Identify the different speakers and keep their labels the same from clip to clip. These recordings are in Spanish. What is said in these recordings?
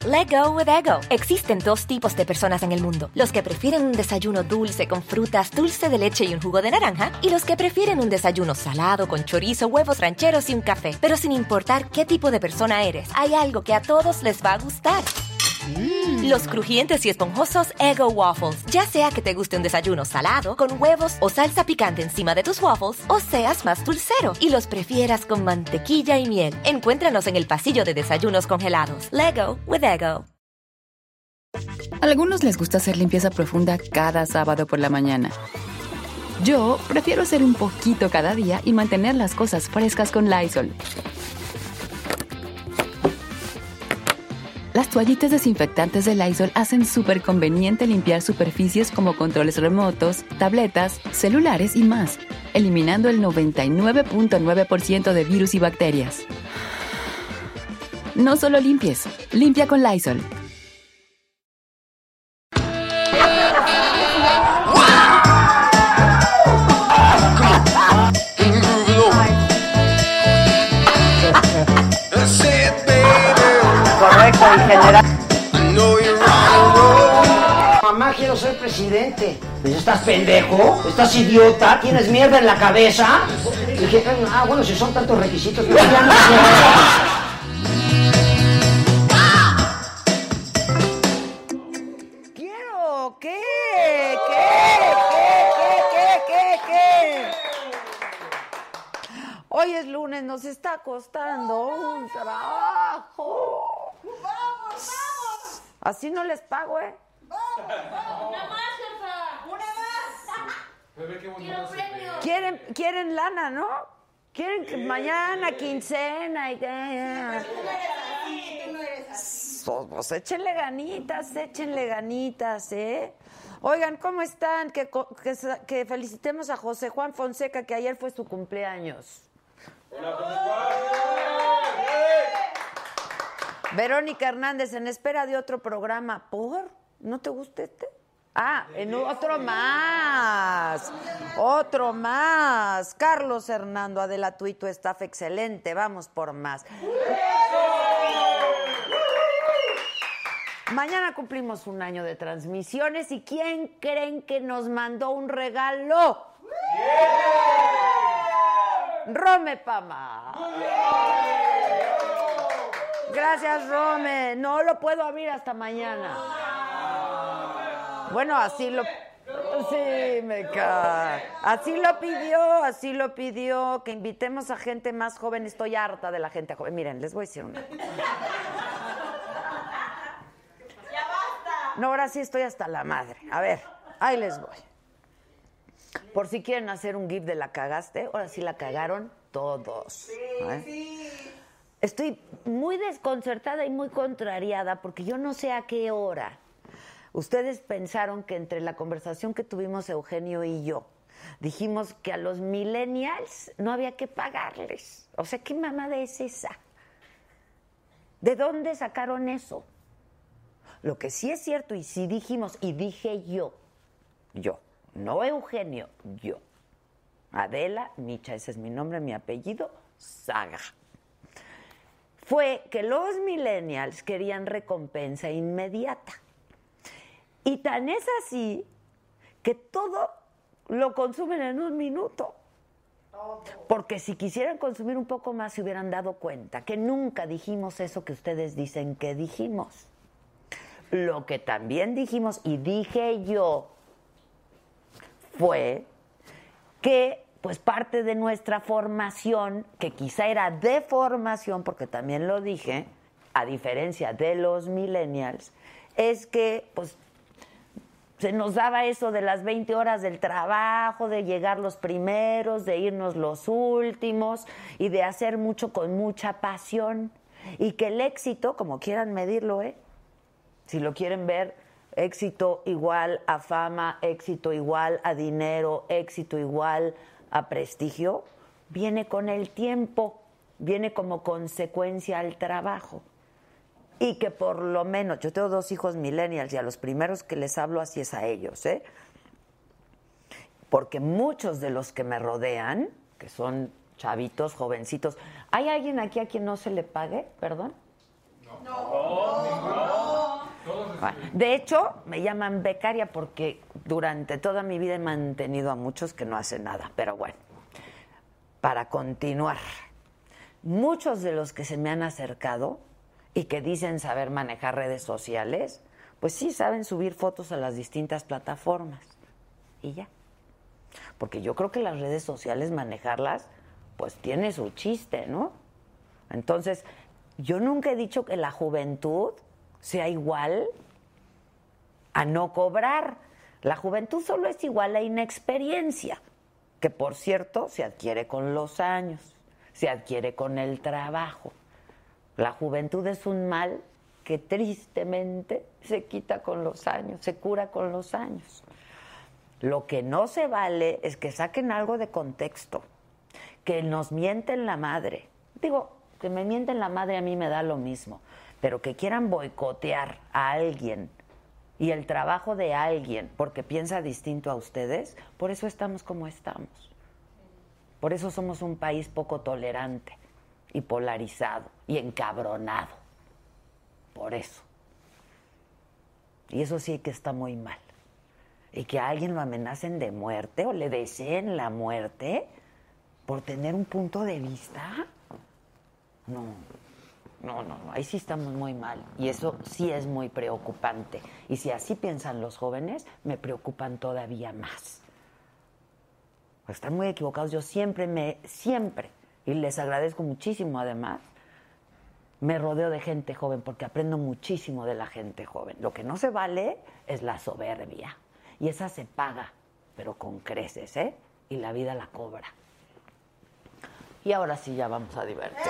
Speaker 1: Let go with ego. Existen dos tipos de personas en el mundo. Los que prefieren un desayuno dulce con frutas, dulce de leche y un jugo de naranja. Y los que prefieren un desayuno salado con chorizo, huevos rancheros y un café. Pero sin importar qué tipo de persona eres, hay algo que a todos les va a gustar. Los crujientes y esponjosos Eggo Waffles. Ya sea que te guste un desayuno salado, con huevos o salsa picante encima de tus waffles, o seas más dulcero y los prefieras con mantequilla y miel. Encuéntranos en el pasillo de desayunos congelados. Lego with Eggo.
Speaker 2: A algunos les gusta hacer limpieza profunda cada sábado por la mañana. Yo prefiero hacer un poquito cada día y mantener las cosas frescas con Lysol. Las toallitas desinfectantes de Lysol hacen súper conveniente limpiar superficies como controles remotos, tabletas, celulares y más, eliminando el 99.9% de virus y bacterias. No solo limpies, limpia con Lysol.
Speaker 3: Correcto, en general. Mamá, quiero ser presidente. ¿Estás pendejo? ¿Estás idiota? ¿Tienes mierda en la cabeza? Y dije, bueno, si son tantos requisitos, pues ya no sé. Quiero, ¿qué? Hoy es lunes, nos está costando un trabajo. ¡Vamos! Así no les pago, ¿eh?
Speaker 4: ¡Una más, jefa! ¡Una más! ¡Quiero premio!
Speaker 3: ¿Quieren lana, no? ¿Quieren que mañana quincena? Y...
Speaker 4: Tú no eres así.
Speaker 3: Pues échenle ganitas, ¿eh? Oigan, ¿cómo están? Que felicitemos a José Juan Fonseca, que ayer fue su cumpleaños.
Speaker 5: Hola, José Juan.
Speaker 3: Verónica Hernández, en espera de otro programa. ¿Por? ¿No te gusta este? En otro más. Otro más. Carlos Hernando, Adela, tú y tu staff excelente. Vamos por más. Mañana cumplimos un año de transmisiones. ¿Y quién creen que nos mandó un regalo? Rome Pama. Gracias, Rome. No lo puedo abrir hasta mañana. Bueno, así lo... Sí, me cae. Así lo pidió, que invitemos a gente más joven. Estoy harta de la gente joven. Miren, les voy a decir una cosa.
Speaker 4: ¡Ya basta!
Speaker 3: No, ahora sí estoy hasta la madre. A ver, ahí les voy. Por si quieren hacer un GIF de la cagaste, ahora sí la cagaron todos.
Speaker 4: Sí.
Speaker 3: Estoy muy desconcertada y muy contrariada porque yo no sé a qué hora ustedes pensaron que entre la conversación que tuvimos Eugenio y yo dijimos que a los millennials no había que pagarles. O sea, ¿qué mamada es esa? ¿De dónde sacaron eso? Lo que sí es cierto y sí dijimos, y dije yo, no Eugenio, yo. Adela Micha, ese es mi nombre, mi apellido, Saga. Fue que los millennials querían recompensa inmediata. Y tan es así que todo lo consumen en un minuto. Porque si quisieran consumir un poco más se hubieran dado cuenta que nunca dijimos eso que ustedes dicen que dijimos. Lo que también dijimos, y dije yo, fue que pues parte de nuestra formación, que quizá era de formación, porque también lo dije, a diferencia de los millennials, es que pues se nos daba eso de las 20 horas del trabajo, de llegar los primeros, de irnos los últimos y de hacer mucho con mucha pasión. Y que el éxito, como quieran medirlo, si lo quieren ver, éxito igual a fama, éxito igual a dinero, éxito igual a prestigio, viene con el tiempo, viene como consecuencia al trabajo. Y que por lo menos, yo tengo 2 hijos millennials y a los primeros que les hablo así es a ellos, porque muchos de los que me rodean, que son chavitos, jovencitos, ¿hay alguien aquí a quien no se le pague? ¿Perdón?
Speaker 4: No.
Speaker 3: Bueno, de hecho, me llaman becaria porque durante toda mi vida he mantenido a muchos que no hacen nada. Pero bueno, para continuar, muchos de los que se me han acercado y que dicen saber manejar redes sociales, pues sí saben subir fotos a las distintas plataformas. Y ya. Porque yo creo que las redes sociales, manejarlas, pues tiene su chiste, ¿no? Entonces, yo nunca he dicho que la juventud sea igual a no cobrar. La juventud solo es igual a inexperiencia, que por cierto se adquiere con los años, se adquiere con el trabajo. La juventud es un mal que tristemente se quita con los años, se cura con los años. Lo que no se vale es que saquen algo de contexto, que nos mienten la madre. Digo, que me mienten la madre a mí me da lo mismo, pero que quieran boicotear a alguien y el trabajo de alguien porque piensa distinto a ustedes, por eso estamos como estamos. Por eso somos un país poco tolerante y polarizado y encabronado. Por eso. Y eso sí que está muy mal. Y que a alguien lo amenacen de muerte o le deseen la muerte por tener un punto de vista. No, ahí sí estamos muy mal. Y eso sí es muy preocupante. Y si así piensan los jóvenes, me preocupan todavía más. Pues están muy equivocados. Yo siempre, y les agradezco muchísimo además, me rodeo de gente joven porque aprendo muchísimo de la gente joven. Lo que no se vale es la soberbia. Y esa se paga, pero con creces, ¿eh? Y la vida la cobra. Y ahora sí ya vamos a divertirnos.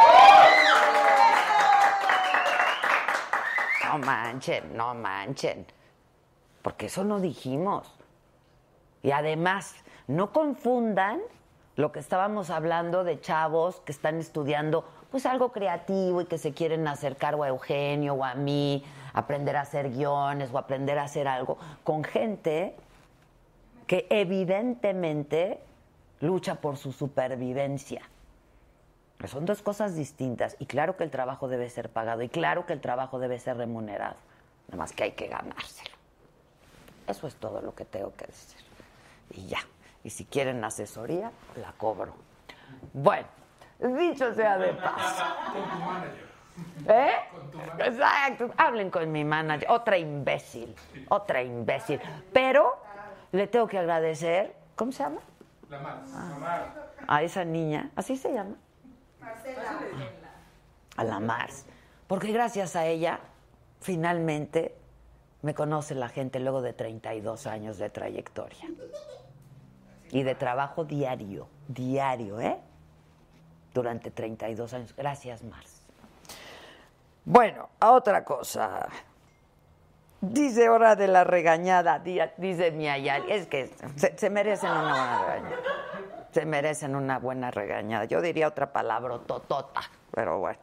Speaker 3: No manchen. Porque eso no dijimos. Y además, no confundan lo que estábamos hablando de chavos que están estudiando pues algo creativo y que se quieren acercar o a Eugenio o a mí, aprender a hacer guiones o aprender a hacer algo, con gente que evidentemente lucha por su supervivencia. Son dos cosas distintas y claro que el trabajo debe ser pagado y claro que el trabajo debe ser remunerado, nada más que hay que ganárselo. Eso es todo lo que tengo que decir. Y ya. Y si quieren asesoría, la cobro. Bueno, dicho sea de paso.
Speaker 5: Con tu manager.
Speaker 3: ¿Eh?
Speaker 5: Con tu manager.
Speaker 3: Exacto. Hablen con mi manager. Otra imbécil. Pero le tengo que agradecer. ¿Cómo se llama?
Speaker 5: La Mars.
Speaker 3: A esa niña. ¿Así se llama?
Speaker 4: Marcela.
Speaker 3: A la Mars. Porque gracias a ella, finalmente, me conoce la gente luego de 32 años de trayectoria. Y de trabajo diario, ¿eh? Durante 32 años. Gracias, Mars. Bueno, a otra cosa. Dice hora de la regañada, dice mi Ayali. Es que se merecen una buena regañada. Se merecen una buena regañada. Yo diría otra palabra, totota, pero bueno.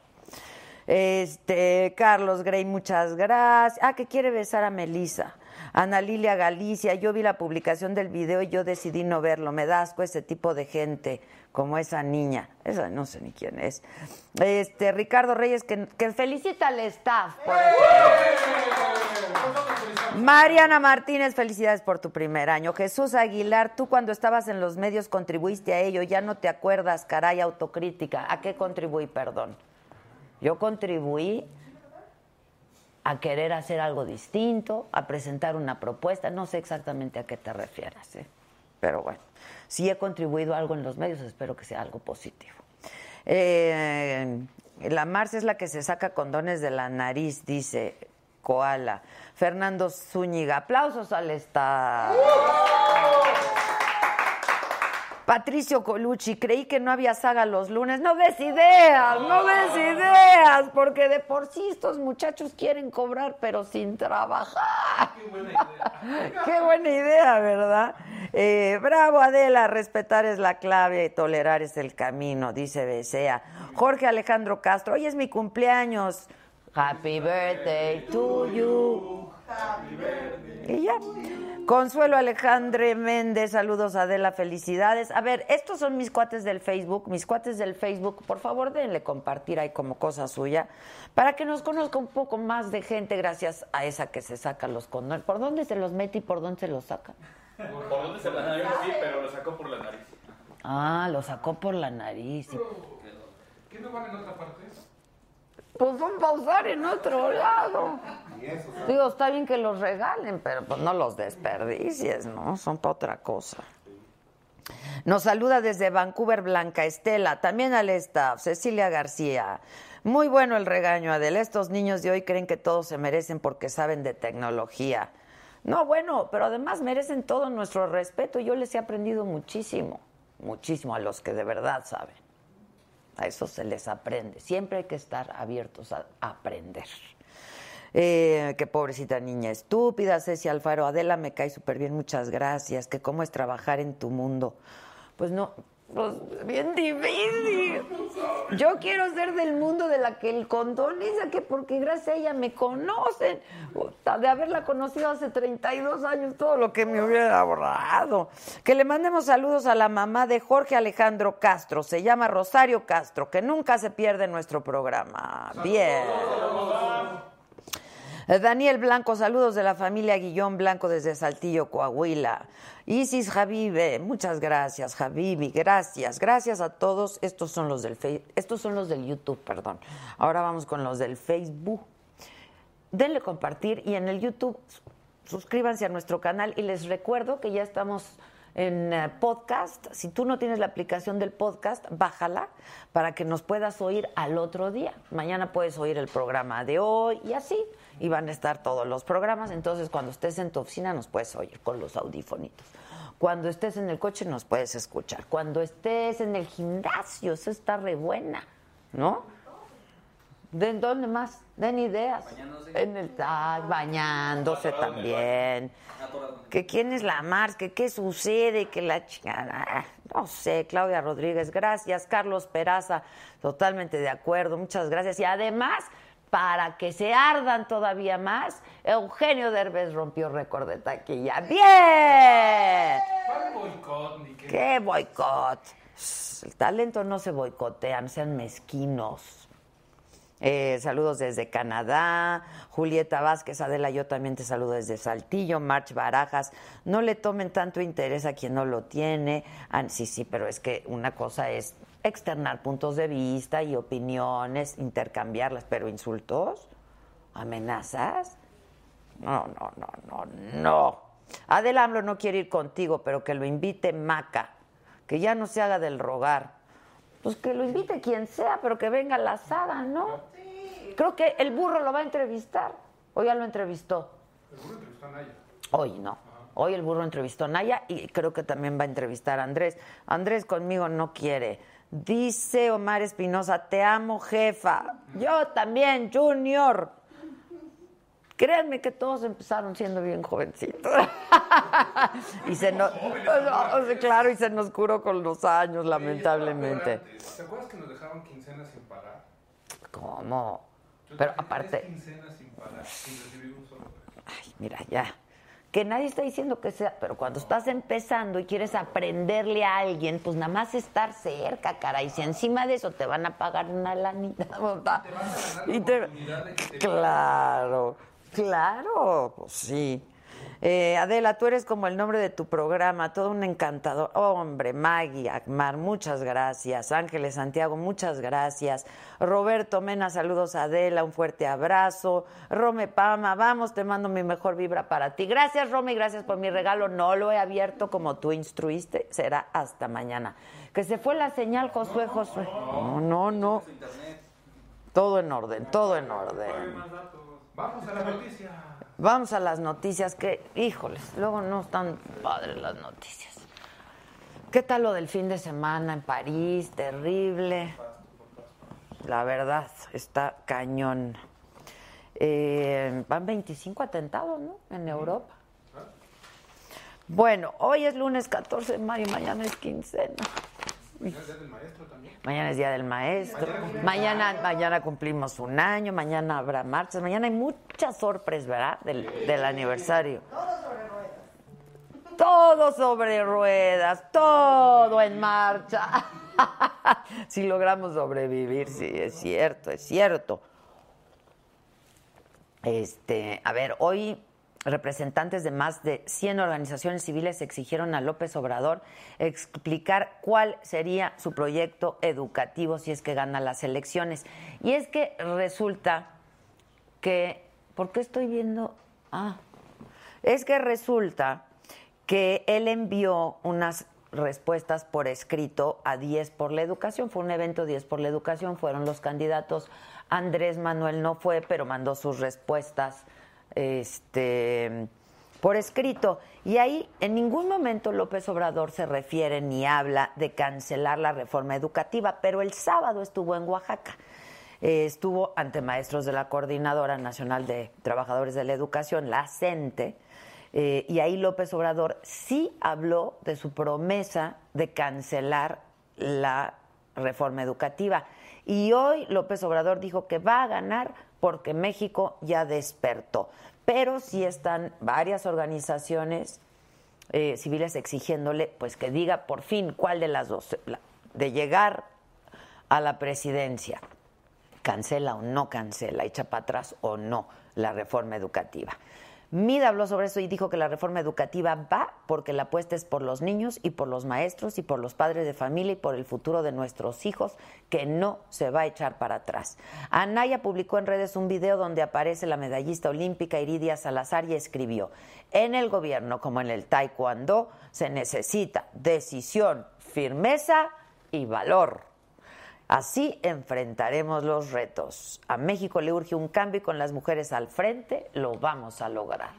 Speaker 3: Carlos Grey, muchas gracias. Que quiere besar a Melissa. Ana Lilia Galicia, yo vi la publicación del video y yo decidí no verlo. Me da asco ese tipo de gente, como esa niña. Esa no sé ni quién es. Ricardo Reyes, que felicita al staff. Por Mariana Martínez, felicidades por tu primer año. Jesús Aguilar, tú cuando estabas en los medios contribuiste a ello, ya no te acuerdas, caray, autocrítica. ¿A qué contribuí, perdón? Yo contribuí a querer hacer algo distinto, a presentar una propuesta. No sé exactamente a qué te refieras, ¿eh? Pero bueno, si he contribuido algo en los medios, espero que sea algo positivo. La Mars es la que se saca condones de la nariz, dice Koala. Fernando Zúñiga, aplausos al staff. Patricio Colucci, creí que no había saga los lunes. No des ideas, porque de por sí estos muchachos quieren cobrar, pero sin trabajar.
Speaker 5: Qué buena idea.
Speaker 3: Qué buena idea, ¿verdad? Bravo, Adela, respetar es la clave, tolerar es el camino, dice Besea. Jorge Alejandro Castro, hoy es mi cumpleaños. Happy birthday to you. Y ya. Consuelo Alejandre Méndez, saludos Adela, felicidades. A ver, estos son mis cuates del Facebook. Mis cuates del Facebook, por favor, denle compartir ahí como cosa suya, para que nos conozca un poco más de gente gracias a esa que se saca los condones. ¿Por dónde se los mete y por dónde se los saca?
Speaker 6: ¿Por dónde se la nariz? Sí, pero lo sacó por la nariz.
Speaker 3: Ah, lo sacó por la nariz.
Speaker 5: ¿Qué no van en otra parte?
Speaker 3: Pues son para usar en otro lado. Digo, está bien que los regalen, pero pues no los desperdicies, ¿no? Son para otra cosa. Nos saluda desde Vancouver Blanca Estela, también al staff, Cecilia García. Muy bueno el regaño, Adela. Estos niños de hoy creen que todos se merecen porque saben de tecnología. No, bueno, pero además merecen todo nuestro respeto. Yo les he aprendido muchísimo, muchísimo a los que de verdad saben. A eso se les aprende. Siempre hay que estar abiertos a aprender. Qué pobrecita niña estúpida. Ceci Alfaro, Adela, me cae súper bien, muchas gracias. Que cómo es trabajar en tu mundo. Pues no, pues bien difícil. Yo quiero ser del mundo de la que el condón dice que porque gracias a ella me conocen. De haberla conocido hace 32 años, todo lo que me hubiera ahorrado. Que le mandemos saludos a la mamá de Jorge Alejandro Castro. Se llama Rosario Castro, que nunca se pierde nuestro programa. Bien. Daniel Blanco, saludos de la familia Guillón Blanco desde Saltillo, Coahuila. Isis Javibe, muchas gracias, Javibi, gracias. Gracias a todos. Estos son los del YouTube, perdón. Ahora vamos con los del Facebook. Denle compartir y en el YouTube suscríbanse a nuestro canal y les recuerdo que ya estamos en podcast. Si tú no tienes la aplicación del podcast, bájala para que nos puedas oír al otro día. Mañana puedes oír el programa de hoy y así. Y van a estar todos los programas. Entonces, cuando estés en tu oficina, nos puedes oír con los audifonitos. Cuando estés en el coche, nos puedes escuchar. Cuando estés en el gimnasio, eso está re buena, ¿no? ¿De dónde más? Den ideas. Bañándose. En el bañándose también. Que quién es la Mars, que qué sucede, que la chingada. No sé, Claudia Rodríguez, gracias. Carlos Peraza, totalmente de acuerdo, muchas gracias. Y además, para que se ardan todavía más, Eugenio Derbez rompió récord de taquilla. ¡Bien!
Speaker 5: ¿Cuál boicot? Ni
Speaker 3: ¿Qué boicot? El talento no se boicotea, no sean mezquinos. Saludos desde Canadá. Julieta Vázquez, Adela, yo también te saludo desde Saltillo. March Barajas, no le tomen tanto interés a quien no lo tiene. Sí, pero es que una cosa es externar puntos de vista y opiniones, intercambiarlas, pero insultos, amenazas, no. Adela AMLO no quiere ir contigo, pero que lo invite Maca, que ya no se haga del rogar. Pues que lo invite quien sea, pero que venga la saga, ¿no? Sí. Creo que el burro lo va a entrevistar, o ya lo entrevistó.
Speaker 5: El burro entrevistó a Naya.
Speaker 3: Hoy no. Hoy el burro entrevistó a Naya y creo que también va a entrevistar a Andrés. Andrés conmigo no quiere. Dice Omar Espinosa, te amo, jefa. Yo también, Junior. Créanme que todos empezaron siendo bien jovencitos. Y se nos, claro, y se nos curó con los años, lamentablemente.
Speaker 5: ¿Te acuerdas que nos dejaban quincenas sin pagar?
Speaker 3: ¿Cómo? Pero aparte...
Speaker 5: Quincenas sin pagar, sin recibir un solo peso.
Speaker 3: Ay, mira, ya. Que nadie está diciendo que sea, pero cuando estás empezando y quieres aprenderle a alguien, pues nada más estar cerca, cara, y si encima de eso te van a pagar una lanita,
Speaker 5: Te van a ganar la oportunidad de que te...
Speaker 3: Claro, pues sí. Adela, tú eres como el nombre de tu programa, todo un encantador. Hombre, Maggie, Akmar, muchas gracias. Ángeles Santiago, muchas gracias. Roberto Mena, saludos a Adela, un fuerte abrazo. Rome Pama, vamos, te mando mi mejor vibra para ti. Gracias, Rome, y gracias por mi regalo. No lo he abierto como tú instruiste, será hasta mañana. Que se fue la señal, Josué. No. Todo en orden, todo en orden.
Speaker 5: Vamos a la noticia.
Speaker 3: Vamos a las noticias que, híjoles, luego no están padres las noticias. ¿Qué tal lo del fin de semana en París? Terrible. La verdad, está cañón. Van 25 atentados, ¿no? En Europa. Bueno, hoy es lunes 14 de mayo, mañana es quincena.
Speaker 5: Mañana es Día del Maestro también.
Speaker 3: Mañana es Día del Maestro. Mañana cumplimos un año, mañana habrá marchas, mañana hay muchas sorpresas, ¿verdad? Del aniversario. Todo sobre ruedas, todo en marcha. Si logramos sobrevivir, sí, es cierto, es cierto. A ver, hoy representantes de más de 100 organizaciones civiles exigieron a López Obrador explicar cuál sería su proyecto educativo si es que gana las elecciones. Y es que resulta que... ¿Por qué estoy viendo? Es que resulta que él envió unas respuestas por escrito a 10 por la Educación. Fue un evento 10 por la Educación, fueron los candidatos. Andrés Manuel no fue, pero mandó sus respuestas por escrito. Y ahí en ningún momento López Obrador se refiere ni habla de cancelar la reforma educativa, pero el sábado estuvo en Oaxaca. Estuvo ante maestros de la Coordinadora Nacional de Trabajadores de la Educación, la CENTE, y ahí López Obrador sí habló de su promesa de cancelar la reforma educativa. Y hoy López Obrador dijo que va a ganar porque México ya despertó. Pero sí están varias organizaciones civiles exigiéndole pues que diga por fin cuál de las dos, de llegar a la presidencia, cancela o no cancela, echa para atrás o no la reforma educativa. Mid habló sobre eso y dijo que la reforma educativa va porque la apuesta es por los niños y por los maestros y por los padres de familia y por el futuro de nuestros hijos, que no se va a echar para atrás. Anaya publicó en redes un video donde aparece la medallista olímpica Iridia Salazar y escribió: en el gobierno como en el taekwondo se necesita decisión, firmeza y valor. Así enfrentaremos los retos. A México le urge un cambio y con las mujeres al frente lo vamos a lograr.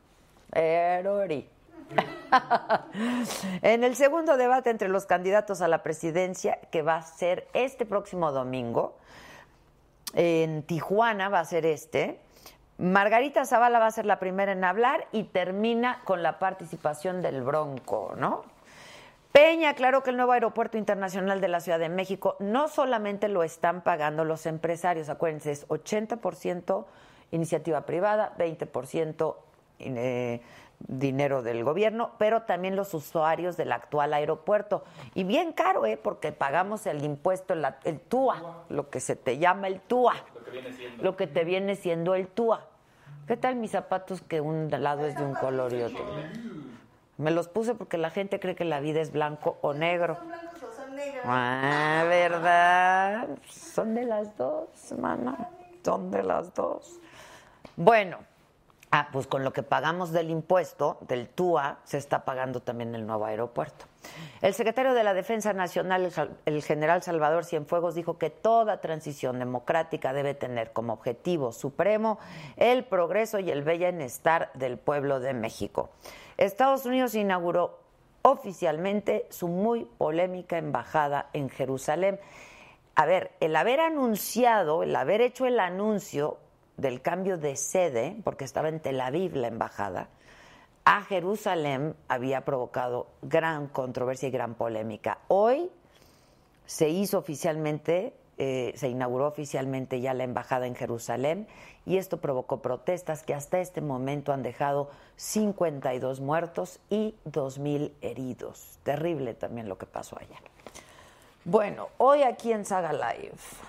Speaker 3: En el segundo debate entre los candidatos a la presidencia, que va a ser este próximo domingo, en Tijuana va a ser Margarita Zavala va a ser la primera en hablar y termina con la participación del Bronco, ¿no? Peña aclaró que el nuevo aeropuerto internacional de la Ciudad de México no solamente lo están pagando los empresarios, acuérdense, es 80% iniciativa privada, 20% dinero del gobierno, pero también los usuarios del actual aeropuerto. Y bien caro, porque pagamos el impuesto, el TUA, lo que se te llama el TUA, lo que te viene siendo el TUA. ¿Qué tal mis zapatos que un lado es de un color y otro? Me los puse porque la gente cree que la vida es blanco o negro.
Speaker 4: ¿Son blancos o son negros?
Speaker 3: ¿Verdad? Son de las dos, mana. Son de las dos. Bueno, pues con lo que pagamos del impuesto, del TUA, se está pagando también el nuevo aeropuerto. El secretario de la Defensa Nacional, el general Salvador Cienfuegos, dijo que toda transición democrática debe tener como objetivo supremo el progreso y el bienestar del pueblo de México. Estados Unidos inauguró oficialmente su muy polémica embajada en Jerusalén. A ver, el haber hecho el anuncio del cambio de sede, porque estaba en Tel Aviv la embajada, a Jerusalén había provocado gran controversia y gran polémica. Hoy se inauguró oficialmente ya la embajada en Jerusalén y esto provocó protestas que hasta este momento han dejado 52 muertos y 2,000 heridos. Terrible también lo que pasó allá. Bueno, hoy aquí en Saga Live.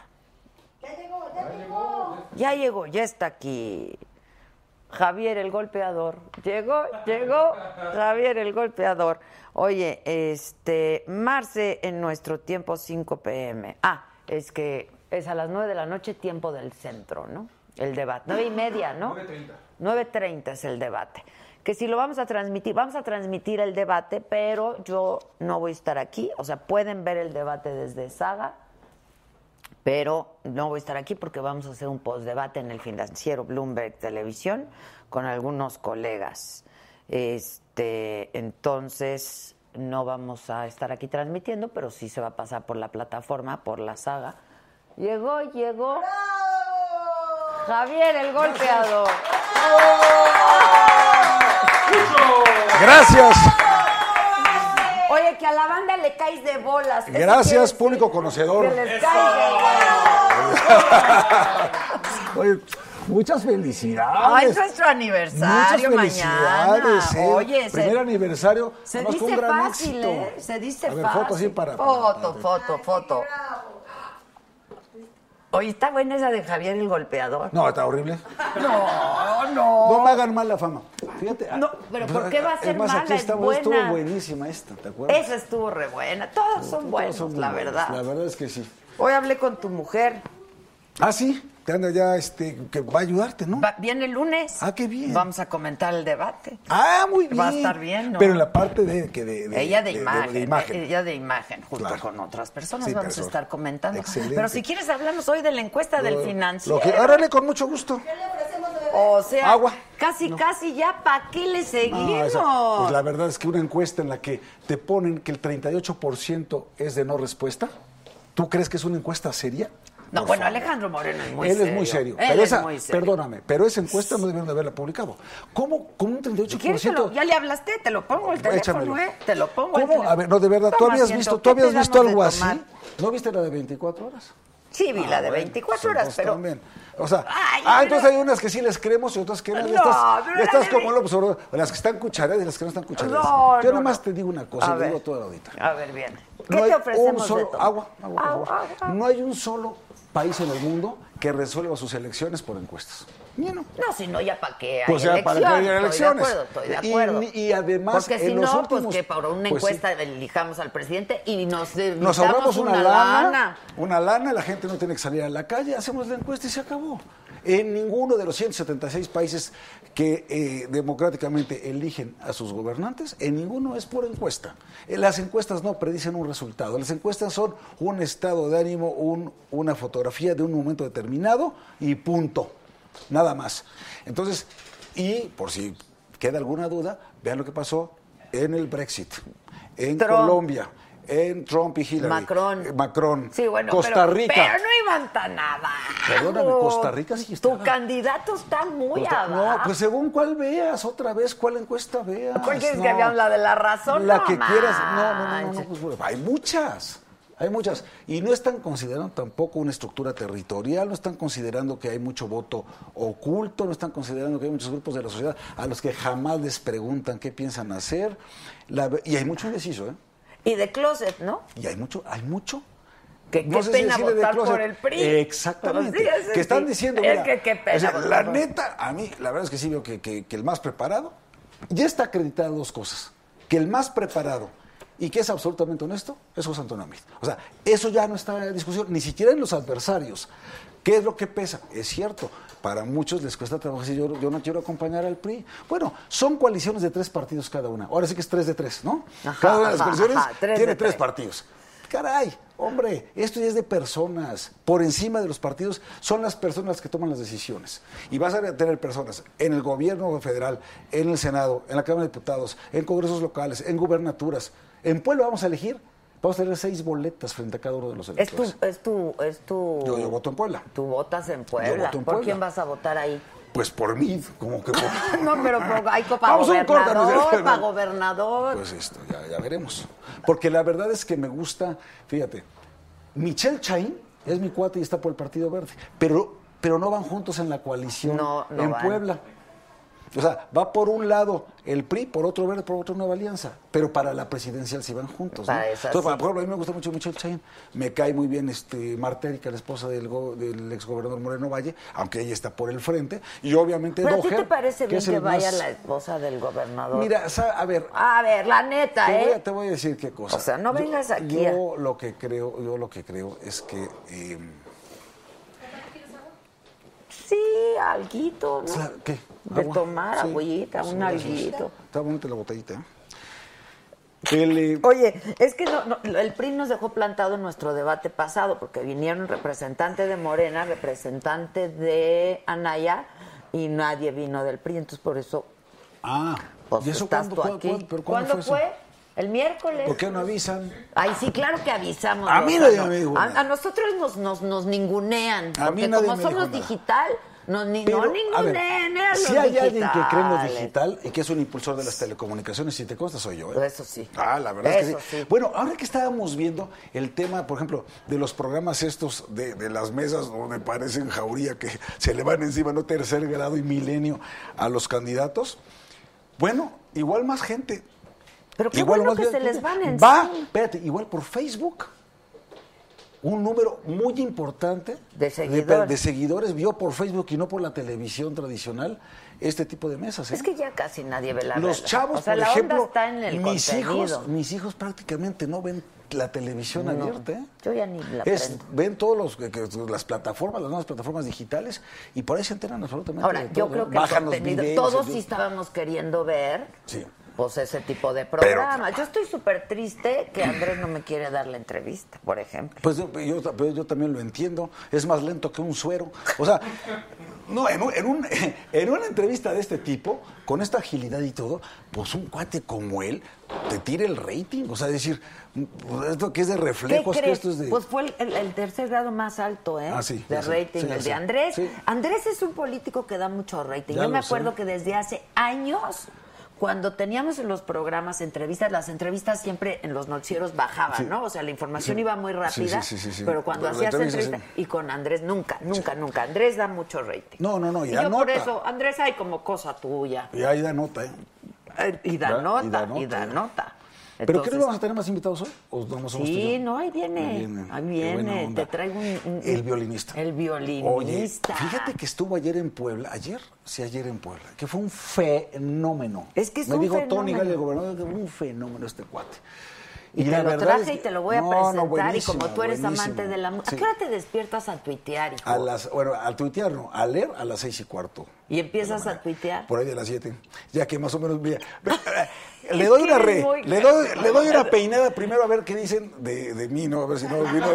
Speaker 3: Ya llegó, ya está aquí. Javier el golpeador. Llegó Javier el golpeador. Oye, Marce en nuestro tiempo 5 p.m. Es que es a las 9 de la noche, tiempo del centro, ¿no? El debate. 9:30, ¿no?
Speaker 5: 9:30.
Speaker 3: 9:30 es el debate. Que si lo vamos a transmitir el debate, pero yo no voy a estar aquí. O sea, pueden ver el debate desde Saga, pero no voy a estar aquí porque vamos a hacer un postdebate en el financiero Bloomberg Televisión con algunos colegas. Entonces no vamos a estar aquí transmitiendo, pero sí se va a pasar por la plataforma, por la Saga. Llegó Javier el golpeador.
Speaker 7: Gracias.
Speaker 3: Oye, Órale, que a la banda le caes de bolas.
Speaker 7: Gracias, público conocedor.
Speaker 3: Que les caes de bolas.
Speaker 7: Oye, muchas felicidades.
Speaker 3: Ay, es nuestro aniversario mañana. Oye,
Speaker 7: primer aniversario.
Speaker 3: Se
Speaker 7: Además,
Speaker 3: dice
Speaker 7: un gran
Speaker 3: fácil,
Speaker 7: éxito.
Speaker 3: ¿eh? Se dice
Speaker 7: a ver,
Speaker 3: fácil.
Speaker 7: Foto así para.
Speaker 3: Foto. Oye, está buena esa de Javier el golpeador.
Speaker 7: No, está horrible.
Speaker 3: No.
Speaker 7: No me hagan mal la fama. Fíjate.
Speaker 3: No, pero ¿por qué va a ser mala?
Speaker 7: Aquí
Speaker 3: Es buena.
Speaker 7: estuvo buenísima esta, ¿te acuerdas?
Speaker 3: Esa estuvo re buena. Todos son buenos, la verdad.
Speaker 7: La verdad es que sí.
Speaker 3: Hoy hablé con tu mujer.
Speaker 7: Ah, sí. Te anda ya, que va a ayudarte, ¿no?
Speaker 3: Viene el lunes.
Speaker 7: Ah, qué bien.
Speaker 3: Vamos a comentar el debate.
Speaker 7: Ah, muy bien.
Speaker 3: Va a estar bien, ¿no?
Speaker 7: Pero en la parte de
Speaker 3: ella de imagen.
Speaker 7: Ella
Speaker 3: de imagen, junto
Speaker 7: claro.
Speaker 3: con otras personas
Speaker 7: Sí,
Speaker 3: vamos a estar comentando.
Speaker 7: Excelente.
Speaker 3: Pero si quieres hablamos hoy de la encuesta del financiero.
Speaker 7: Árale, con mucho gusto.
Speaker 3: O sea,
Speaker 7: agua.
Speaker 3: Casi ya, ¿para qué le seguimos?
Speaker 7: No, pues la verdad es que una encuesta en la que te ponen que el 38% es de no respuesta, ¿tú crees que es una encuesta seria?
Speaker 3: No, bueno, Alejandro Moreno es muy
Speaker 7: serio.
Speaker 3: serio.
Speaker 7: Él es muy serio.
Speaker 3: Él
Speaker 7: Pero
Speaker 3: es muy serio.
Speaker 7: Perdóname, pero esa encuesta no debieron de haberla publicado. ¿Cómo un 38%?
Speaker 3: Si quieres, ya le hablaste, te lo pongo el teléfono,
Speaker 7: Échamelo.
Speaker 3: Te lo pongo
Speaker 7: ¿Cómo?
Speaker 3: el teléfono.
Speaker 7: A ver, no, de verdad, ¿tú habías visto algo así? ¿No viste la de 24 horas?
Speaker 3: Sí, vi la de 24 horas, pero...
Speaker 7: También. O sea,
Speaker 3: pero...
Speaker 7: entonces hay unas que sí les creemos y otras que no. Estas como López Obrador, las que están cuchareadas y las que no están cuchareadas. Yo nomás te digo una cosa, le digo a toda la auditoría.
Speaker 3: A ver, bien. ¿Qué te ofrecemos de todo?
Speaker 7: Agua, por favor. No hay un solo país en el mundo que resuelva sus elecciones por encuestas. Ni uno.
Speaker 3: No, si no, ya para qué hay
Speaker 7: pues ya para qué hay elecciones.
Speaker 3: Estoy de acuerdo.
Speaker 7: Y además,
Speaker 3: porque si
Speaker 7: en los
Speaker 3: no,
Speaker 7: últimos,
Speaker 3: pues que para una encuesta elijamos al presidente y nos
Speaker 7: ahorramos una lana. Una lana, la gente no tiene que salir a la calle, hacemos la encuesta y se acabó. En ninguno de los 176 países que democráticamente eligen a sus gobernantes, en ninguno es por encuesta. Las encuestas no predicen un resultado. Las encuestas son un estado de ánimo, una fotografía de un momento determinado y punto. Nada más. Entonces, y por si queda alguna duda, vean lo que pasó en el Brexit, en Colombia, en Trump y Hillary. Macron.
Speaker 3: Sí, bueno,
Speaker 7: Costa Rica.
Speaker 3: Pero no iban tan abajo.
Speaker 7: Perdóname, Costa Rica sí está.
Speaker 3: Tu candidato está muy abajo.
Speaker 7: No, pues según cuál veas, otra vez, cuál encuesta veas.
Speaker 3: ¿Cuál quieres que vean? ¿La de La Razón?
Speaker 7: La que quieras. No, pues hay muchas. Hay muchas. Y no están considerando tampoco una estructura territorial, no están considerando que hay mucho voto oculto, no están considerando que hay muchos grupos de la sociedad a los que jamás les preguntan qué piensan hacer. Y hay mucho indeciso, ¿eh?
Speaker 3: Y de closet, ¿no?
Speaker 7: Y hay mucho.
Speaker 3: Qué pena votar por el PRI.
Speaker 7: Exactamente.
Speaker 3: Sí,
Speaker 7: que están diciendo, mira,
Speaker 3: qué pena
Speaker 7: la neta, a mí, la verdad es que sí veo que el más preparado, ya está acreditado dos cosas. Que el más preparado y que es absolutamente honesto es José Antonio Meade. O sea, eso ya no está en discusión, ni siquiera en los adversarios. ¿Qué es lo que pesa? Es cierto, para muchos les cuesta trabajo decir, yo no quiero acompañar al PRI. Bueno, son coaliciones de 3 partidos cada una. Ahora sí que es 3 de 3, ¿no? Cada una de las coaliciones tiene 3 partidos. Caray, hombre, esto ya es de personas. Por encima de los partidos son las personas que toman las decisiones. Y vas a tener personas en el gobierno federal, en el Senado, en la Cámara de Diputados, en congresos locales, en gubernaturas. En Puebla vamos a elegir, vamos a tener 6 boletas frente a cada uno de los electores.
Speaker 3: Es tu...
Speaker 7: Yo voto en Puebla.
Speaker 3: Tú votas en Puebla.
Speaker 7: Yo voto en
Speaker 3: ¿Por
Speaker 7: Puebla.
Speaker 3: quién vas a votar ahí?
Speaker 7: Pues por mí, como que por...
Speaker 3: No, pero hay para gobernador, para gobernador.
Speaker 7: Pues esto, ya veremos. Porque la verdad es que me gusta, fíjate, Michelle Chaín es mi cuate y está por el Partido Verde, pero no van juntos en la coalición en van. Puebla. O sea, va por un lado el PRI, por otro Verde, por otro Nueva Alianza, pero para la presidencial sí van juntos, ¿no? Entonces, por ejemplo, a mí me gusta mucho Michelle Chaín, me cae muy bien Marta Erika, la esposa del exgobernador Moreno Valle, aunque ella está por el frente, y obviamente
Speaker 3: ¿Pero
Speaker 7: Doher,
Speaker 3: a ti te parece bien que vaya
Speaker 7: más...
Speaker 3: la esposa del gobernador?
Speaker 7: Mira, a ver,
Speaker 3: la neta,
Speaker 7: te voy a decir qué cosa.
Speaker 3: O sea, no vengas aquí.
Speaker 7: Yo lo que creo es que...
Speaker 3: Sí, alguito, ¿no?
Speaker 7: ¿Qué?
Speaker 3: De tomar agüita, un alguito.
Speaker 7: Está bonita la botellita, ¿eh?
Speaker 3: Oye, es que el PRI nos dejó plantado en nuestro debate pasado porque vinieron representante de Morena, representante de Anaya y nadie vino del PRI, entonces por eso
Speaker 7: ¿y eso
Speaker 3: estás tú aquí. ¿Cuándo fue? ¿El miércoles?
Speaker 7: ¿Por qué no avisan?
Speaker 3: Ay, sí, claro que avisamos.
Speaker 7: A mí nadie me dijo.
Speaker 3: A nosotros nos ningunean.
Speaker 7: A mí
Speaker 3: porque
Speaker 7: nadie
Speaker 3: como
Speaker 7: me
Speaker 3: somos
Speaker 7: dijo
Speaker 3: digital, No,
Speaker 7: Pero,
Speaker 3: no ningunen, eran
Speaker 7: si
Speaker 3: los
Speaker 7: hay alguien que cree en lo
Speaker 3: digitales.
Speaker 7: digital y que es un impulsor de las telecomunicaciones, si te consta, soy yo. ¿eh?
Speaker 3: Eso sí.
Speaker 7: La verdad es que
Speaker 3: Eso
Speaker 7: sí.
Speaker 3: sí.
Speaker 7: Bueno, ahora que estábamos viendo el tema, por ejemplo, de los programas estos de las mesas donde parecen jauría que se le van encima, no tercer grado y milenio a los candidatos, bueno, igual más gente.
Speaker 3: Pero qué
Speaker 7: Igual
Speaker 3: bueno
Speaker 7: más
Speaker 3: que se
Speaker 7: gente.
Speaker 3: les van encima.
Speaker 7: Espérate, igual por Facebook. Un número muy importante
Speaker 3: De seguidores.
Speaker 7: de seguidores vio por Facebook y no por la televisión tradicional este tipo de mesas. ¿eh?
Speaker 3: Es que ya casi nadie ve la
Speaker 7: Los
Speaker 3: verdad.
Speaker 7: chavos,
Speaker 3: o sea,
Speaker 7: por
Speaker 3: la
Speaker 7: ejemplo,
Speaker 3: onda está en el contenido.
Speaker 7: mis hijos prácticamente no ven la televisión abierta. ¿eh?
Speaker 3: Yo ya ni la prendo.
Speaker 7: Ven todos las plataformas, las nuevas plataformas digitales y por ahí se enteran absolutamente
Speaker 3: Ahora,
Speaker 7: de todo.
Speaker 3: yo creo
Speaker 7: ¿eh?
Speaker 3: que el
Speaker 7: Bajan los
Speaker 3: contenido,
Speaker 7: videos,
Speaker 3: todos sí estábamos queriendo ver,
Speaker 7: Sí.
Speaker 3: pues ese tipo de programas. Yo estoy súper triste que Andrés no me quiere dar la entrevista, por ejemplo.
Speaker 7: Pues yo también lo entiendo. Es más lento que un suero. O sea, no, en una entrevista de este tipo, con esta agilidad y todo, pues un cuate como él te tira el rating. O sea, decir, esto que es de reflejos,
Speaker 3: ¿Qué
Speaker 7: que
Speaker 3: crees?
Speaker 7: esto es de...
Speaker 3: Pues fue el tercer grado más alto, ¿eh?
Speaker 7: Ah, sí,
Speaker 3: de
Speaker 7: ya sé.
Speaker 3: rating,
Speaker 7: Sí, ya
Speaker 3: el
Speaker 7: sé.
Speaker 3: de Andrés.
Speaker 7: Sí.
Speaker 3: Andrés es un político que da mucho rating.
Speaker 7: Ya
Speaker 3: Yo me
Speaker 7: lo
Speaker 3: acuerdo
Speaker 7: sé.
Speaker 3: que desde hace años, cuando teníamos en los programas entrevistas, las entrevistas siempre en los noticieros bajaban,
Speaker 7: Sí.
Speaker 3: ¿no? O sea, la información
Speaker 7: Sí.
Speaker 3: iba muy rápida,
Speaker 7: Sí.
Speaker 3: pero cuando
Speaker 7: La
Speaker 3: hacías
Speaker 7: entrevista,
Speaker 3: entrevistas, y con Andrés nunca. Andrés da mucho rating.
Speaker 7: No, y
Speaker 3: Y
Speaker 7: da
Speaker 3: yo por
Speaker 7: nota.
Speaker 3: eso, Andrés, hay como cosa tuya.
Speaker 7: Y ahí da nota, ¿eh?
Speaker 3: Y da
Speaker 7: ¿Verdad?
Speaker 3: nota, y da nota.
Speaker 7: ¿Pero qué
Speaker 3: Entonces,
Speaker 7: no vamos a tener más invitados hoy? ¿O no somos tú y
Speaker 3: sí,
Speaker 7: yo?
Speaker 3: no, ahí viene. Ahí
Speaker 7: Qué buena
Speaker 3: viene.
Speaker 7: onda.
Speaker 3: Te traigo un
Speaker 7: El violinista.
Speaker 3: El violinista.
Speaker 7: Oye, fíjate que estuvo ayer en Puebla, ayer en Puebla, que fue un fenómeno.
Speaker 3: Es que es
Speaker 7: Me
Speaker 3: un
Speaker 7: dijo
Speaker 3: fenómeno.
Speaker 7: Tony Gale, el gobernador, que fue un fenómeno este cuate.
Speaker 3: Y te
Speaker 7: la
Speaker 3: lo
Speaker 7: verdad
Speaker 3: traje
Speaker 7: es que-
Speaker 3: y te lo voy a
Speaker 7: No,
Speaker 3: presentar.
Speaker 7: buenísimo,
Speaker 3: y como tú eres
Speaker 7: buenísimo.
Speaker 3: amante de la música,
Speaker 7: Sí.
Speaker 3: ¿a qué hora te despiertas a tuitear, hijo?
Speaker 7: Al tuitear no, a leer a las 6:15.
Speaker 3: ¿Y empiezas a tuitear?
Speaker 7: Por ahí de las 7. Ya que más o menos, mira, le doy
Speaker 3: que
Speaker 7: una
Speaker 3: eres muy
Speaker 7: le doy una peinada primero a ver qué dicen de mí, ¿no? A ver si no vino.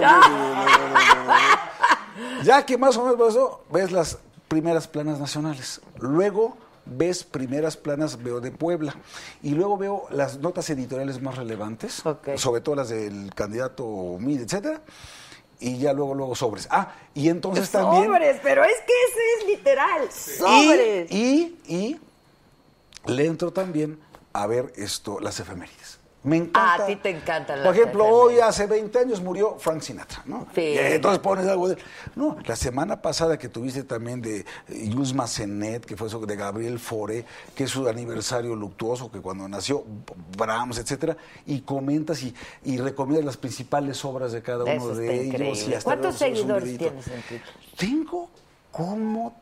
Speaker 7: Ya que más o menos eso, ves las primeras planas nacionales. Luego ves primeras planas, veo de Puebla. Y luego veo las notas editoriales más relevantes,
Speaker 3: Ok.
Speaker 7: sobre todo las del candidato Mid, etcétera. Y ya luego sobres. Y entonces también...
Speaker 3: Sobres, pero es que ese es literal. Sobres.
Speaker 7: Y le entro también a ver las efemérides. Me encanta.
Speaker 3: A ti te encantan las
Speaker 7: Por ejemplo,
Speaker 3: efemérides.
Speaker 7: hoy hace 20 años murió Frank Sinatra, ¿no?
Speaker 3: Sí.
Speaker 7: Y entonces pones algo de él. No, la semana pasada que tuviste también de Jules Massenet, que fue eso de Gabriel Fauré, que es su aniversario luctuoso, que cuando nació Brahms, etcétera, y comentas y recomiendas las principales obras de cada uno
Speaker 3: Eso está
Speaker 7: de ellos.
Speaker 3: increíble.
Speaker 7: Y hasta
Speaker 3: ¿Cuántos
Speaker 7: luego subes un
Speaker 3: seguidores
Speaker 7: videito.
Speaker 3: tienes en Twitter?
Speaker 7: Tengo como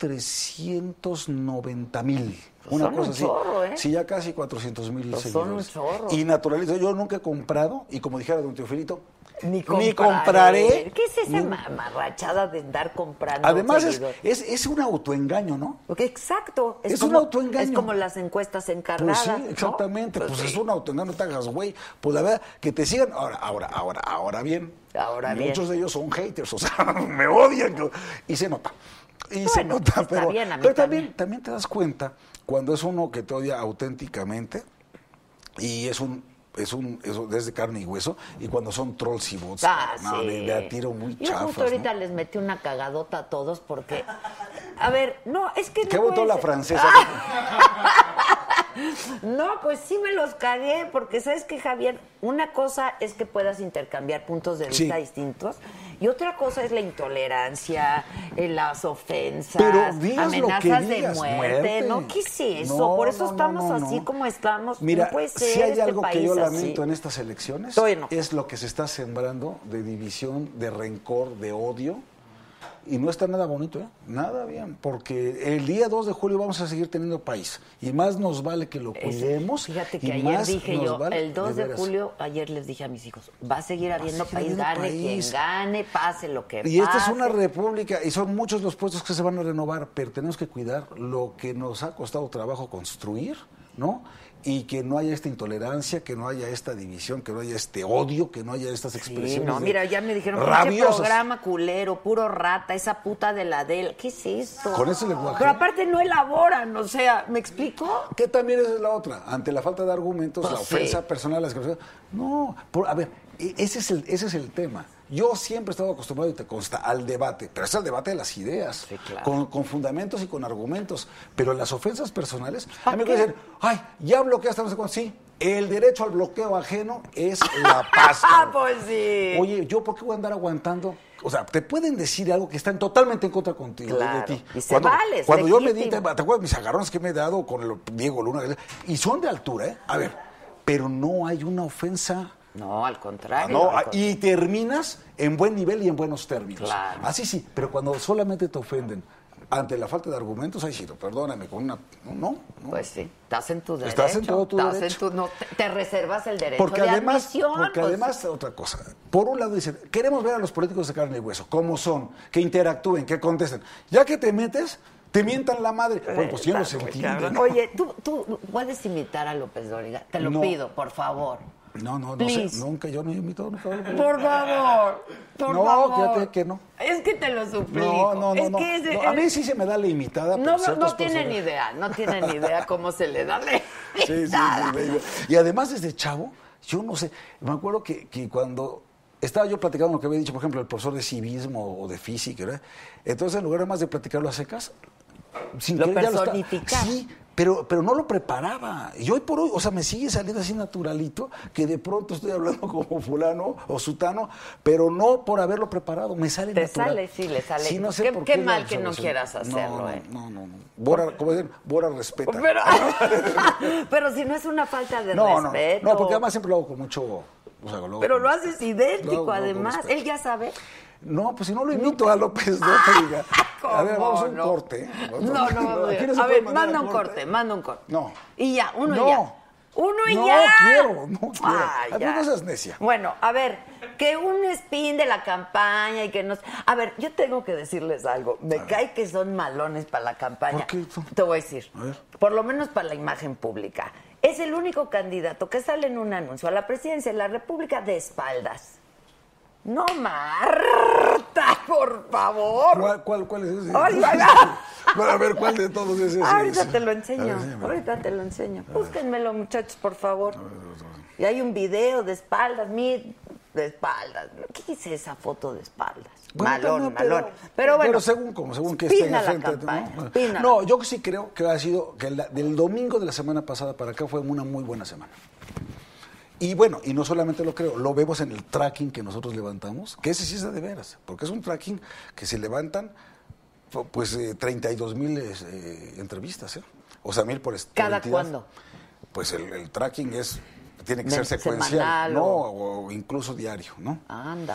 Speaker 7: 390,000.
Speaker 3: Pues son un chorro, ¿eh?
Speaker 7: Sí, ya casi 400,000
Speaker 3: Pues son un
Speaker 7: seguidores.
Speaker 3: chorro.
Speaker 7: Y naturalizo, yo nunca he comprado, y como dijera don Teofilito,
Speaker 3: Ni
Speaker 7: compraré.
Speaker 3: ¿Qué es esa
Speaker 7: ni-
Speaker 3: mamarrachada de andar comprando
Speaker 7: Además,
Speaker 3: seguidores?
Speaker 7: es un autoengaño, ¿no?
Speaker 3: Porque exacto.
Speaker 7: Es un autoengaño.
Speaker 3: Es como las encuestas
Speaker 7: Pues
Speaker 3: encargadas.
Speaker 7: sí,
Speaker 3: ¿no?
Speaker 7: exactamente. Pues
Speaker 3: sí.
Speaker 7: es un autoengaño, no te hagas güey. Pues la verdad, que te sigan. Ahora bien.
Speaker 3: Ahora bien.
Speaker 7: Muchos de ellos son haters, o sea, me odian. Y se nota. Y se
Speaker 3: Bueno,
Speaker 7: nota,
Speaker 3: está
Speaker 7: pero,
Speaker 3: bien, a mí
Speaker 7: pero
Speaker 3: también.
Speaker 7: también te das cuenta cuando es uno que te odia auténticamente y es desde carne y hueso, y cuando son trolls y bots, no,
Speaker 3: Sí.
Speaker 7: de a tiro muy
Speaker 3: Yo
Speaker 7: chafas,
Speaker 3: justo ahorita
Speaker 7: ¿no?
Speaker 3: les metí una cagadota a todos porque... A ver, no, es que no
Speaker 7: ¿Qué votó
Speaker 3: puede
Speaker 7: la
Speaker 3: ser.
Speaker 7: francesa?
Speaker 3: No, pues sí me los cagué, porque ¿sabes qué, Javier? Una cosa es que puedas intercambiar puntos de vista
Speaker 7: Sí.
Speaker 3: distintos, y otra cosa es la intolerancia, las ofensas,
Speaker 7: Pero digas lo que
Speaker 3: amenazas
Speaker 7: digas,
Speaker 3: de muerte,
Speaker 7: muerte.
Speaker 3: ¿no? ¿Qué es eso?
Speaker 7: No,
Speaker 3: Por eso
Speaker 7: no,
Speaker 3: estamos
Speaker 7: no,
Speaker 3: así
Speaker 7: no.
Speaker 3: como estamos.
Speaker 7: Mira,
Speaker 3: no puede ser
Speaker 7: si hay
Speaker 3: este
Speaker 7: algo que
Speaker 3: país
Speaker 7: yo
Speaker 3: así.
Speaker 7: lamento en estas elecciones,
Speaker 3: Estoy enojada.
Speaker 7: es lo que se está sembrando de división, de rencor, de odio. Y no está nada bonito, ¿eh? Nada bien, porque el día 2 de julio vamos a seguir teniendo país. Y más nos vale que lo cuidemos.
Speaker 3: Fíjate que
Speaker 7: y
Speaker 3: ayer
Speaker 7: más
Speaker 3: dije
Speaker 7: nos
Speaker 3: yo,
Speaker 7: vale,
Speaker 3: el 2 de
Speaker 7: veras.
Speaker 3: julio, ayer les dije a mis hijos, va a seguir habiendo
Speaker 7: seguir
Speaker 3: país,
Speaker 7: habiendo
Speaker 3: gane
Speaker 7: país.
Speaker 3: quien gane, pase lo que
Speaker 7: Y esta es
Speaker 3: pase.
Speaker 7: una república, y son muchos los puestos que se van a renovar, pero tenemos que cuidar lo que nos ha costado trabajo construir, ¿no? Y que no haya esta intolerancia, que no haya esta división, que no haya este odio, que no haya estas expresiones.
Speaker 3: Sí, no,
Speaker 7: de-
Speaker 3: mira, ya me dijeron, pinche
Speaker 7: rabiosas.
Speaker 3: programa culero, puro rata, esa puta de la Adele, ¿qué es esto?
Speaker 7: Con ese lenguaje.
Speaker 3: Pero aparte no elaboran, o sea, ¿me explico?
Speaker 7: Que también esa es la otra. Ante la falta de argumentos,
Speaker 3: Pues
Speaker 7: la
Speaker 3: sí.
Speaker 7: ofensa personal, la desgracia. No, a ver, ese es el tema. yo siempre he estado acostumbrado, y te consta, al debate, pero es el debate de las ideas,
Speaker 3: Sí, claro.
Speaker 7: con fundamentos y con argumentos, pero las ofensas personales, a mí me dicen, ay, ya bloqueaste, no sé cuánto, sí, el derecho al bloqueo ajeno es la paz.
Speaker 3: Ah, pues sí.
Speaker 7: Oye, ¿yo por qué voy a andar aguantando? O sea, te pueden decir algo que están totalmente en contra contigo,
Speaker 3: Claro,
Speaker 7: de ti.
Speaker 3: y se vale, es
Speaker 7: cuando yo me di,
Speaker 3: legítimo.
Speaker 7: ¿te acuerdas mis agarrones que me he dado con el Diego Luna? Y son de altura, ¿eh? A ver, pero no hay una ofensa.
Speaker 3: No, al contrario.
Speaker 7: No,
Speaker 3: al
Speaker 7: y terminas en buen nivel y en buenos términos.
Speaker 3: Claro.
Speaker 7: Así sí, pero cuando solamente te ofenden ante la falta de argumentos, ay, sí, perdóname, con una... No.
Speaker 3: Pues sí, estás en tu derecho.
Speaker 7: Estás en todo tu derecho.
Speaker 3: Te reservas el derecho
Speaker 7: Porque
Speaker 3: de
Speaker 7: además,
Speaker 3: admisión. Pues,
Speaker 7: otra cosa, por un lado dicen, queremos ver a los políticos de carne y hueso, cómo son, que interactúen, que contesten. Ya que te metes, te mientan la madre. Bueno, pues yo no se entiende, ¿no?
Speaker 3: Oye, ¿tú puedes imitar a López Dóriga? Te lo
Speaker 7: No.
Speaker 3: pido, por favor.
Speaker 7: No
Speaker 3: Please.
Speaker 7: sé, nunca, yo no he imitado nunca.
Speaker 3: Por favor, por
Speaker 7: No,
Speaker 3: favor.
Speaker 7: fíjate que no.
Speaker 3: Es que te lo suplico.
Speaker 7: No.
Speaker 3: Es que
Speaker 7: No, a mí sí se me da la imitada. pero
Speaker 3: No
Speaker 7: ciertas
Speaker 3: tienen
Speaker 7: personas-
Speaker 3: idea, no tienen idea cómo se le da la
Speaker 7: Sí,
Speaker 3: imitada.
Speaker 7: Y además desde chavo, yo no sé, me acuerdo que cuando estaba yo platicando lo que había dicho, por ejemplo, el profesor de civismo o de física, ¿verdad? Entonces en lugar más de platicarlo a secas, sin
Speaker 3: Lo
Speaker 7: querer ya
Speaker 3: personificaba.
Speaker 7: Sí, pero no lo preparaba. Y hoy por hoy, o sea, me sigue saliendo así naturalito, que de pronto estoy hablando como fulano o sutano, pero no por haberlo preparado, me sale
Speaker 3: Te
Speaker 7: natural.
Speaker 3: sale, sí, le sale.
Speaker 7: Sí, no sé
Speaker 3: Qué-
Speaker 7: por
Speaker 3: qué
Speaker 7: la
Speaker 3: mal que no
Speaker 7: observación.
Speaker 3: quieras hacerlo,
Speaker 7: No.
Speaker 3: ¿eh?
Speaker 7: Bora, como dicen, Bora respeta.
Speaker 3: Pero si no es una falta de
Speaker 7: No,
Speaker 3: respeto.
Speaker 7: no, porque además siempre lo hago con mucho... o sea,
Speaker 3: Pero
Speaker 7: con-
Speaker 3: lo haces idéntico,
Speaker 7: lo hago con
Speaker 3: además.
Speaker 7: respeto.
Speaker 3: Él ya sabe.
Speaker 7: No, pues si no lo invito a López Dóriga. A ver,
Speaker 3: ¿Cómo
Speaker 7: vamos a un
Speaker 3: no?
Speaker 7: corte. ¿eh?
Speaker 3: No,
Speaker 7: Aquí no se
Speaker 3: a
Speaker 7: puede
Speaker 3: ver,
Speaker 7: mandar
Speaker 3: manda
Speaker 7: a
Speaker 3: un corte, manda un corte.
Speaker 7: No.
Speaker 3: Y ya, uno
Speaker 7: No.
Speaker 3: y ya. Uno y
Speaker 7: No
Speaker 3: ya.
Speaker 7: no quiero.
Speaker 3: Ay,
Speaker 7: A ver,
Speaker 3: ya.
Speaker 7: no seas necia.
Speaker 3: Bueno, a ver, que un spin de la campaña y que nos... A ver, yo tengo que decirles algo. Me cae que son malones para la campaña.
Speaker 7: ¿Por qué?
Speaker 3: Te voy a decir.
Speaker 7: A ver.
Speaker 3: Por lo menos para la imagen pública. Es el único candidato que sale en un anuncio a la presidencia de la República de espaldas. No, Marta, por favor.
Speaker 7: ¿Cuál es ese?
Speaker 3: Ay, ay,
Speaker 7: A ver, ¿cuál de todos es ese?
Speaker 3: Ahorita te lo
Speaker 7: A
Speaker 3: enseño.
Speaker 7: ver, enséñame.
Speaker 3: Ahorita te lo enseño. Búsquenmelo, muchachos, por favor. Y hay un video de espaldas, de espaldas. ¿Qué dice esa foto de espaldas?
Speaker 7: Bueno,
Speaker 3: Malón,
Speaker 7: no,
Speaker 3: malón. Pero bueno,
Speaker 7: según que esté en
Speaker 3: pina la
Speaker 7: frente,
Speaker 3: campaña,
Speaker 7: ¿no?
Speaker 3: pina.
Speaker 7: No, yo sí creo que ha sido que del domingo de la semana pasada para acá fue una muy buena semana. Y bueno, y no solamente lo creo, lo vemos en el tracking que nosotros levantamos, que ese sí es de veras, porque es un tracking que se levantan pues 32,000 entrevistas, ¿eh? O sea, 1,000 por
Speaker 3: ¿Cada
Speaker 7: entidad.
Speaker 3: cuándo?
Speaker 7: Pues el tracking tiene que ser secuencial,
Speaker 3: Semanal
Speaker 7: ¿no?
Speaker 3: o-
Speaker 7: O incluso diario, ¿no?
Speaker 3: Anda.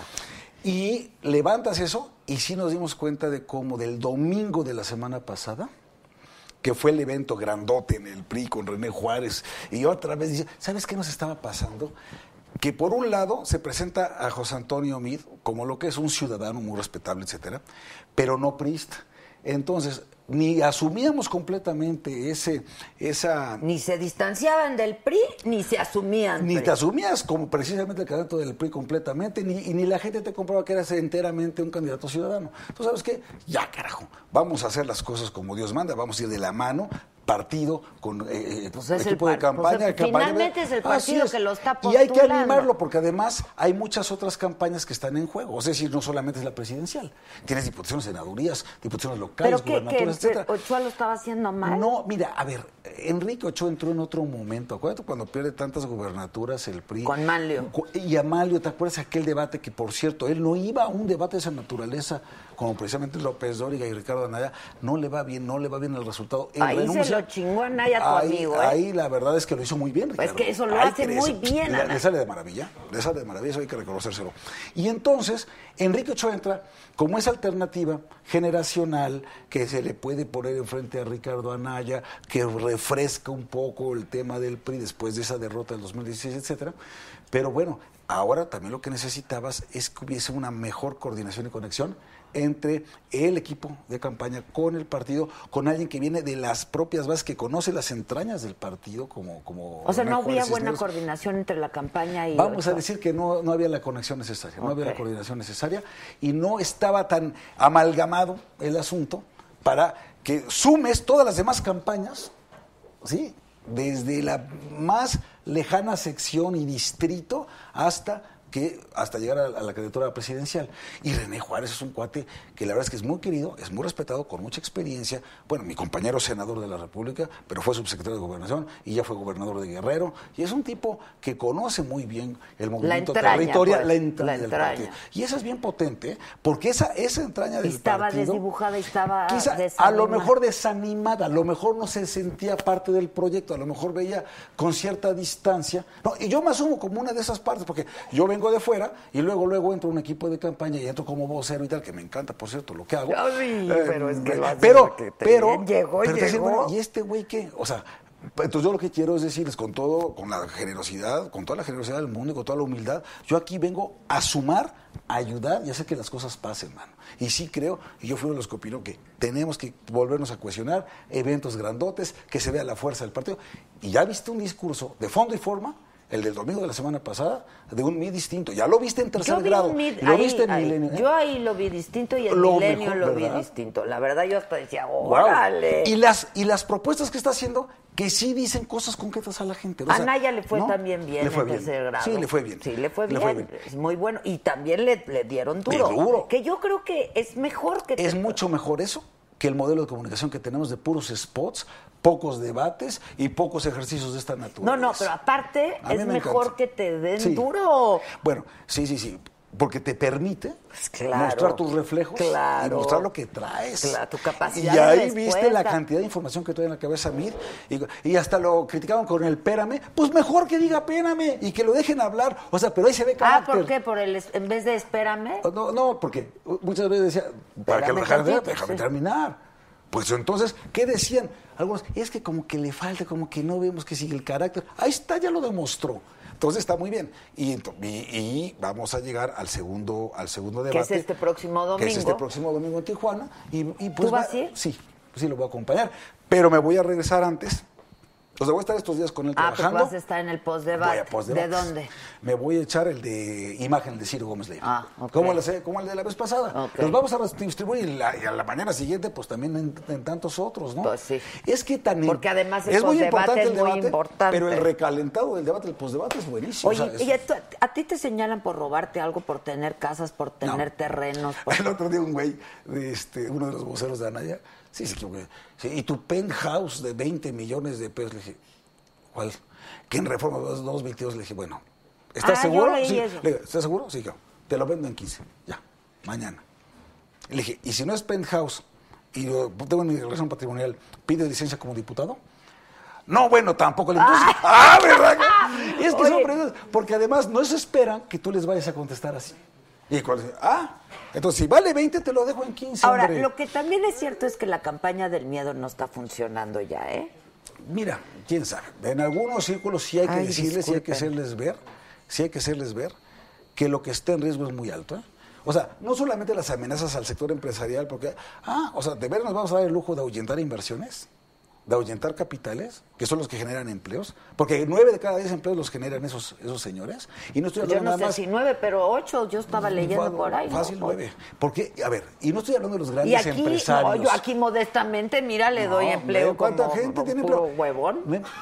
Speaker 7: Y levantas eso y sí nos dimos cuenta de cómo del domingo de la semana pasada, que fue el evento grandote en el PRI con René Juárez, y otra vez dice, ¿sabes qué nos estaba pasando? Que por un lado se presenta a José Antonio Meade como lo que es un ciudadano muy respetable, etcétera, pero no priista. Entonces, ni asumíamos completamente esa...
Speaker 3: Ni se distanciaban del PRI, ni se asumían.
Speaker 7: Ni
Speaker 3: PRI.
Speaker 7: te asumías como precisamente el candidato del PRI completamente, y ni la gente te compraba que eras enteramente un candidato ciudadano. Entonces, ¿sabes qué? Ya, carajo, vamos a hacer las cosas como Dios manda, vamos a ir de la mano, partido, con
Speaker 3: Pues es
Speaker 7: equipo
Speaker 3: el
Speaker 7: de campaña.
Speaker 3: pues finalmente es el
Speaker 7: Así
Speaker 3: partido que lo está
Speaker 7: Y hay que
Speaker 3: postulando.
Speaker 7: animarlo, porque además hay muchas otras campañas que están en juego. Es decir, no solamente es la presidencial. Tienes diputaciones, senadurías, diputaciones locales,
Speaker 3: ¿Pero qué?
Speaker 7: gubernaturas, etcétera.
Speaker 3: ¿Ochoa lo estaba haciendo mal?
Speaker 7: No, mira, a ver, Enrique Ochoa entró en otro momento. Acuérdate cuando pierde tantas gubernaturas el PRI.
Speaker 3: Con Manlio.
Speaker 7: Y a Manlio, ¿te acuerdas aquel debate que, por cierto, él no iba a un debate de esa naturaleza, como precisamente López Dóriga y Ricardo Anaya? No le va bien el resultado. Él
Speaker 3: Ahí se lo chingó Anaya, tu amigo, ¿eh?
Speaker 7: Ahí la verdad es que lo hizo muy bien, Ricardo.
Speaker 3: Es que eso lo
Speaker 7: Ahí
Speaker 3: hace
Speaker 7: crece.
Speaker 3: muy bien,
Speaker 7: Le
Speaker 3: Ana.
Speaker 7: sale de maravilla, eso hay que reconocérselo. Y entonces, Enrique Ochoa entra como esa alternativa generacional que se le puede poner enfrente a Ricardo Anaya, que refresca un poco el tema del PRI después de esa derrota del 2016, etcétera. Pero bueno, ahora también lo que necesitabas es que hubiese una mejor coordinación y conexión entre el equipo de campaña con el partido, con alguien que viene de las propias bases, que conoce las entrañas del partido como
Speaker 3: O sea,
Speaker 7: René
Speaker 3: no había
Speaker 7: Juárez
Speaker 3: buena
Speaker 7: Cisneros.
Speaker 3: coordinación entre la campaña y
Speaker 7: Vamos a
Speaker 3: Ochoa.
Speaker 7: decir que no había la conexión necesaria, no había la
Speaker 3: Ok.
Speaker 7: coordinación necesaria y no estaba tan amalgamado el asunto para que sumes todas las demás campañas, ¿sí? Desde la más lejana sección y distrito hasta que hasta llegar a la candidatura presidencial. Y René Juárez es un cuate que la verdad es que es muy querido, es muy respetado, con mucha experiencia. Bueno, mi compañero senador de la República, pero fue subsecretario de Gobernación y ya fue gobernador de Guerrero. Y es un tipo que conoce muy bien el movimiento territorial,
Speaker 3: pues,
Speaker 7: la entraña del partido. Y eso es bien potente, porque esa entraña del
Speaker 3: estaba
Speaker 7: partido...
Speaker 3: desdibujada, estaba
Speaker 7: quizá
Speaker 3: desanimada.
Speaker 7: a lo mejor desanimada, a lo mejor no se sentía parte del proyecto, a lo mejor veía con cierta distancia. No, y yo me asumo como una de esas partes, porque yo vengo de fuera y luego entro a un equipo de campaña y entro como vocero y tal, que me encanta, por cierto, lo que hago.
Speaker 3: Sí, pero es que lo haces
Speaker 7: pero
Speaker 3: llegó.
Speaker 7: Decir, bueno, ¿y este güey qué? O sea, entonces yo lo que quiero es decirles con la generosidad, con toda la generosidad del mundo y con toda la humildad, yo aquí vengo a sumar, a ayudar y hacer que las cosas pasen, mano. Y sí creo, y yo fui uno de los que opinó que tenemos que volvernos a cuestionar eventos grandotes, que se vea la fuerza del partido. Y ya viste un discurso de fondo y forma, el del domingo de la semana pasada, de un MID distinto. Ya lo viste en tercer grado.
Speaker 3: Lo viste en Milenio. Yo ahí lo vi distinto y en Milenio mejor, lo vi distinto. La verdad yo hasta decía, órale.
Speaker 7: Wow. Y las propuestas que está haciendo, que sí dicen cosas concretas a la gente.
Speaker 3: A Naya le fue también bien en tercer grado.
Speaker 7: Sí, le fue bien.
Speaker 3: Sí, le fue bien. Es muy bueno. Y también le dieron duro. Que yo creo que es mejor que...
Speaker 7: Es mucho mejor eso que el modelo de comunicación que tenemos de puros spots, pocos debates y pocos ejercicios de esta naturaleza.
Speaker 3: No, pero aparte es mejor que te den duro.
Speaker 7: Bueno, sí, porque te permite mostrar tus reflejos y mostrar lo que traes.
Speaker 3: Tu capacidad
Speaker 7: y ahí
Speaker 3: de respuesta.
Speaker 7: Viste la cantidad de información que trae en la cabeza Mir y hasta lo criticaban con el pérame. Pues mejor que diga pérame y que lo dejen hablar. O sea, pero ahí se ve carácter.
Speaker 3: ¿Por qué? ¿En vez de espérame?
Speaker 7: No, porque muchas veces decía, para que lo déjame terminar. Pues entonces, ¿qué decían? Algunos, es que como que le falta, como que no vemos que sigue el carácter. Ahí está, ya lo demostró. Entonces está muy bien. Y vamos a llegar al segundo debate.
Speaker 3: Que es este próximo domingo.
Speaker 7: En Tijuana. Pues
Speaker 3: ¿Tú vas a ir?
Speaker 7: Sí lo voy a acompañar. Pero me voy a regresar antes. O sea, voy a estar estos días con él trabajando.
Speaker 3: Pues vas a estar en el postdebate. ¿De dónde?
Speaker 7: Me voy a echar el de imagen de Ciro Gómez Leiva.
Speaker 3: Okay.
Speaker 7: Como el de la vez pasada.
Speaker 3: Okay.
Speaker 7: Los vamos a distribuir y a la mañana siguiente, pues también en tantos otros, ¿no?
Speaker 3: Pues sí.
Speaker 7: Es que
Speaker 3: porque además
Speaker 7: es muy importante
Speaker 3: es
Speaker 7: el debate,
Speaker 3: muy importante.
Speaker 7: pero el recalentado del debate, el postdebate es buenísimo.
Speaker 3: Oye, ¿a ti te señalan por robarte algo, por tener casas, por tener terrenos?
Speaker 7: El otro día un güey, uno de los voceros de Anaya, sí, y tu penthouse de 20 millones de pesos, le dije, ¿cuál? Que en Reforma 222 le dije, bueno, ¿estás seguro? Sí. Le dije, ¿estás seguro? Sí, claro. Te lo vendo en 15, ya, mañana. Le dije, ¿y si no es penthouse y tengo mi declaración patrimonial, pide licencia como diputado? No, bueno, tampoco le entonces. ¿Verdad? Es que son preguntas, porque además no se esperan que tú les vayas a contestar así. Y entonces si vale 20 te lo dejo en 15.
Speaker 3: Ahora,
Speaker 7: hombre.
Speaker 3: Lo que también es cierto es que la campaña del miedo no está funcionando ya, ¿eh?
Speaker 7: Mira, quién sabe. En algunos círculos sí hay que decirles, sí hay que hacerles ver que lo que está en riesgo es muy alto, ¿eh? O sea, no solamente las amenazas al sector empresarial, porque, ¿de veras nos vamos a dar el lujo de ahuyentar inversiones? ¿De ahuyentar capitales? Que son los que generan empleos. Porque 9 de cada 10 empleos los generan esos señores. Y no estoy hablando
Speaker 3: yo no sé si 9, pero 8 yo estaba leyendo por ahí.
Speaker 7: Fácil 9. Porque, a ver, y no estoy hablando de los grandes empresarios.
Speaker 3: Yo aquí modestamente, mira, le doy empleo.
Speaker 7: ¿Cuánta gente tiene
Speaker 3: puro huevón?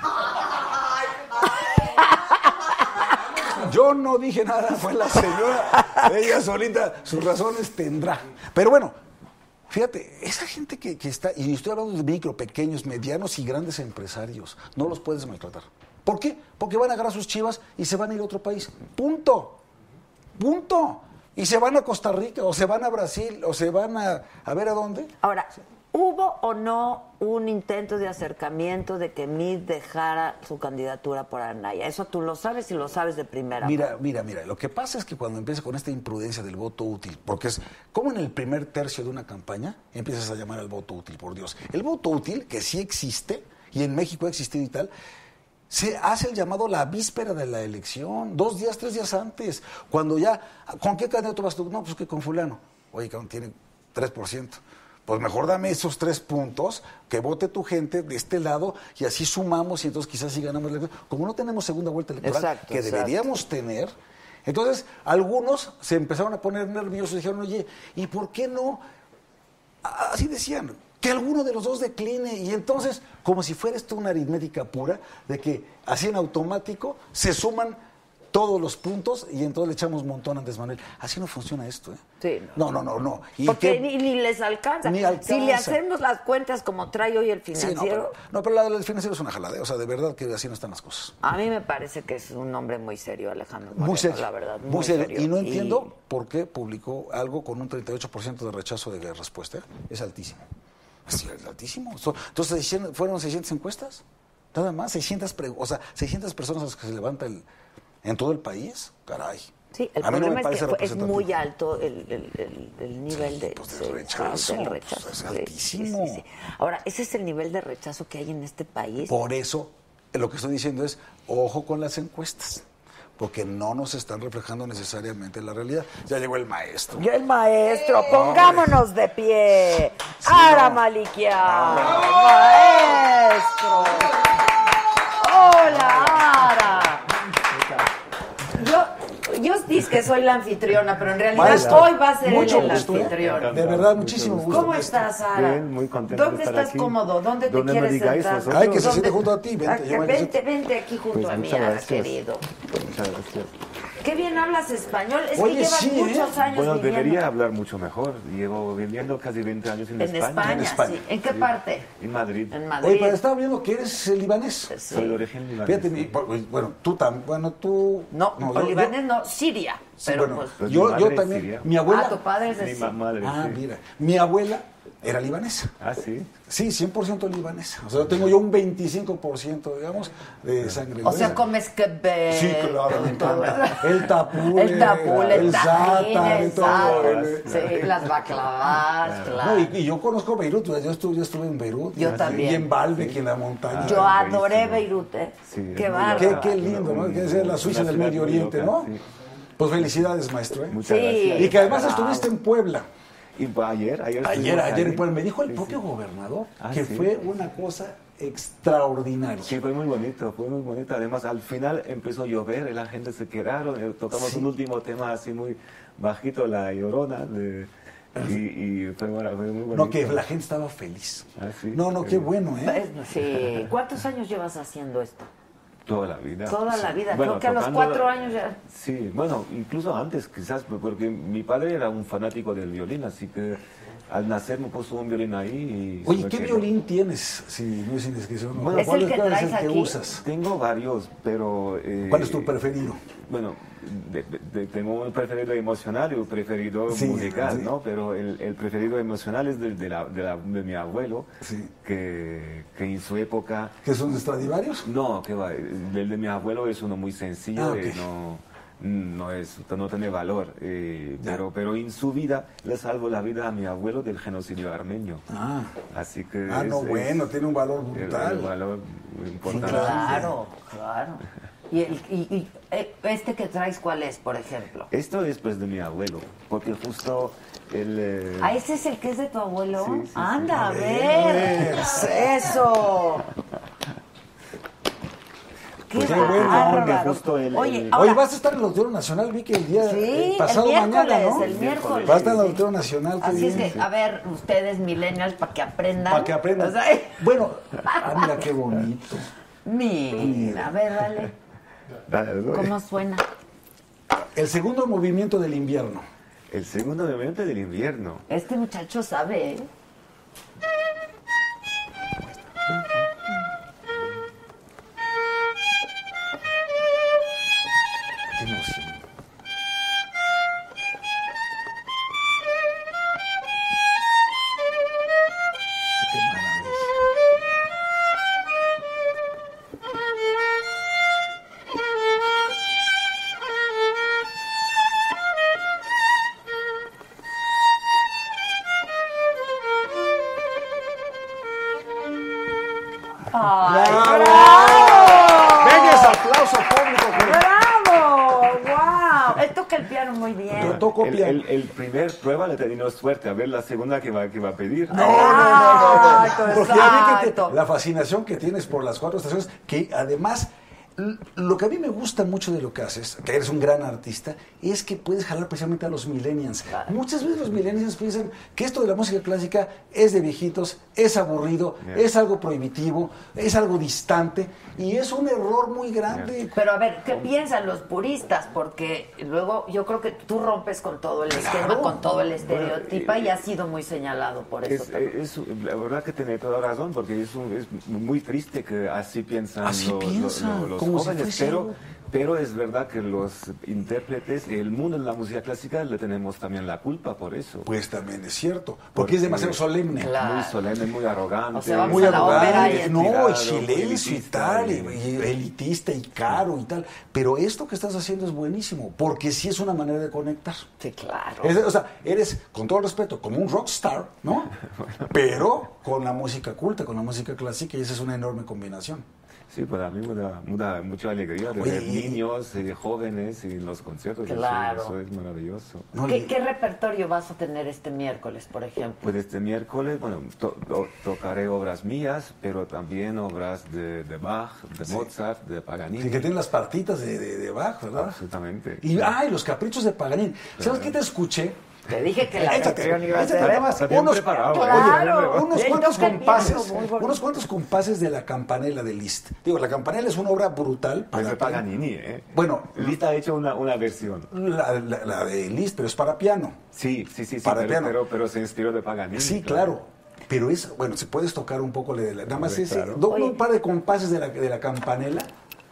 Speaker 7: Yo no dije nada, fue la señora. Ella solita, sus razones tendrá. Pero bueno, fíjate, esa gente que está, y estoy hablando de micro, pequeños, medianos y grandes empresarios, no los puedes maltratar. ¿Por qué? Porque van a agarrar sus chivas y se van a ir a otro país. Punto. Y se van a Costa Rica, o se van a Brasil, o se van a ver a dónde.
Speaker 3: Ahora, ¿hubo o no un intento de acercamiento de que Mid dejara su candidatura por Anaya? Eso tú lo sabes y lo sabes de primera mano.
Speaker 7: Mira, lo que pasa es que cuando empieza con esta imprudencia del voto útil, porque es como en el primer tercio de una campaña, empiezas a llamar al voto útil, por Dios. El voto útil, que sí existe, y en México ha existido y tal, se hace el llamado la víspera de la elección, 2 días, 3 días antes, cuando ya, ¿con qué candidato vas tú? No, pues que con fulano. Oye, cabrón, tiene 3%. Pues mejor dame esos 3 puntos, que vote tu gente de este lado y así sumamos y entonces quizás sí ganamos la elección. Como no tenemos segunda vuelta electoral, deberíamos tener, entonces algunos se empezaron a poner nerviosos y dijeron, oye, ¿y por qué no? Así decían, que alguno de los dos decline y entonces, como si fuera esto una aritmética pura, de que así en automático se suman todos los puntos y entonces le echamos un montón a Andrés Manuel. Así no funciona esto, ¿eh?
Speaker 3: Sí.
Speaker 7: No. ¿Y
Speaker 3: porque
Speaker 7: qué?
Speaker 3: ni les alcanza.
Speaker 7: Ni alcanza.
Speaker 3: Si le hacemos las cuentas como trae hoy el Financiero...
Speaker 7: Sí, pero la del Financiero es una jalada, o sea, de verdad que así no están las cosas.
Speaker 3: A mí me parece que es un hombre muy serio, Alejandro Moreno,
Speaker 7: Muy serio,
Speaker 3: la verdad.
Speaker 7: muy serio. Y no entiendo por qué publicó algo con un 38% de rechazo de respuesta. Es altísimo. Sí, es altísimo. Entonces, ¿fueron 600 encuestas? Nada más, 600 personas a las que se levanta en todo el país. Caray.
Speaker 3: Sí, el problema es que es muy alto el nivel de
Speaker 7: rechazo.
Speaker 3: Del rechazo.
Speaker 7: Pues es altísimo.
Speaker 3: Sí. Ahora, ese es el nivel de rechazo que hay en este país.
Speaker 7: Por eso, lo que estoy diciendo es, ojo con las encuestas, porque no nos están reflejando necesariamente la realidad. Ya llegó el maestro.
Speaker 3: Ya el maestro, pongámonos de pie.
Speaker 7: Sí,
Speaker 3: Ara
Speaker 7: no.
Speaker 3: Malikian, maestro. Hola, Ara. Yo digo que soy la anfitriona, pero en realidad
Speaker 7: Maestro,
Speaker 3: hoy va a ser
Speaker 7: mucho
Speaker 3: él el
Speaker 7: gusto,
Speaker 3: anfitrión.
Speaker 7: De verdad, muchísimo gusto.
Speaker 3: ¿Cómo estás, Ara?
Speaker 8: Bien, muy contento
Speaker 3: ¿Dónde
Speaker 8: de estar
Speaker 3: estás
Speaker 8: aquí.
Speaker 3: cómodo? ¿Dónde te
Speaker 8: ¿Dónde
Speaker 3: quieres
Speaker 8: me digáis
Speaker 3: sentar?
Speaker 8: vosotros?
Speaker 7: Ay, que se
Speaker 3: ¿Dónde?
Speaker 7: siente junto a ti.
Speaker 3: Vente aquí junto
Speaker 8: Pues
Speaker 3: a mí,
Speaker 8: muchas
Speaker 3: Ara,
Speaker 8: gracias.
Speaker 3: querido.
Speaker 8: Muchas gracias.
Speaker 3: Qué bien hablas español. Es
Speaker 7: Oye,
Speaker 3: que llevas
Speaker 7: sí,
Speaker 3: muchos años
Speaker 8: Bueno,
Speaker 3: viviendo
Speaker 8: debería hablar mucho mejor. Llevo viviendo casi 20 años en España.
Speaker 3: En España. Sí. ¿En qué parte?
Speaker 8: En Madrid.
Speaker 3: En Madrid.
Speaker 7: Oye, pero estaba viendo que eres libanés.
Speaker 3: Sí.
Speaker 8: Soy de origen libanés.
Speaker 7: Fíjate, bueno, tú también, tú...
Speaker 3: No, libanés no, Siria.
Speaker 7: Sí,
Speaker 3: Pero
Speaker 7: bueno,
Speaker 3: pues...
Speaker 8: Pues
Speaker 7: yo
Speaker 8: mi madre es
Speaker 7: también,
Speaker 8: siria.
Speaker 7: mi abuela...
Speaker 3: tu padre es de
Speaker 8: Mi
Speaker 3: Siria.
Speaker 8: madre,
Speaker 7: Ah,
Speaker 8: sí.
Speaker 7: mira, mi abuela era libanesa.
Speaker 8: Ah, sí.
Speaker 7: Sí, 100% libanesa. O sea, tengo yo un 25%, digamos, de sangre
Speaker 3: O sea,
Speaker 7: libanesa.
Speaker 3: comes kebab.
Speaker 7: Sí, claro, me encanta. El tapule,
Speaker 3: El tapule, el tajín,
Speaker 7: za'atar,
Speaker 3: el
Speaker 7: todo.
Speaker 3: za'atar. Sí, las baklavas, claro.
Speaker 7: No, y yo conozco Beirut, yo estuve en Beirut.
Speaker 3: Yo también.
Speaker 7: Y en Baalbek, en la montaña.
Speaker 3: Yo adoré
Speaker 8: buenísimo.
Speaker 3: Beirut, ¿eh?
Speaker 8: Sí,
Speaker 3: Qué
Speaker 8: es muy
Speaker 3: bárbaro.
Speaker 7: Qué lindo, ¿no? Que es la Suiza
Speaker 8: Una
Speaker 7: del
Speaker 8: ciudad
Speaker 7: Medio
Speaker 8: muy
Speaker 7: Oriente,
Speaker 8: loca,
Speaker 7: ¿no?
Speaker 8: sí.
Speaker 7: Pues felicidades, maestro, ¿eh?
Speaker 8: Muchas
Speaker 3: Sí.
Speaker 8: gracias.
Speaker 7: Y que además
Speaker 3: Bravo.
Speaker 7: estuviste en Puebla.
Speaker 8: Y ayer estuvimos
Speaker 7: Ayer
Speaker 8: ahí.
Speaker 7: en Puebla. Me dijo el
Speaker 8: Sí,
Speaker 7: propio
Speaker 8: sí.
Speaker 7: gobernador
Speaker 8: Ah,
Speaker 7: que
Speaker 8: sí.
Speaker 7: fue una cosa extraordinaria.
Speaker 8: Sí, fue muy bonito, fue muy bonito. Además, al final empezó a llover y la gente se quedaron. Tocamos
Speaker 7: Sí.
Speaker 8: un último tema así muy bajito, La Llorona. Y fue muy bonito.
Speaker 7: No, que la gente estaba feliz.
Speaker 8: Ah, sí.
Speaker 7: No, qué bueno, ¿eh?
Speaker 3: Sí. ¿Cuántos años llevas haciendo esto?
Speaker 8: Toda la vida.
Speaker 3: Toda la vida.
Speaker 8: Bueno,
Speaker 3: Creo que a los
Speaker 8: tocando
Speaker 3: 4 años ya...
Speaker 8: Sí, bueno, incluso antes quizás, porque mi padre era un fanático del violín, así que al nacer me puso un violín ahí. Y
Speaker 7: Oye,
Speaker 8: se me
Speaker 7: ¿qué
Speaker 8: quedó.
Speaker 7: violín tienes? Si no es indiscreción.
Speaker 8: Bueno,
Speaker 3: Es el que
Speaker 7: ¿Cuál
Speaker 3: traes
Speaker 7: es el que
Speaker 3: aquí.
Speaker 7: usas?
Speaker 8: Tengo varios, pero...
Speaker 7: ¿Cuál es tu preferido?
Speaker 8: Bueno, tengo un preferido emocional y un preferido
Speaker 7: Sí,
Speaker 8: musical,
Speaker 7: sí.
Speaker 8: ¿no? Pero el preferido emocional es de mi abuelo,
Speaker 7: Sí.
Speaker 8: que en su época...
Speaker 7: ¿Que son Stradivarius?
Speaker 8: No, que va, el de mi abuelo es uno muy sencillo,
Speaker 7: Ah, ok.
Speaker 8: no tiene valor, pero en su vida le salvó la vida a mi abuelo del genocidio armenio.
Speaker 7: Ah,
Speaker 8: Así que
Speaker 7: bueno, tiene un valor
Speaker 8: el
Speaker 7: brutal.
Speaker 8: valor importante.
Speaker 3: Claro. ¿Y este que traes cuál es, por ejemplo?
Speaker 8: Esto es pues de mi abuelo, porque justo él...
Speaker 3: ¿Ah, ese es el que es de tu abuelo?
Speaker 8: Sí, sí,
Speaker 3: Anda, a
Speaker 7: sí.
Speaker 3: ver. Eso. Qué
Speaker 7: Pues qué bueno,
Speaker 8: porque
Speaker 3: bárbaro.
Speaker 8: justo el-
Speaker 3: Oye,
Speaker 8: el-
Speaker 3: ahora,
Speaker 7: Oye, vas a estar en el Auditorio Nacional, vi que el día
Speaker 3: sí,
Speaker 7: pasado
Speaker 3: el miércoles,
Speaker 7: mañana, ¿no?
Speaker 3: el miércoles.
Speaker 7: Va a estar en el Auditorio Nacional. qué
Speaker 3: así es
Speaker 7: bien.
Speaker 3: que, a ver, ustedes millennials, para que aprendan.
Speaker 7: Para que aprendan.
Speaker 3: O sea,
Speaker 7: Bueno, mira qué bonito.
Speaker 3: mira, a ver, dale. ¿Cómo suena?
Speaker 7: El segundo movimiento del invierno.
Speaker 8: El segundo movimiento del invierno.
Speaker 3: Este muchacho sabe, ¿eh?
Speaker 7: Qué emoción. Qué maravilla.
Speaker 3: ¡Ay,
Speaker 7: ¡Bravo!
Speaker 3: bravo!
Speaker 7: Venga ese aplauso público.
Speaker 3: ¡Bravo! ¡Wow! Él toca el piano muy bien.
Speaker 7: Yo toco piano.
Speaker 8: El primer prueba le he tenido suerte, a ver la segunda que va a pedir.
Speaker 3: Exacto,
Speaker 7: Porque ya vi que
Speaker 3: exacto.
Speaker 7: la fascinación que tienes por las 4 estaciones, que además Lo que a mí me gusta mucho de lo que haces, que eres un gran artista, es que puedes jalar precisamente a los millennials. Claro. Muchas veces los millennials piensan que esto de la música clásica es de viejitos, es aburrido, es algo prohibitivo, es algo distante, y es un error muy grande.
Speaker 3: Pero a ver, ¿qué piensan los puristas? Porque luego yo creo que tú rompes con todo el esquema, con todo el estereotipo, y has sido muy señalado por eso.
Speaker 8: La verdad que tiene toda razón, porque es muy triste que así piensan los jóvenes, pero es verdad que los intérpretes, el mundo de la música clásica, le tenemos también la culpa por eso.
Speaker 7: Pues también es cierto, porque es demasiado solemne.
Speaker 8: Claro. Muy solemne, muy arrogante.
Speaker 3: O sea,
Speaker 7: muy
Speaker 3: arrogante,
Speaker 7: y silencio y tal, y elitista y caro y tal. Pero esto que estás haciendo es buenísimo, porque sí es una manera de conectar.
Speaker 3: Sí, claro.
Speaker 7: O sea, eres, con todo respeto, como un rockstar, ¿no? Pero con la música culta, con la música clásica, y esa es una enorme combinación.
Speaker 8: Sí, para mí me da mucha alegría de ver niños y jóvenes en los conciertos.
Speaker 3: Claro.
Speaker 8: Eso es maravilloso.
Speaker 3: ¿Qué repertorio vas a tener este miércoles, por ejemplo?
Speaker 8: Pues este miércoles, bueno, tocaré obras mías, pero también obras de Bach, de Mozart, de Paganini.
Speaker 7: Sí, que tienen las partitas de Bach, ¿verdad?
Speaker 8: Absolutamente.
Speaker 7: Y los caprichos de Paganini. Claro. ¿Sabes qué te escuché?
Speaker 3: Te dije que la canción iba a ser
Speaker 7: unos cuantos compases de La Campanella de Liszt. Digo, La Campanella es una obra brutal.
Speaker 8: Pero de Paganini, ¿eh?
Speaker 7: Bueno,
Speaker 8: Liszt ha hecho una versión.
Speaker 7: La de Liszt, pero es para piano.
Speaker 8: Sí,
Speaker 7: para piano.
Speaker 8: Pero se inspiró de Paganini.
Speaker 7: Sí, claro. Pero si puedes tocar un poco nada más un par de compases de la Campanella.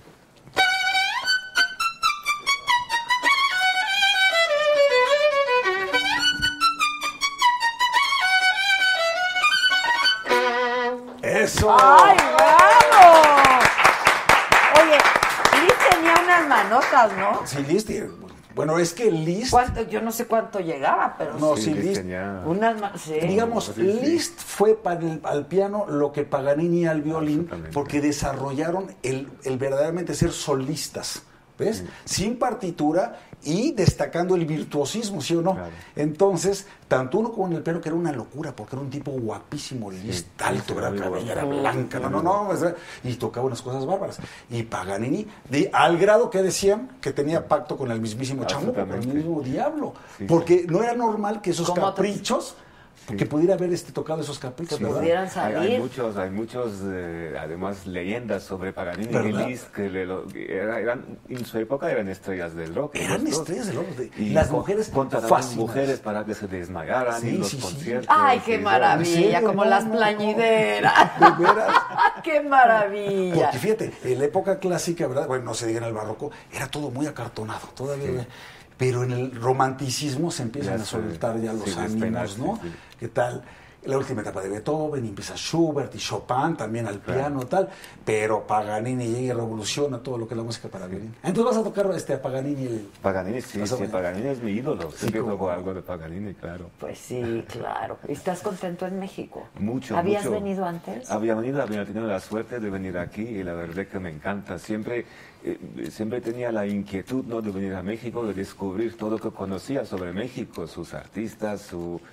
Speaker 7: ¡Eso!
Speaker 3: ¡Ay, vamos! Oye, Liszt tenía unas manotas, ¿no?
Speaker 7: Sí, Liszt. Bueno, es que Liszt...
Speaker 3: Yo no sé cuánto llegaba, pero...
Speaker 7: No, sí, Liszt... Digamos, Liszt fue al piano lo que Paganini al violín, porque desarrollaron el verdaderamente ser solistas. ¿Ves? Sin partitura y destacando el virtuosismo, ¿sí o no? Claro. Entonces, tanto uno como en el piano, que era una locura, porque era un tipo guapísimo, Liszt, alto, cabellera blanca, y tocaba unas cosas bárbaras. Y Paganini, al grado que decían que tenía pacto con el mismísimo Chamuco, con el mismo diablo, porque no era normal que esos caprichos... que pudiera haber tocado esos caprichos,
Speaker 3: que pudieran salir.
Speaker 8: Hay muchos además leyendas sobre Paganini y Liszt que en su época eran estrellas del rock.
Speaker 7: Eran estrellas del rock.
Speaker 8: Y
Speaker 7: las mujeres
Speaker 8: contrataban mujeres para que se desmayaran en los conciertos.
Speaker 3: ¡Ay, qué maravilla! Como las plañideras.
Speaker 7: ¿De veras?
Speaker 3: ¡Qué maravilla!
Speaker 7: Porque fíjate, en la época clásica, ¿verdad? Bueno, no se diga en el barroco, era todo muy acartonado, todavía... Pero en el romanticismo se empiezan a soltar ya los ánimos, ¿no? Sí. ¿Qué tal? La última etapa de Beethoven, empieza Schubert y Chopin también al piano, tal, pero Paganini llega y revoluciona todo lo que es la música para violín. Entonces vas a tocar a Paganini.
Speaker 8: Paganini, sí, Paganini es mi ídolo. Siempre toco algo de Paganini, claro.
Speaker 3: Pues sí, claro. ¿Estás contento en México?
Speaker 8: Mucho,
Speaker 3: ¿Habías venido antes?
Speaker 8: Había tenido la suerte de venir aquí y la verdad que me encanta. Siempre tenía la inquietud, ¿no?, de venir a México, de descubrir todo lo que conocía sobre México, sus artistas,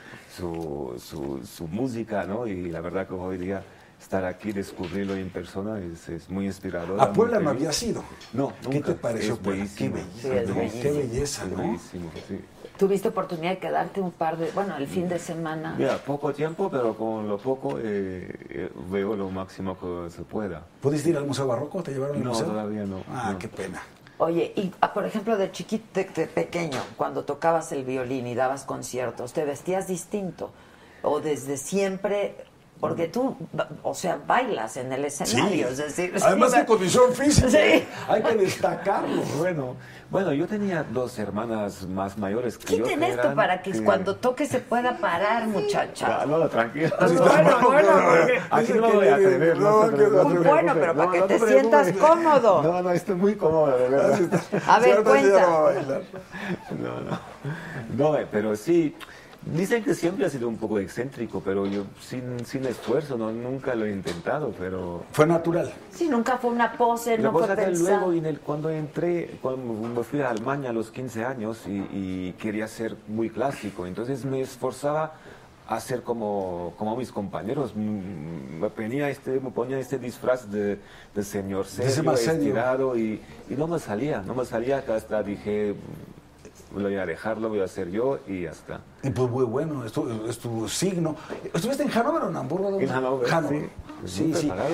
Speaker 8: su música, ¿no? Y la verdad que hoy día estar aquí, descubrirlo en persona es muy inspirador.
Speaker 7: ¿A Puebla no había sido?
Speaker 8: No, nunca.
Speaker 7: ¿Qué te pareció Puebla? Qué belleza, qué belleza, ¿no?
Speaker 8: Bellísimo, sí.
Speaker 3: ¿Tuviste oportunidad de quedarte el fin de semana?
Speaker 8: Mira, poco tiempo, pero con lo poco veo lo máximo que se pueda.
Speaker 7: ¿Pudiste ir al Museo Barroco? ¿Te llevaron al museo?
Speaker 8: No, todavía no.
Speaker 7: Qué pena.
Speaker 3: Oye, y por ejemplo, de pequeño, cuando tocabas el violín y dabas conciertos, ¿te vestías distinto? ¿O desde siempre...? Porque tú, bailas en el escenario, es decir...
Speaker 7: Además de condición física,
Speaker 3: hay
Speaker 7: que destacarlo.
Speaker 8: Bueno, yo tenía 2 hermanas más mayores que yo.
Speaker 3: Quiten esto para que cuando toque se pueda parar, muchacha.
Speaker 8: No, tranquilo.
Speaker 3: Bueno,
Speaker 8: aquí no voy a atrever.
Speaker 3: Muy bueno, pero para que te sientas cómodo.
Speaker 8: No, estoy muy cómodo, de verdad.
Speaker 3: A ver, cuenta.
Speaker 8: No, pero sí... Dicen que siempre ha sido un poco excéntrico, pero yo sin esfuerzo, nunca lo he intentado, pero...
Speaker 7: Fue natural.
Speaker 3: Sí, nunca fue una pose, no fue pensado.
Speaker 8: Luego, cuando me fui a Alemania a los 15 años y quería ser muy clásico, entonces me esforzaba hacer como mis compañeros. Me ponía este disfraz de señor serio, estirado, y no me salía, que hasta dije, voy a dejarlo, voy a hacer yo y ya está.
Speaker 7: Y pues muy bueno, es tu signo. ¿Estuviste en Hannover o en Hamburgo?
Speaker 8: En Hannover, sí.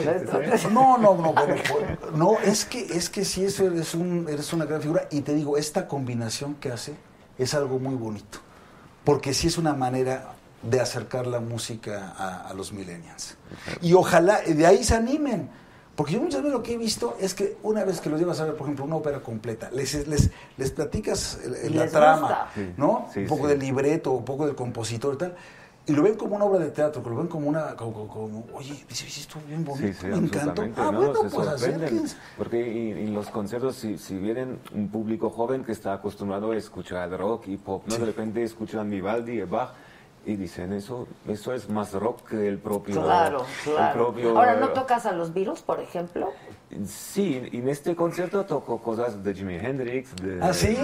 Speaker 7: No, es que sí, eso eres una gran figura, y te digo, esta combinación que hace es algo muy bonito, porque sí es una manera de acercar la música a los millennials. Y ojalá de ahí se animen, porque yo muchas veces lo que he visto es que una vez que los llevas a ver, por ejemplo, una ópera completa, les platicas la trama, ¿no? Sí, un poco del libreto, un poco del compositor y tal, y lo ven como una obra de teatro, que lo ven como oye, dice, estuvo bien bonito, me encantó.
Speaker 8: Pues acérquense. Porque en los conciertos, si vienen un público joven que está acostumbrado a escuchar rock y pop, ¿no? De repente escuchan Vivaldi, Bach, y dicen, eso es más rock que el propio...
Speaker 3: Claro. Ahora, ¿no tocas a los Beatles, por ejemplo?
Speaker 8: Sí, en este concierto toco cosas de Jimi Hendrix.
Speaker 7: ¿Sí?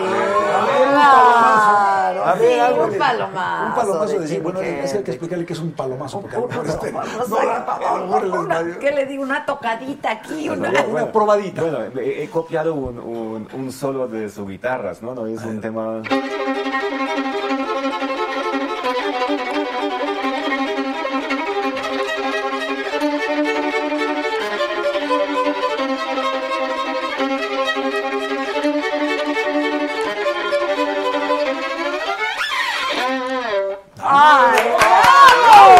Speaker 3: Claro. Un palomazo.
Speaker 7: Un palomazo de decir, bueno, es que hay que explicarle qué es un palomazo.
Speaker 3: ¿Qué le digo? Una tocadita aquí,
Speaker 7: una probadita.
Speaker 8: Bueno, he copiado un solo de sus guitarras, ¿no? Es un tema...
Speaker 3: ¡Ay, bravo!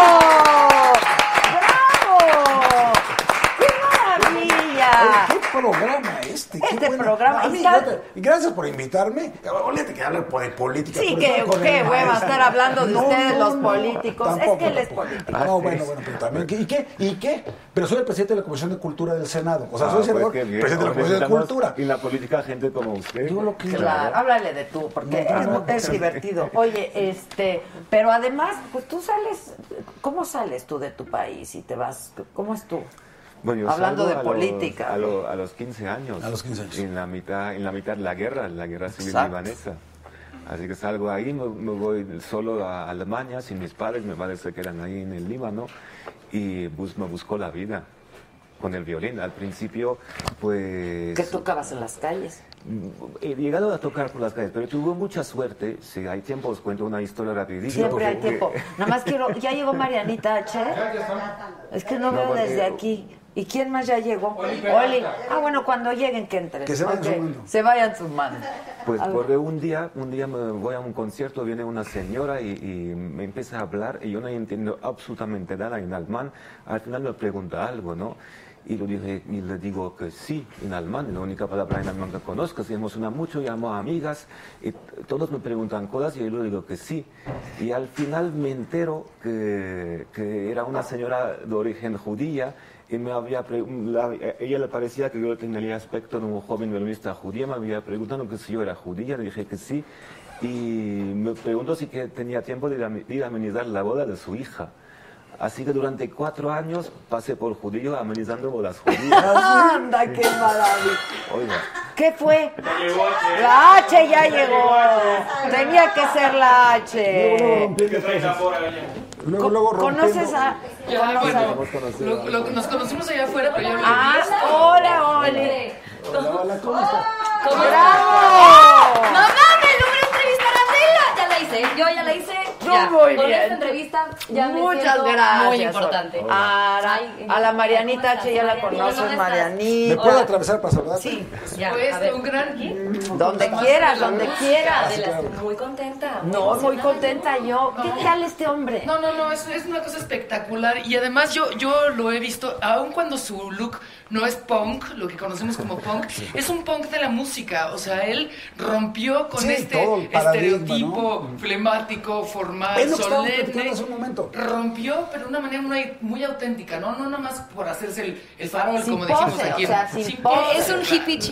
Speaker 3: ¡Qué maravilla!
Speaker 7: ¿Qué programa
Speaker 3: Este programa.
Speaker 7: Y gracias por invitarme. Olvídate que hablar de política.
Speaker 3: Sí, qué hueva estar hablando de ustedes, los políticos.
Speaker 7: Tampoco,
Speaker 3: es que él es político.
Speaker 7: No, bueno, pero también. ¿Y qué? Pero soy el presidente de la Comisión de Cultura del Senado. O sea, soy senador, presidente de la Comisión de Cultura.
Speaker 8: Y la política, gente como usted.
Speaker 3: Claro, háblale de tú, porque es divertido. Oye, pero además, pues tú sales, ¿cómo sales tú de tu país y te vas? ¿Cómo es tú?
Speaker 8: Bueno,
Speaker 3: hablando de política.
Speaker 8: A los 15 años.
Speaker 7: A los 15 años.
Speaker 8: En la mitad de la guerra civil libanesa. Así que salgo ahí, me voy solo a Alemania, sin mis padres se quedan ahí en el Líbano, y me busco la vida con el violín. Al principio, pues...
Speaker 3: ¿Qué tocabas en las calles?
Speaker 8: He llegado a tocar por las calles, pero tuve mucha suerte. Si hay tiempo, os cuento una historia rapidísima.
Speaker 3: Siempre hay tiempo. Nada más ¿ya llegó Marianita H? Es que no veo desde aquí. ¿Y quién más ya llegó? Oli. Bueno, cuando lleguen que entren.
Speaker 7: Que se vayan sumando.
Speaker 3: Se vayan sumando.
Speaker 8: Pues porque un día me voy a un concierto, viene una señora y me empieza a hablar, y yo no entiendo absolutamente nada en alemán. Al final me pregunta algo, ¿no? Y le digo que sí, en alemán, la única palabra en alemán que conozco. Si hemos mucho, llamo a amigas, y todos me preguntan cosas, y yo le digo que sí. Y al final me entero que era una señora de origen judía, y ella le parecía que yo tenía el aspecto de un joven violinista judía, me había preguntado que si yo era judía, le dije que sí, y me preguntó si tenía tiempo de ir a amenizar la boda de su hija. Así que durante 4 años pasé por judío amenizando bodas judías.
Speaker 3: ¡Anda, qué maravilla!
Speaker 8: Oiga.
Speaker 3: ¿Qué fue?
Speaker 6: Ya llegó H.
Speaker 3: La H ya llegó. Tenía que ser la H.
Speaker 6: ¿Qué traes ahora,
Speaker 7: Luego
Speaker 3: ¿Conoces a...?
Speaker 9: Nos conocimos allá afuera, pero yo no.
Speaker 3: Hola, Oli.
Speaker 7: Hola, ¿cómo estás?
Speaker 3: ¡Bravo!
Speaker 4: ¡Mamá, me logré entrevistar a Adela! Ya la hice, yo ya la hice.
Speaker 3: Muy
Speaker 4: con
Speaker 3: bien.
Speaker 4: esta entrevista ya
Speaker 3: Muchas
Speaker 4: me
Speaker 3: gracias.
Speaker 4: muy importante.
Speaker 3: A la Marianita H ya la conoces, Marianita.
Speaker 7: ¿Me puedo atravesar para saludarte?
Speaker 3: Sí.
Speaker 4: Ya,
Speaker 9: Pues
Speaker 4: a ver.
Speaker 9: un gran...
Speaker 3: Donde quieras.
Speaker 4: Adela, muy contenta.
Speaker 3: No, muy contenta yo. ¿Qué tal este hombre?
Speaker 9: No, es una cosa espectacular. Y además yo lo he visto, aun cuando su look no es punk, lo que conocemos como punk, es un punk de la música. O sea, él rompió con
Speaker 7: todo el paradigma,
Speaker 9: estereotipo flemático, formal,
Speaker 7: Es lo que estábamos
Speaker 9: solemne.
Speaker 7: platicando hace un momento.
Speaker 9: Rompió, pero de una manera muy auténtica, ¿no? No nada más por hacerse el farol,
Speaker 3: Sin
Speaker 9: como dijimos
Speaker 3: pose,
Speaker 9: aquí.
Speaker 3: o sea, sin pose.
Speaker 4: Es un hippie chic.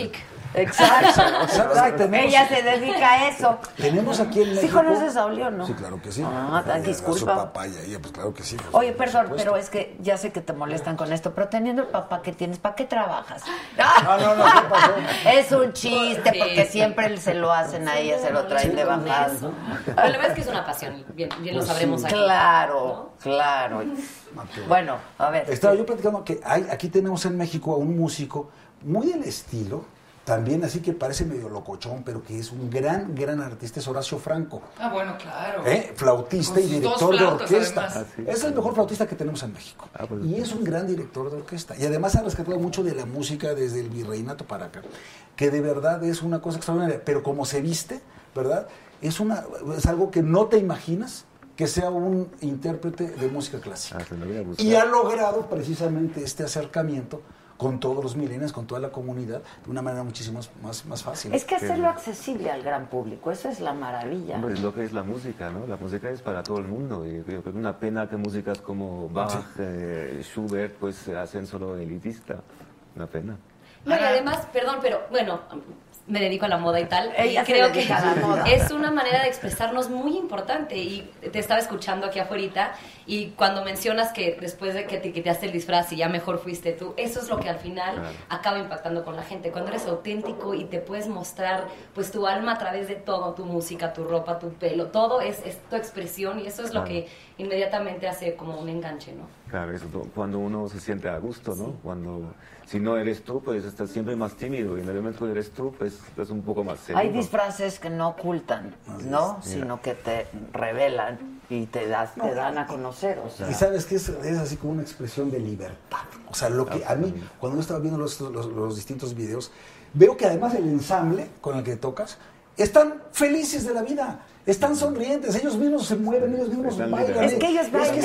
Speaker 3: Exacto. Ella se dedica a eso.
Speaker 7: Tenemos aquí en México...
Speaker 3: ¿Sí conoces a Oli o no?
Speaker 7: Sí, claro que sí.
Speaker 3: Disculpa.
Speaker 7: Su papá y ella, pues claro que sí. Pues,
Speaker 3: oye, perdón, pero es que ya sé que te molestan con esto, pero teniendo el papá que tienes, ¿para qué trabajas?
Speaker 7: No, ¿qué pasó?
Speaker 3: Es un chiste, porque siempre se lo hacen a ella, se lo traen de bajada.
Speaker 10: Pero la verdad es que es una pasión, bien lo sabremos aquí.
Speaker 3: Claro, claro. Bueno, a ver.
Speaker 7: Estaba yo platicando que aquí tenemos en México a un músico muy del estilo, también así que parece medio locochón, pero que es un gran artista, es Horacio Franco.
Speaker 9: Bueno, claro.
Speaker 7: Flautista y director de orquesta.
Speaker 8: Sí.
Speaker 7: Es el mejor flautista que tenemos en México.
Speaker 8: Pues,
Speaker 7: y es un gran director de orquesta. Y además ha rescatado mucho de la música desde el virreinato para acá, que de verdad es una cosa extraordinaria. Pero como se viste, ¿verdad? Es algo que no te imaginas que sea un intérprete de música clásica. Y ha logrado precisamente este acercamiento con todos los millennials, con toda la comunidad, de una manera muchísimo más fácil.
Speaker 3: Es que hacerlo accesible al gran público, eso es la maravilla.
Speaker 8: Hombre, es lo que es la música, ¿no? La música es para todo el mundo. Y creo que es una pena que músicas como Bach, Schubert, pues se hacen solo elitista. Una pena.
Speaker 10: No, y además, perdón, pero bueno, me dedico a la moda y tal.
Speaker 3: Ella
Speaker 10: y creo que
Speaker 3: a la moda.
Speaker 10: Es una manera de expresarnos muy importante. Y te estaba escuchando aquí afuera y cuando mencionas que después de que te quitaste el disfraz y ya mejor fuiste tú, eso es lo que al final acaba impactando con la gente. Cuando eres auténtico y te puedes mostrar pues tu alma a través de todo, tu música, tu ropa, tu pelo, todo es tu expresión y eso es lo que inmediatamente hace como un enganche, ¿no?
Speaker 8: Claro, eso, cuando uno se siente a gusto, ¿no? Cuando, si no eres tú, pues estás siempre más tímido y en el momento que eres tú, pues estás un poco más serio.
Speaker 3: Hay disfraces que no ocultan, ¿no? Sino que te revelan y te dan a conocer, o sea.
Speaker 7: Y sabes que es así como una expresión de libertad. O sea, lo que a mí, cuando yo estaba viendo los distintos videos, veo que además el ensamble con el que tocas están felices de la vida. Están sonrientes, ellos mismos se mueven, ellos mismos bailan.
Speaker 3: Es que ellos bailan,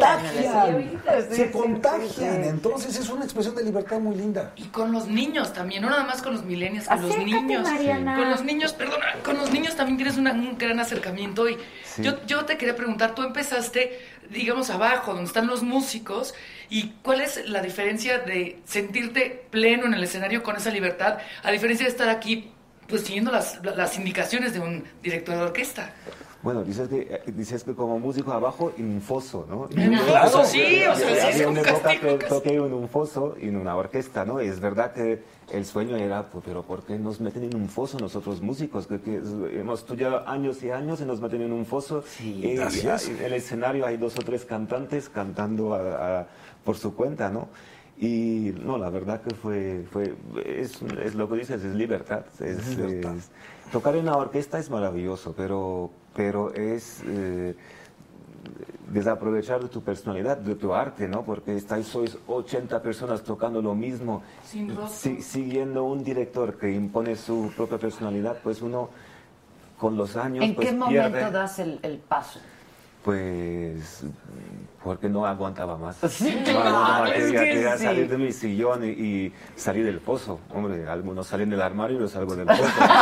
Speaker 7: se contagian. Entonces es una expresión de libertad muy linda.
Speaker 9: Y con los niños también, no nada más con los millennials, con los niños. Con los niños, perdona, con los niños también tienes un gran acercamiento. Y yo te quería preguntar, tú empezaste, digamos, abajo, donde están los músicos, y ¿cuál es la diferencia de sentirte pleno en el escenario con esa libertad, a diferencia de estar aquí pues siguiendo las indicaciones de un director de orquesta?
Speaker 8: Bueno, dices que como músico abajo en un foso, ¿no?
Speaker 9: En un foso, sí, o sea, sí,
Speaker 8: había una época que toqué en un foso, en una orquesta, ¿no? Y es verdad que el sueño era, pero ¿por qué nos meten en un foso nosotros músicos? Que hemos estudiado años y años y nos meten en un foso. Sí, gracias. En el escenario hay 2 o 3 cantantes cantando por su cuenta, ¿no? Y no, la verdad que es lo que dices, es libertad. Tocar en una orquesta es maravilloso, pero es desaprovechar de tu personalidad, de tu arte, ¿no? Porque sois 80 personas tocando lo mismo, siguiendo un director que impone su propia personalidad, pues uno con los años
Speaker 3: ¿En
Speaker 8: pues
Speaker 3: qué momento das el paso?
Speaker 8: Pues porque no aguantaba más.
Speaker 3: Sí,
Speaker 8: quería salir de mi sillón y salir del pozo. Hombre, algunos salen del armario y yo salgo del pozo.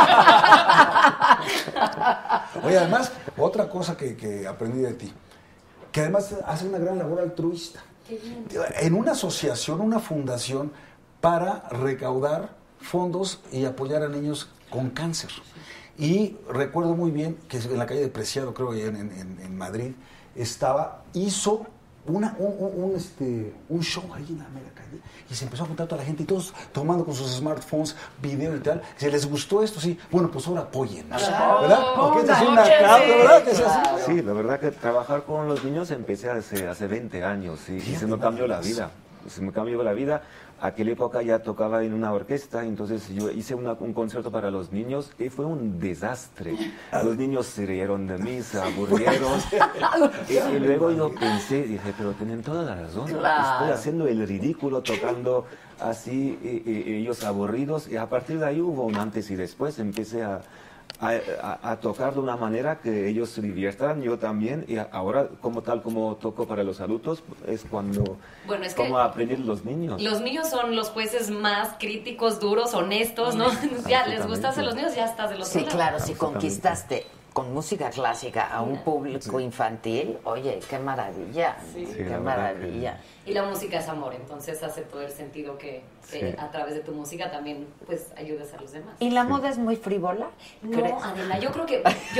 Speaker 7: Oye, además, otra cosa que aprendí de ti, que además hace una gran labor altruista. En una asociación, una fundación para recaudar fondos y apoyar a niños con cáncer. Y recuerdo muy bien que en la calle de Preciado, creo que en Madrid, hizo un show ahí en la mera calle y se empezó a juntar toda la gente y todos tomando con sus smartphones, video y tal. Si les gustó esto, sí, bueno, pues ahora apoyen, ¿verdad? Porque es una causa, ¿verdad? Que sea así.
Speaker 8: Sí, la verdad que trabajar con los niños empecé hace 20 años y se me cambió la vida. Se me cambió la vida. Aquella época ya tocaba en una orquesta, entonces yo hice un concierto para los niños y fue un desastre. Los niños se rieron de mí, se aburrieron. Y luego yo dije, pero tienen toda la razón. Estoy haciendo el ridículo tocando así, ellos aburridos. Y a partir de ahí hubo un antes y después. Empecé a tocar de una manera que ellos se diviertan, yo también, y ahora como toco para los adultos es cuando como aprenden los niños.
Speaker 10: Los niños son los jueces más críticos, duros, honestos, ¿no? Ya les gusta hacer los niños, ya estás de los
Speaker 3: Sí, claro, si conquistaste con música clásica a un público infantil, oye, qué maravilla, qué maravilla.
Speaker 10: Y la música es amor, entonces hace todo el sentido que a través de tu música también pues ayudes a los demás.
Speaker 3: ¿Y la moda es muy frívola?
Speaker 10: No, Adela, yo creo que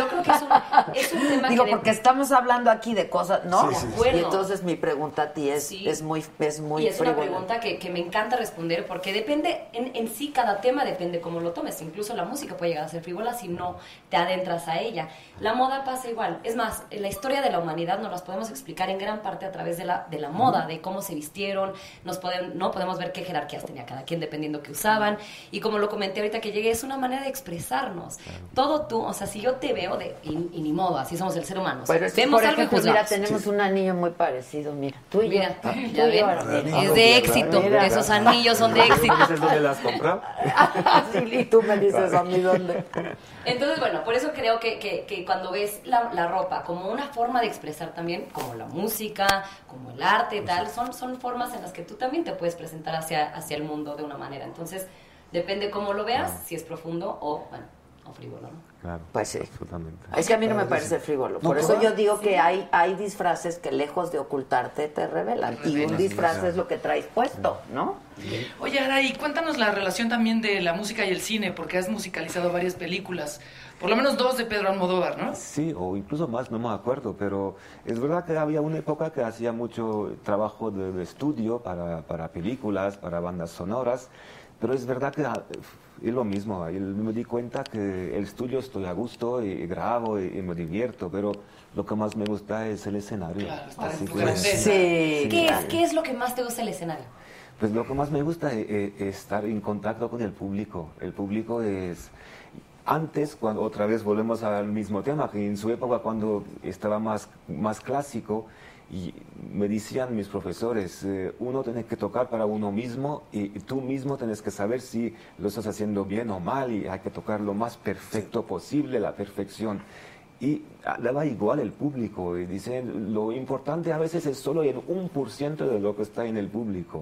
Speaker 10: es un tema
Speaker 3: Digo, porque estamos hablando aquí de cosas, ¿no?
Speaker 10: Sí.
Speaker 3: Y entonces mi pregunta a ti es muy frívola.
Speaker 10: Y es una pregunta que me encanta responder porque depende, en sí cada tema depende cómo lo tomes. Incluso la música puede llegar a ser frívola si no te adentras a ella. La moda pasa igual. Es más, la historia de la humanidad nos las podemos explicar en gran parte a través de la moda, de cómo se vistieron, no podemos ver qué jerarquías tenía cada quien dependiendo qué usaban, y como lo comenté ahorita que llegué, es una manera de expresarnos. Todo tú, o sea, si yo te veo y ni modo, así somos el ser humano.
Speaker 3: Pero vemos algo y juzgamos. Mira, tenemos un anillo muy parecido, mira. Tú y
Speaker 10: mira, ya ven, es de éxito, esos anillos son de éxito.
Speaker 8: ¿Me dices dónde las compró?
Speaker 3: Sí, y tú me dices a mí dónde.
Speaker 10: Entonces, bueno, por eso creo que cuando ves la ropa como una forma de expresar también, como la música, como el arte, tal, son formas en las que tú también te puedes presentar hacia el mundo de una manera. Entonces, depende cómo lo veas, si es profundo o frívolo, ¿no?
Speaker 8: Claro,
Speaker 3: pues sí.
Speaker 8: Absolutamente.
Speaker 3: Es que a mí no me parece frívolo. Por eso yo digo que hay disfraces que lejos de ocultarte te revelan. Y un disfraz es lo que traes puesto, ¿no?
Speaker 9: Oye, Aray, cuéntanos la relación también de la música y el cine, porque has musicalizado varias películas. Por lo menos 2 de Pedro Almodóvar, ¿no?
Speaker 8: Sí, o incluso más, no me acuerdo, pero es verdad que había una época que hacía mucho trabajo de estudio para películas, para bandas sonoras, pero es verdad que es lo mismo. Ahí me di cuenta que el estudio estoy a gusto y grabo y me divierto, pero lo que más me gusta es el escenario.
Speaker 9: Claro,
Speaker 8: así
Speaker 3: sí.
Speaker 10: ¿Qué es lo que más te gusta del escenario?
Speaker 8: Pues lo que más me gusta es estar en contacto con el público. El público es... Antes, cuando otra vez volvemos al mismo tema, que en su época cuando estaba más clásico, y me decían mis profesores, uno tiene que tocar para uno mismo y tú mismo tienes que saber si lo estás haciendo bien o mal y hay que tocar lo más perfecto posible, la perfección. Y daba igual el público y dicen, lo importante a veces es solo en 1% de lo que está en el público.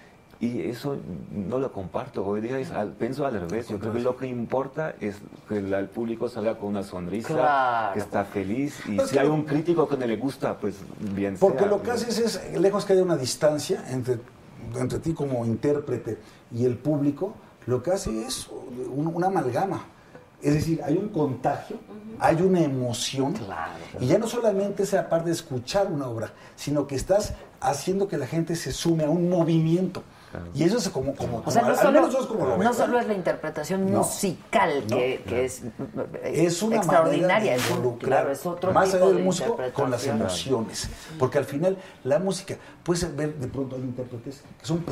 Speaker 8: Y eso no lo comparto. Hoy día pienso al revés. Yo creo que lo que importa es que el público salga con una sonrisa,
Speaker 3: claro,
Speaker 8: que está feliz. Y si hay un crítico que no le gusta, pues bien
Speaker 7: porque
Speaker 8: sea.
Speaker 7: Lo que haces es, lejos que haya una distancia entre ti como intérprete y el público, lo que hace es una amalgama. Es decir, hay un contagio, hay una emoción,
Speaker 3: claro,
Speaker 7: y ya no solamente es la parte de escuchar una obra, sino que estás haciendo que la gente se sume a un movimiento. Claro. Y eso es como
Speaker 3: o sea, no solo es la interpretación musical que es
Speaker 7: una
Speaker 3: extraordinaria,
Speaker 7: manera de involucrar,
Speaker 3: es otro
Speaker 7: más
Speaker 3: tipo
Speaker 7: allá del
Speaker 3: de
Speaker 7: músico, con las emociones, porque al final la música, puedes ver de pronto hay intérpretes que son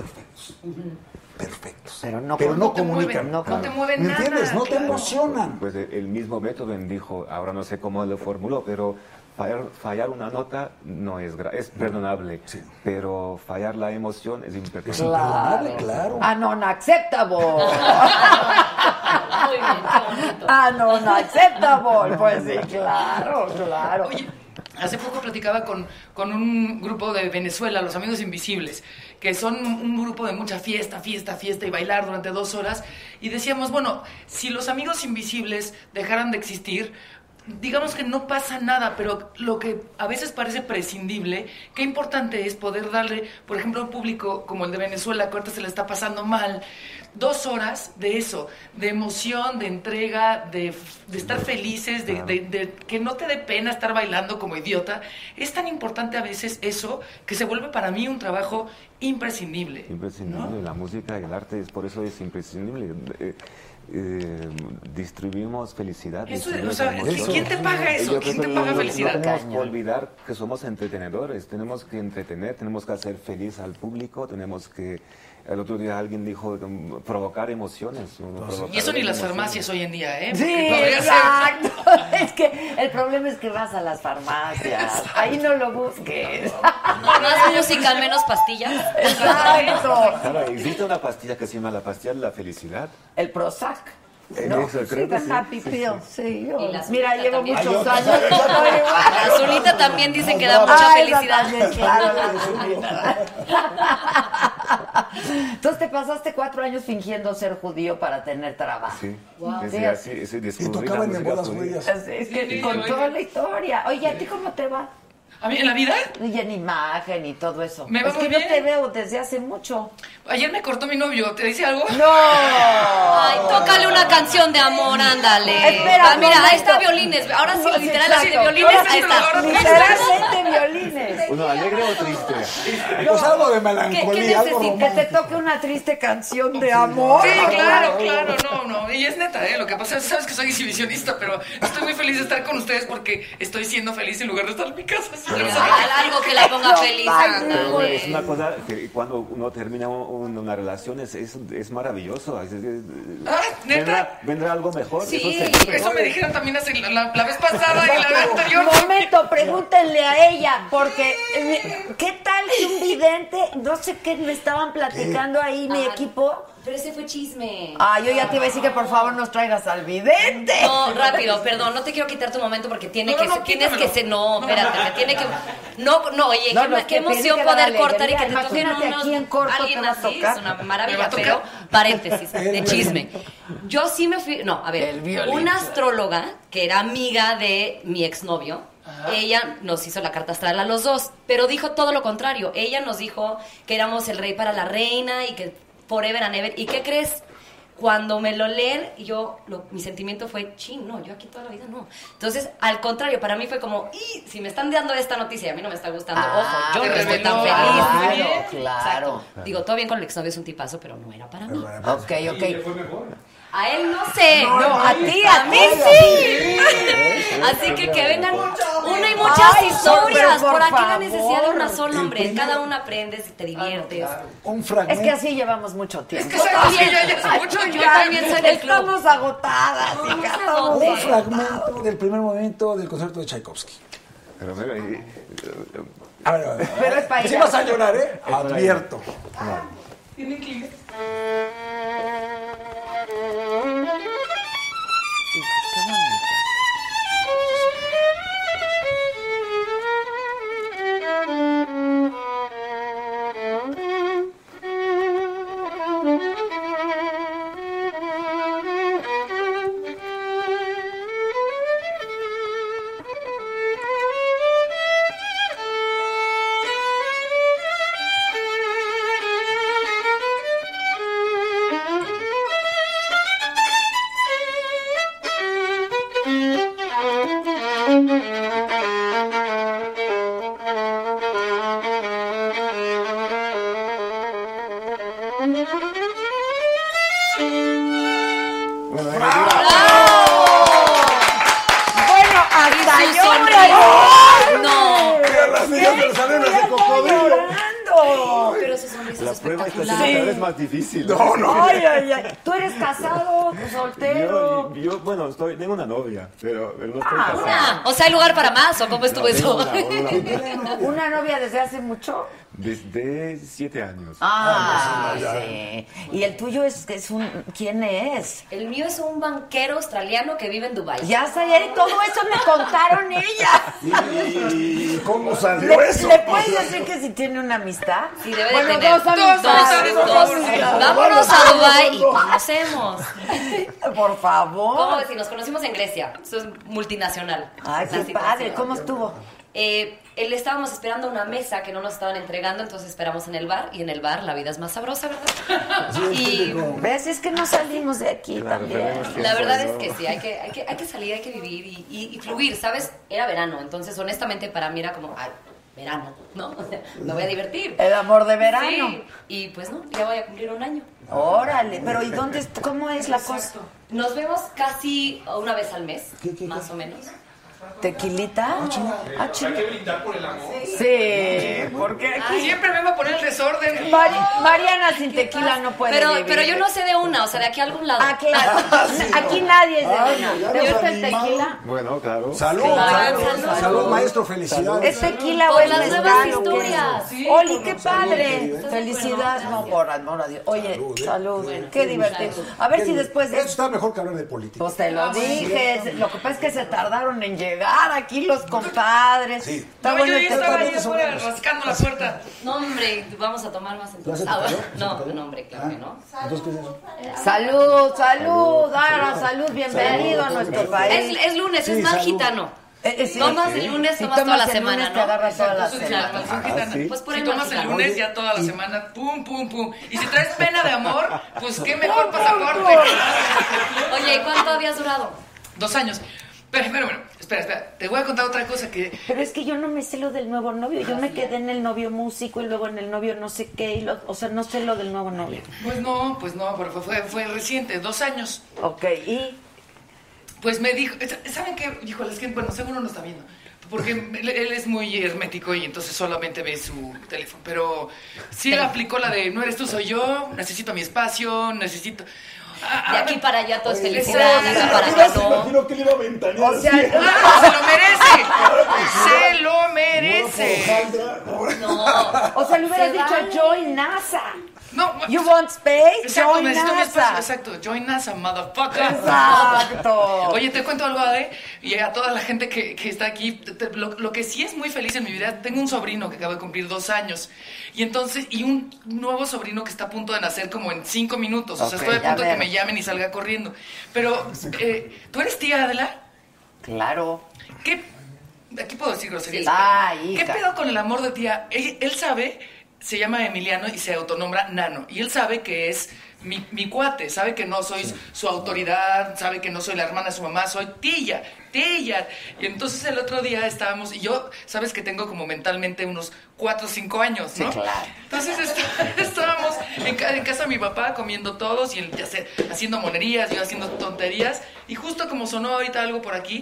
Speaker 7: perfectos, pero no comunican,
Speaker 9: no te mueven
Speaker 7: ¿me
Speaker 9: nada,
Speaker 7: entiendes? No te emocionan.
Speaker 8: Pues el mismo Beethoven dijo, ahora no sé cómo lo formuló, pero fallar una nota no es perdonable, sí, pero fallar la emoción es imperdonable.
Speaker 3: Claro. Unacceptable.
Speaker 10: Muy bien, qué bonito.
Speaker 3: Unacceptable. Pues sí, claro.
Speaker 9: Oye, hace poco platicaba con un grupo de Venezuela, Los Amigos Invisibles, que son un grupo de mucha fiesta y bailar durante 2 horas, y decíamos, bueno, si los Amigos Invisibles dejaran de existir, digamos que no pasa nada, pero lo que a veces parece prescindible, qué importante es poder darle, por ejemplo, a un público como el de Venezuela, que ahorita se le está pasando mal, 2 horas de eso, de emoción, de entrega, de estar felices, de que no te dé pena estar bailando como idiota. Es tan importante a veces eso, que se vuelve para mí un trabajo imprescindible.
Speaker 8: Imprescindible, ¿no? La música y el arte, por eso es imprescindible. Distribuimos felicidad.
Speaker 9: Eso, o sea, ¿quién te paga eso? ¿Quién te paga felicidad?
Speaker 8: No tenemos que olvidar que somos entretenedores, tenemos que entretener, tenemos que hacer feliz al público, tenemos que... El otro día alguien dijo provocar emociones.
Speaker 9: Y eso ni las farmacias hoy en día, ¿eh?
Speaker 3: Sí, exacto. Es que el problema es que vas a las farmacias. Ahí no lo busques.
Speaker 10: Más música, menos pastillas.
Speaker 3: Exacto.
Speaker 8: Claro, existe una pastilla que se llama la pastilla de la felicidad.
Speaker 3: El Prozac.
Speaker 8: No, sí,
Speaker 3: Happy Pill, sí.
Speaker 10: Mira,
Speaker 3: llevo muchos años.
Speaker 10: La azulita también dicen que da mucha felicidad.
Speaker 3: También, claro, la azulita. Entonces te pasaste 4 años fingiendo ser judío para tener trabajo.
Speaker 8: Sí.
Speaker 3: Wow.
Speaker 7: Y tocaban en bodas judías.
Speaker 3: Es que con toda la historia. Oye, ¿a ti cómo te va?
Speaker 9: ¿A mí en la vida?
Speaker 3: Y en imagen y todo eso.
Speaker 9: Me va
Speaker 3: es
Speaker 9: muy
Speaker 3: que
Speaker 9: bien.
Speaker 3: yo te veo desde hace mucho.
Speaker 9: Ayer me cortó mi novio, ¿te dice algo?
Speaker 3: ¡No!
Speaker 10: Ay, tócale una canción de amor, ándale.
Speaker 3: Espera,
Speaker 10: mira, ahí está violines. Ahora sí, literal, así de violines, ahí está.
Speaker 3: Literalmente violines.
Speaker 8: ¿Uno alegre o triste?
Speaker 7: Pues algo de melancolía, algo
Speaker 3: Que te toque una triste canción de amor.
Speaker 9: Sí, claro, no. Y es neta, lo que pasa es, sabes que soy exhibicionista, pero estoy muy feliz de estar con ustedes porque estoy siendo feliz en lugar de estar en mi casa.
Speaker 10: Algo que la ponga feliz.
Speaker 8: Pero es una cosa que cuando uno termina una relación es maravilloso. ¿Vendrá algo mejor?
Speaker 9: Sí, eso me dijeron también hace la vez pasada y la vez anterior.
Speaker 3: Un momento, pregúntenle a ella, porque ¿qué tal que un vidente, no sé qué me estaban platicando ahí mi equipo?
Speaker 10: Pero ese fue chisme.
Speaker 3: Yo ya te iba a decir que por favor nos traigas al vidente.
Speaker 10: No, rápido, perdón, no te quiero quitar tu momento porque tienes que oye, qué emoción poder cortar y que te toquen alguien así, es una maravilla, pero paréntesis, de chisme. Yo sí me fui, una astróloga que era amiga de mi exnovio. Ella nos hizo la carta astral a los dos, pero dijo todo lo contrario. Ella nos dijo que éramos el rey para la reina y que forever and ever. ¿Y qué crees? Cuando me lo leen, mi sentimiento fue, no, yo aquí toda la vida no. Entonces, al contrario, para mí fue como, si me están dando esta noticia y a mí no me está gustando, ojo, yo no estoy tan feliz.
Speaker 3: Claro.
Speaker 10: Digo, todo bien con el exnovio, es un tipazo, pero no era para mí.
Speaker 3: Ok.
Speaker 5: ¿Le fue mejor?
Speaker 10: A él no sé.
Speaker 3: No, a ti,
Speaker 10: a mí sí. Así que vengan una y muchas historias. Por aquí la necesidad de una sola, hombre. Cada una aprendes y te diviertes.
Speaker 7: Un fragmento.
Speaker 3: Es que así llevamos mucho tiempo.
Speaker 10: Yo también soy del club.
Speaker 3: Estamos agotadas.
Speaker 7: Un fragmento del primer movimiento del concierto de Tchaikovsky.
Speaker 8: Pero
Speaker 7: A ver.
Speaker 3: Pero es para
Speaker 7: Si vas a llorar, advierto.
Speaker 9: Tienen que ir.
Speaker 8: Es más difícil.
Speaker 3: No. Ay. ¿Tú eres casado, soltero?
Speaker 8: Yo tengo una novia, pero no estoy casado.
Speaker 10: O sea, ¿hay lugar para más o cómo estuvo eso?
Speaker 3: ¿Una novia desde hace mucho?
Speaker 8: Desde 7 años.
Speaker 3: Sí. ¿Y el tuyo quién es?
Speaker 10: El mío es un banquero australiano que vive en Dubái.
Speaker 3: Ya sabía, todo eso me contaron ellas.
Speaker 7: ¿Y cómo salió eso?
Speaker 3: ¿Le puedes decir que si tiene una amistad?
Speaker 10: Sí, debe de tener. Dos. Vámonos a Dubái y conocemos.
Speaker 3: Por favor.
Speaker 10: ¿Cómo decir? Nos conocimos en Grecia. Eso es multinacional.
Speaker 3: Ay, qué padre. ¿Cómo estuvo?
Speaker 10: Él estábamos esperando una mesa que no nos estaban entregando, entonces esperamos en el bar, y en el bar la vida es más sabrosa, ¿verdad?
Speaker 3: Sí, ¿ves? Es que no salimos de aquí también.
Speaker 10: La verdad es que sí, hay que salir, hay que vivir y fluir, ¿sabes? Era verano, entonces honestamente para mí era como, verano, ¿no? O sea, me voy a divertir.
Speaker 3: El amor de verano.
Speaker 10: Sí, y pues no, ya voy a cumplir 1 año.
Speaker 3: Órale, pero ¿y cómo es la cosa?
Speaker 10: Nos vemos casi una vez al mes, más o menos.
Speaker 3: ¿Tequilita?
Speaker 5: Hay que brindar por el amor.
Speaker 3: Sí, porque aquí
Speaker 9: siempre vengo a poner el desorden.
Speaker 3: Mariana sin tequila no puede vivir.
Speaker 10: Pero yo no sé de una, o sea, de aquí a algún lado.
Speaker 3: Aquí nadie es de una. ¿Te gusta el tequila?
Speaker 8: Bueno, claro.
Speaker 7: Salud, maestro, felicidades.
Speaker 3: ¿Es tequila o
Speaker 10: por
Speaker 3: es
Speaker 10: las
Speaker 3: mezcal?
Speaker 10: nuevas historias.
Speaker 3: Oli, qué padre. Felicidades. No, por amor a Dios. Oye, salud. Qué divertido. A ver si después de
Speaker 7: esto está mejor que hablar de política.
Speaker 3: Pues te lo dije. Lo que pasa es que se tardaron en llegar aquí los compadres.
Speaker 7: Sí.
Speaker 3: Está bueno
Speaker 9: yo estaba rascando la puerta.
Speaker 10: No, hombre, vamos a tomar más entonces. No, hombre, claro que no.
Speaker 7: Entonces, ¿qué es eso?
Speaker 3: Salud, Ara, salud, bienvenido a nuestro país.
Speaker 10: Es lunes, es más gitano. Tomas el lunes, tomas toda la semana, ¿no?
Speaker 3: Te agarras toda la semana.
Speaker 10: Pues por
Speaker 9: si
Speaker 10: el
Speaker 9: tomas el lunes, ya toda la semana, pum, pum, pum. Y si traes pena de amor, pues qué mejor pasaporte.
Speaker 10: Oye, ¿y cuánto habías durado?
Speaker 9: 2 años. Pero, bueno, espera, te voy a contar otra cosa que...
Speaker 3: Pero es que yo no me sé lo del nuevo novio. Yo me quedé en el novio músico y luego en el novio no sé qué. O sea, no sé lo del nuevo novio.
Speaker 9: Pues no, pero fue reciente, 2 años.
Speaker 3: Ok, ¿y?
Speaker 9: Pues me dijo, ¿saben qué? Híjole, es que, bueno, seguro no está viendo. Porque él es muy hermético y entonces solamente ve su teléfono. Pero sí le aplicó la de, no eres tú, soy yo, necesito mi espacio, necesito...
Speaker 10: De aquí para allá todo es felicidad, de acá para allá no.
Speaker 5: Imagino que le iba a ventanear.
Speaker 3: O sea,
Speaker 9: se lo merece.
Speaker 10: No.
Speaker 3: O sea, le hubieras dicho, join NASA.
Speaker 9: No,
Speaker 3: You want space?
Speaker 9: Exacto,
Speaker 3: Join
Speaker 9: necesito mi espacio,
Speaker 3: NASA.
Speaker 9: exacto. Join NASA, motherfucker.
Speaker 3: Exacto.
Speaker 9: Oye, te cuento algo, Ade, y a toda la gente que está aquí. Lo que sí es muy feliz en mi vida, tengo un sobrino que acaba de cumplir 2 años. Y entonces, y un nuevo sobrino que está a punto de nacer como en 5 minutos. O sea, estoy a punto de que me llamen y salga corriendo. Pero, ¿tú eres tía, Adela?
Speaker 3: Claro.
Speaker 9: ¿Qué? Aquí puedo decir groserías.
Speaker 3: Ay,
Speaker 9: ¿Qué
Speaker 3: hija.
Speaker 9: pedo con el amor de tía? Él sabe, se llama Emiliano y se autonombra Nano. Y él sabe que es mi cuate, sabe que no soy su autoridad, sabe que no soy la hermana de su mamá, soy tía. Y entonces el otro día estábamos, y yo, sabes que tengo como mentalmente unos 4 o 5 años, ¿no?
Speaker 3: Sí, claro.
Speaker 9: Entonces estábamos en casa de mi papá comiendo todos y él haciendo monerías, yo haciendo tonterías. Y justo como sonó ahorita algo por aquí,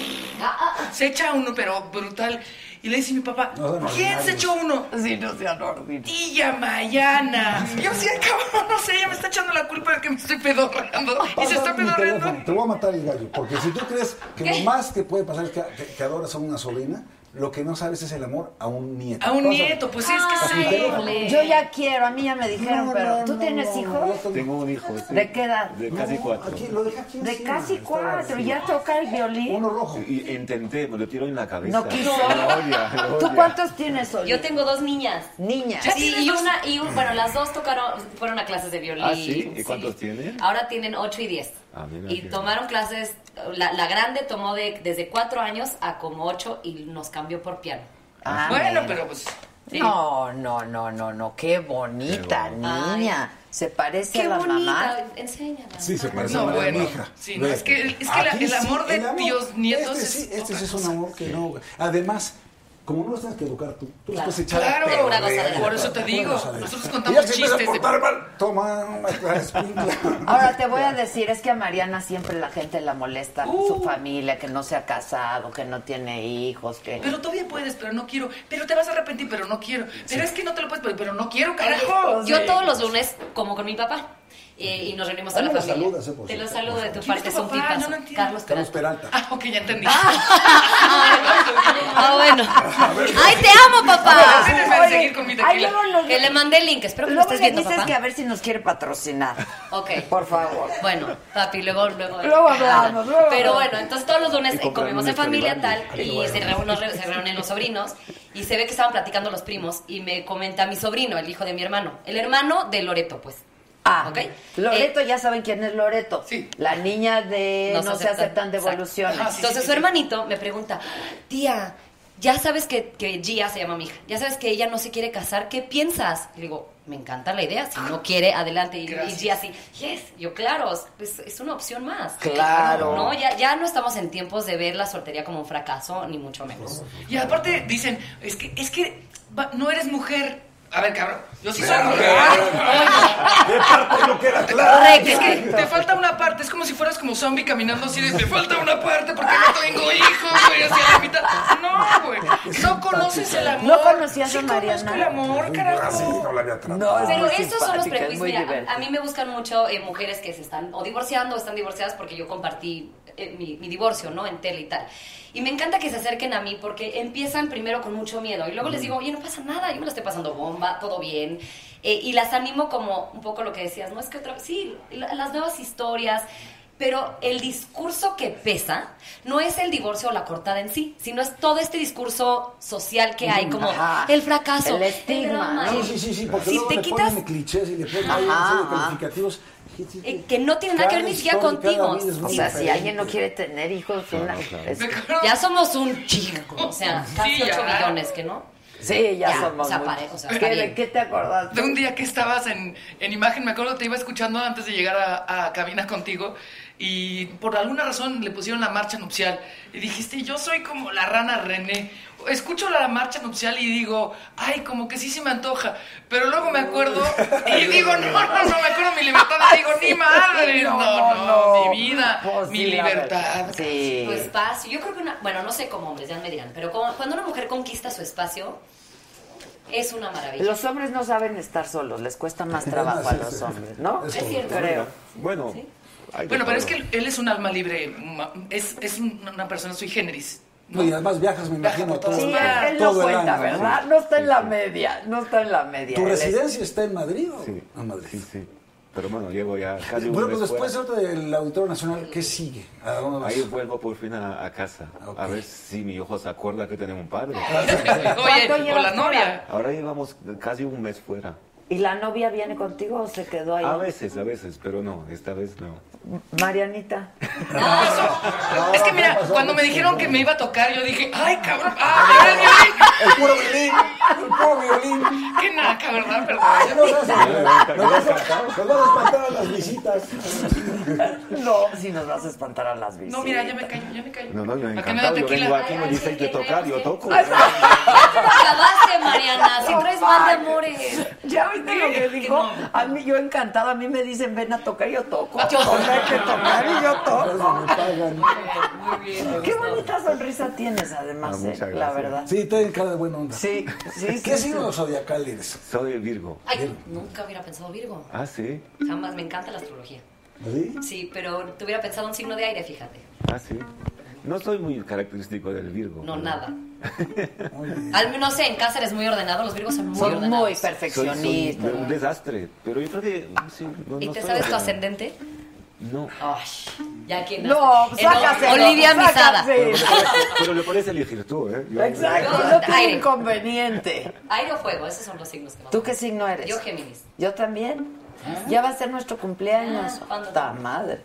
Speaker 9: se echa uno, pero brutal. Y le dice mi papá, ¿quién se echó uno?
Speaker 3: Sí, no sean ordinarios.
Speaker 9: Tía Mayana. Y yo así, cabrón, no sé, ella me está echando la culpa de que me estoy pedorreando. Y se está pedorreando.
Speaker 7: Te voy a matar el gallo, porque si tú crees que lo más que puede pasar es que adoras a una sobrina, lo que no sabes es el amor a un nieto.
Speaker 9: A un nieto, pues sí, es que sí.
Speaker 3: Yo ya quiero, a mí ya me dijeron, pero ¿tú tienes hijos?
Speaker 8: Tengo un hijo. Sí.
Speaker 3: ¿De qué edad?
Speaker 8: De casi 4.
Speaker 7: Aquí, lo dejé aquí
Speaker 3: De
Speaker 7: encima.
Speaker 3: casi 4, ¿ya toca el violín?
Speaker 7: Uno rojo.
Speaker 8: Y intenté, me lo tiro en la cabeza.
Speaker 3: No quiso.
Speaker 8: Lo odia.
Speaker 3: ¿Tú cuántos tienes hoy?
Speaker 10: Yo tengo 2 niñas.
Speaker 3: Niñas.
Speaker 10: Sí, bueno, las 2 fueron a clases de violín.
Speaker 8: ¿Ah, sí? ¿Y cuántos tienen?
Speaker 10: Ahora tienen 8 y 10.
Speaker 8: Ah, mira,
Speaker 10: y tomaron clases, la grande tomó desde 4 años a como 8 y nos cambió por piano.
Speaker 3: Ah,
Speaker 9: Bueno, pero pues...
Speaker 10: Sí.
Speaker 3: No, qué bonita niña. Se parece
Speaker 10: Qué
Speaker 3: a la
Speaker 10: bonita,
Speaker 3: mamá.
Speaker 10: enséñala.
Speaker 7: Sí, se parece
Speaker 9: No,
Speaker 7: a
Speaker 9: bueno,
Speaker 7: mi hija.
Speaker 9: sí, no, es que el amor de tíos, nietos
Speaker 7: Este sí es un amor que no... Además, como no los tienes que educar tú los puedes echar
Speaker 9: Claro,
Speaker 7: a perder.
Speaker 10: una gozadera.
Speaker 9: Por eso te digo,
Speaker 7: Una gozadera.
Speaker 9: nosotros
Speaker 7: Y
Speaker 9: contamos
Speaker 7: ya se empieza
Speaker 9: chistes
Speaker 7: a
Speaker 9: de...
Speaker 7: portar mal. Toma una escuincla.
Speaker 3: Ahora te voy a decir, es que a Mariana siempre la gente la molesta, su familia, que no se ha casado, que no tiene hijos, que...
Speaker 9: Pero todavía puedes, pero no quiero. Pero te vas a arrepentir, pero no quiero. Pero es que no te lo puedes pedir, pero no quiero, carajo.
Speaker 10: Yo todos los lunes como con mi papá. Y nos reunimos toda la
Speaker 7: me lo
Speaker 10: familia.
Speaker 7: saludas, por
Speaker 10: Te lo
Speaker 7: cierto.
Speaker 10: saludo de tu
Speaker 9: ¿Quién
Speaker 10: parte,
Speaker 9: es
Speaker 10: es
Speaker 9: tu
Speaker 10: un
Speaker 9: papá?
Speaker 10: tipazo.
Speaker 9: No lo entiendo.
Speaker 10: Carlos
Speaker 7: Peralta.
Speaker 9: Ah, ok, ya entendí.
Speaker 10: Bueno. ¡Ay, te amo, papá!
Speaker 9: Déjenme seguir con mi
Speaker 3: Ay,
Speaker 9: tequila.
Speaker 3: luego
Speaker 10: Que le mandé el link, espero que lo
Speaker 3: luego
Speaker 10: estés
Speaker 3: le
Speaker 10: viendo,
Speaker 3: dices
Speaker 10: papá.
Speaker 3: que a ver si nos quiere patrocinar.
Speaker 10: Ok.
Speaker 3: Por favor.
Speaker 10: Bueno, papi, luego
Speaker 3: Luego hablamos, luego
Speaker 10: Pero
Speaker 3: hablamos.
Speaker 10: bueno, entonces todos los lunes
Speaker 8: Y comprarme
Speaker 10: comemos
Speaker 8: un
Speaker 10: en familia
Speaker 8: Estelibandi.
Speaker 10: tal y se reúnen los sobrinos y se ve que estaban platicando los primos y me comenta mi sobrino, el hijo de mi hermano, el hermano de Loreto, pues.
Speaker 3: Ah,
Speaker 10: ¿ok?
Speaker 3: Loreto, ya saben quién es Loreto.
Speaker 9: Sí.
Speaker 3: La niña de No se aceptan devoluciones.
Speaker 9: Exacto.
Speaker 10: Entonces su hermanito me pregunta, tía, ya sabes que Gia se llama mi hija, ya sabes que ella no se quiere casar, ¿qué piensas? Le digo, me encanta la idea, si no quiere, adelante. Y Gia así, yes, yo claro, es una opción más.
Speaker 3: Claro.
Speaker 10: No, ya no estamos en tiempos de ver la soltería como un fracaso, ni mucho menos.
Speaker 9: Y aparte dicen, es que no eres mujer. A ver, cabrón, yo sí soy mujer.
Speaker 5: ¿Qué parte no queda claro?
Speaker 9: Es que te falta una parte, es como si fueras como zombie caminando así de, me falta una parte porque no tengo hijos, güey, hacia la mitad. No, güey, no conoces el amor.
Speaker 3: ¿No conocías
Speaker 9: sí
Speaker 3: a Mariana?
Speaker 9: conozco el amor, carajo.
Speaker 5: Así no la había tratado.
Speaker 3: No, es
Speaker 10: Pero
Speaker 3: muy
Speaker 10: esos son los
Speaker 3: simpática, es
Speaker 10: prejuicios.
Speaker 3: muy
Speaker 10: Mira,
Speaker 3: divertida.
Speaker 10: a mí me buscan mucho mujeres que se están o divorciando o están divorciadas porque yo compartí mi divorcio, ¿no? En tele y tal. Y me encanta que se acerquen a mí porque empiezan primero con mucho miedo y luego les digo, oye, no pasa nada, yo me la estoy pasando bomba, todo bien. Y las animo como un poco lo que decías, ¿no? Es que sí, las nuevas historias. Pero el discurso que pesa no es el divorcio o la cortada en sí, sino es todo este discurso social que hay, como el fracaso,
Speaker 3: el estigma.
Speaker 7: Sí, porque
Speaker 10: si
Speaker 7: luego
Speaker 10: te
Speaker 7: le
Speaker 10: quitas
Speaker 7: ponen clichés y le ponen ahí una serie de calificativos.
Speaker 10: que no tiene nada que ver ni siquiera contigo.
Speaker 3: O sea, si alguien no quiere tener hijos,
Speaker 10: ya somos un chico, o sea, casi 8 millones, ¿que no?
Speaker 3: Sí, ya somos.
Speaker 10: O sea,
Speaker 3: ¿De qué te acordaste?
Speaker 9: De un día que estabas en imagen, me acuerdo que te iba escuchando antes de llegar a cabina contigo y por alguna razón le pusieron la marcha nupcial y dijiste, yo soy como la rana René. Escucho la marcha nupcial y digo, ay, como que sí se me antoja, pero luego me acuerdo y digo, no, me acuerdo mi libertad y digo, ni madre, no, mi vida, mi libertad.
Speaker 10: Sí. Tu espacio, yo creo que bueno, no sé cómo hombres, ya me dirán, pero cuando una mujer conquista su espacio, es una maravilla.
Speaker 3: Los hombres no saben estar solos, les cuesta más trabajo a los hombres, ¿no?
Speaker 10: Es cierto.
Speaker 3: Creo.
Speaker 8: Bueno,
Speaker 10: ¿sí?
Speaker 9: Pero es que él es un alma libre, es una persona sui generis.
Speaker 7: No, y además viajas, me imagino, todo,
Speaker 3: sí, él
Speaker 7: todo
Speaker 3: no
Speaker 7: el
Speaker 3: cuenta,
Speaker 7: año,
Speaker 3: ¿verdad? No está en la media, no está en la media.
Speaker 7: ¿Tu residencia está en Madrid o
Speaker 8: sí,
Speaker 7: en Madrid?
Speaker 8: Sí. Pero bueno, llevo ya casi un
Speaker 7: mes
Speaker 8: mes
Speaker 7: después del Auditorio Nacional, ¿qué sigue? ¿A dónde vas?
Speaker 8: Ahí vuelvo por fin a casa. Okay. A ver si mi hijo se acuerda que tenemos un padre.
Speaker 9: Oye, o la novia.
Speaker 8: Ahora llevamos casi un mes fuera.
Speaker 3: ¿Y la novia viene contigo o se quedó ahí?
Speaker 8: A veces, pero no, esta vez no.
Speaker 3: Marianita.
Speaker 9: Es que mira, cuando me dijeron que me iba a tocar, yo dije, ay, cabrón,
Speaker 7: el puro violín.
Speaker 9: Qué naca, ¿verdad?
Speaker 7: Nos vas a espantar a las visitas.
Speaker 3: No, si nos vas a espantar a las visitas.
Speaker 9: No, mira, ya me callo.
Speaker 8: No, yo encantado, yo vengo aquí, me dices de tocar, yo toco.
Speaker 10: Ya te lo acabaste, Mariana, si traes mal de amores.
Speaker 3: ¿Ya viste lo que dijo? A mí, yo encantada, a mí me dicen, ven a tocar, yo toco. Hay que tocar y yo toco.
Speaker 10: Muy bien.
Speaker 3: Qué bonita sonrisa tienes, además, la verdad.
Speaker 7: Sí, te cara de buena onda.
Speaker 3: Sí.
Speaker 7: ¿Qué signo zodiacal eres?
Speaker 8: Soy Virgo.
Speaker 10: Ay, nunca hubiera pensado Virgo.
Speaker 8: Ah, sí.
Speaker 10: Jamás, me encanta la astrología.
Speaker 7: ¿Sí?
Speaker 10: Sí, pero te hubiera pensado un signo de aire, fíjate.
Speaker 8: Ah, sí. No soy muy característico del Virgo.
Speaker 10: No, nada. Al menos, no sé, en casa eres muy ordenado, los Virgos son muy ordenados.
Speaker 3: Son muy perfeccionistas.
Speaker 8: Soy un desastre, pero yo creo que sí.
Speaker 10: ¿Y te sabes tu ascendente?
Speaker 8: No.
Speaker 10: Ay, ya quién
Speaker 3: no, sácaselo.
Speaker 10: Olivia Misada.
Speaker 8: Pero le puedes elegir tú, ¿eh?
Speaker 3: Exacto, no tiene inconveniente.
Speaker 10: Aire o fuego, esos son los signos que más.
Speaker 3: ¿Tú qué signo eres?
Speaker 10: Yo Géminis.
Speaker 3: Yo también. Ya va a ser nuestro cumpleaños. ¡Ta madre!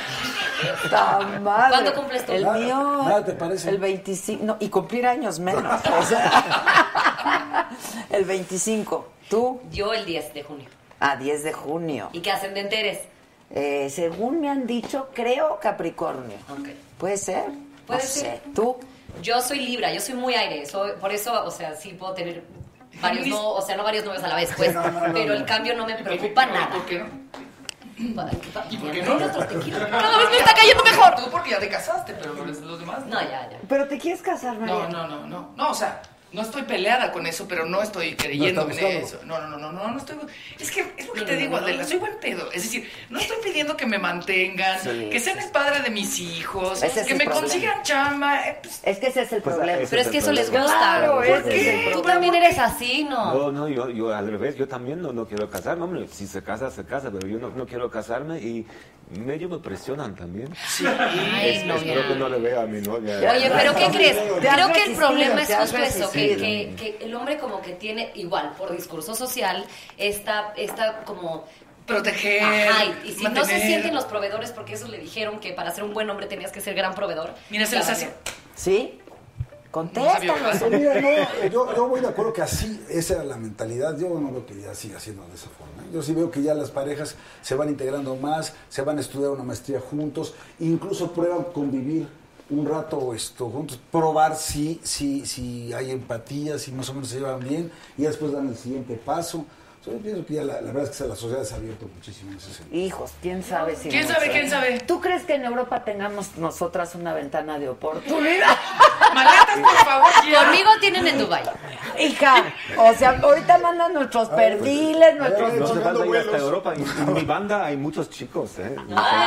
Speaker 10: ¿Cuándo cumples tú?
Speaker 3: El mío.
Speaker 7: Nada, ¿te parece?
Speaker 3: El 25. No, y cumplir años menos. O sea, el 25. ¿Tú?
Speaker 10: Yo el 10 de junio.
Speaker 3: 10 de junio.
Speaker 10: ¿Y qué ascendente eres?
Speaker 3: Según me han dicho, creo Capricornio.
Speaker 10: Okay.
Speaker 3: ¿Puede ser?
Speaker 10: Puede ser.
Speaker 3: ¿Tú?
Speaker 10: Yo soy Libra, yo soy muy aire. Por eso, o sea, sí puedo tener varios no varios novios a la vez, pues. Pero el cambio no me preocupa nada.
Speaker 9: ¿Por qué no?
Speaker 10: ¿Y
Speaker 9: por qué no?
Speaker 10: Cada vez me está cayendo mejor.
Speaker 9: Tú porque ya te casaste, pero los demás.
Speaker 10: No, ya.
Speaker 3: ¿Pero te quieres casar, María?
Speaker 9: No. No, o sea, no estoy peleada con eso, pero no estoy creyendo en eso. No estoy. Es que es lo que te digo, Adela, soy buen pedo. Es decir, no estoy pidiendo que me mantengan, que sean el padre de mis hijos, que me consigan chamba.
Speaker 3: Es que ese es el problema.
Speaker 10: Pero es que eso les gusta.
Speaker 3: Claro,
Speaker 10: tú también eres así, ¿no?
Speaker 8: No, yo al revés, yo también no quiero casarme. Hombre, si se casa, pero yo no quiero casarme y medio me presionan también.
Speaker 10: Sí.
Speaker 8: Espero que no le vea a mi novia.
Speaker 10: Oye, pero ¿qué crees? Creo que el problema es justo eso, que el hombre como que tiene, igual, por discurso social, esta como
Speaker 9: proteger,
Speaker 10: y si mantener. No se sienten los proveedores, porque eso le dijeron que para ser un buen hombre tenías que ser gran proveedor.
Speaker 9: Mira, se les hace.
Speaker 3: ¿Sí? Contéstanos.
Speaker 7: Yo voy de acuerdo que así, esa era la mentalidad. Yo no veo que ya siga siendo de esa forma. Yo sí veo que ya las parejas se van integrando más, se van a estudiar una maestría juntos, incluso prueban convivir un rato juntos, probar si hay empatía, si más o menos se llevan bien, y después dan el siguiente paso. Yo pienso que ya la verdad es que la sociedad se ha abierto muchísimo en ese sentido.
Speaker 3: Hijos, ¿quién sabe si
Speaker 9: ¿Quién sabe?
Speaker 3: ¿Tú crees que en Europa tengamos nosotras una ventana de oportunidad?
Speaker 9: Maletas, por favor.
Speaker 10: Conmigo tienen en Dubái.
Speaker 3: Hija, o sea, ahorita mandan nuestros perfiles, nuestros...
Speaker 8: No se falta ir hasta Europa. En mi banda hay muchos chicos, ¿eh?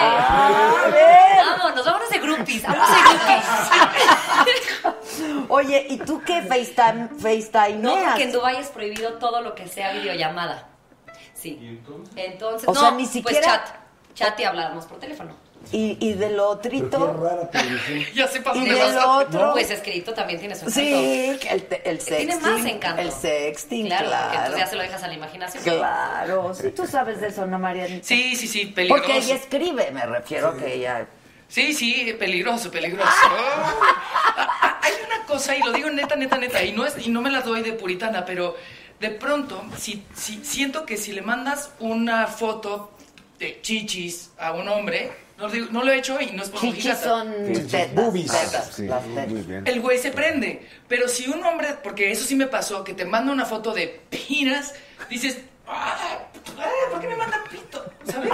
Speaker 10: Vámonos de groupies. Vamos de groupies.
Speaker 3: Oye, ¿y tú qué FaceTime?
Speaker 10: No, porque en Dubái es prohibido todo lo que sea videollamada. Sí. Entonces,
Speaker 3: o sea, ni siquiera...
Speaker 10: Pues chat y hablábamos por teléfono.
Speaker 3: Y de lo otrito.
Speaker 5: Pero qué rara televisión.
Speaker 9: Ya se pasó.
Speaker 3: Y de lo otro.
Speaker 10: No, pues escrito también tiene su encanto.
Speaker 3: Sí, el sexting.
Speaker 10: Tiene más encanto.
Speaker 3: El sexting,
Speaker 10: claro.
Speaker 3: claro.
Speaker 10: Porque entonces ya se lo dejas a la imaginación.
Speaker 3: Claro. Sí, tú sabes de eso, ¿no, Marianita?
Speaker 9: Sí, peligroso.
Speaker 3: Porque ella escribe, me refiero a que ella...
Speaker 9: Sí, peligroso. Hay una cosa, y lo digo neta, y no me la doy de puritana, pero de pronto, si siento que si le mandas una foto de chichis a un hombre, no lo he hecho y no es por
Speaker 3: chichis son tetas.
Speaker 7: Boobies.
Speaker 8: Sí, muy bien.
Speaker 9: El güey se prende. Pero si un hombre, porque eso sí me pasó, que te manda una foto de pinas, dices, ¿por qué me manda pito? ¿Sabes?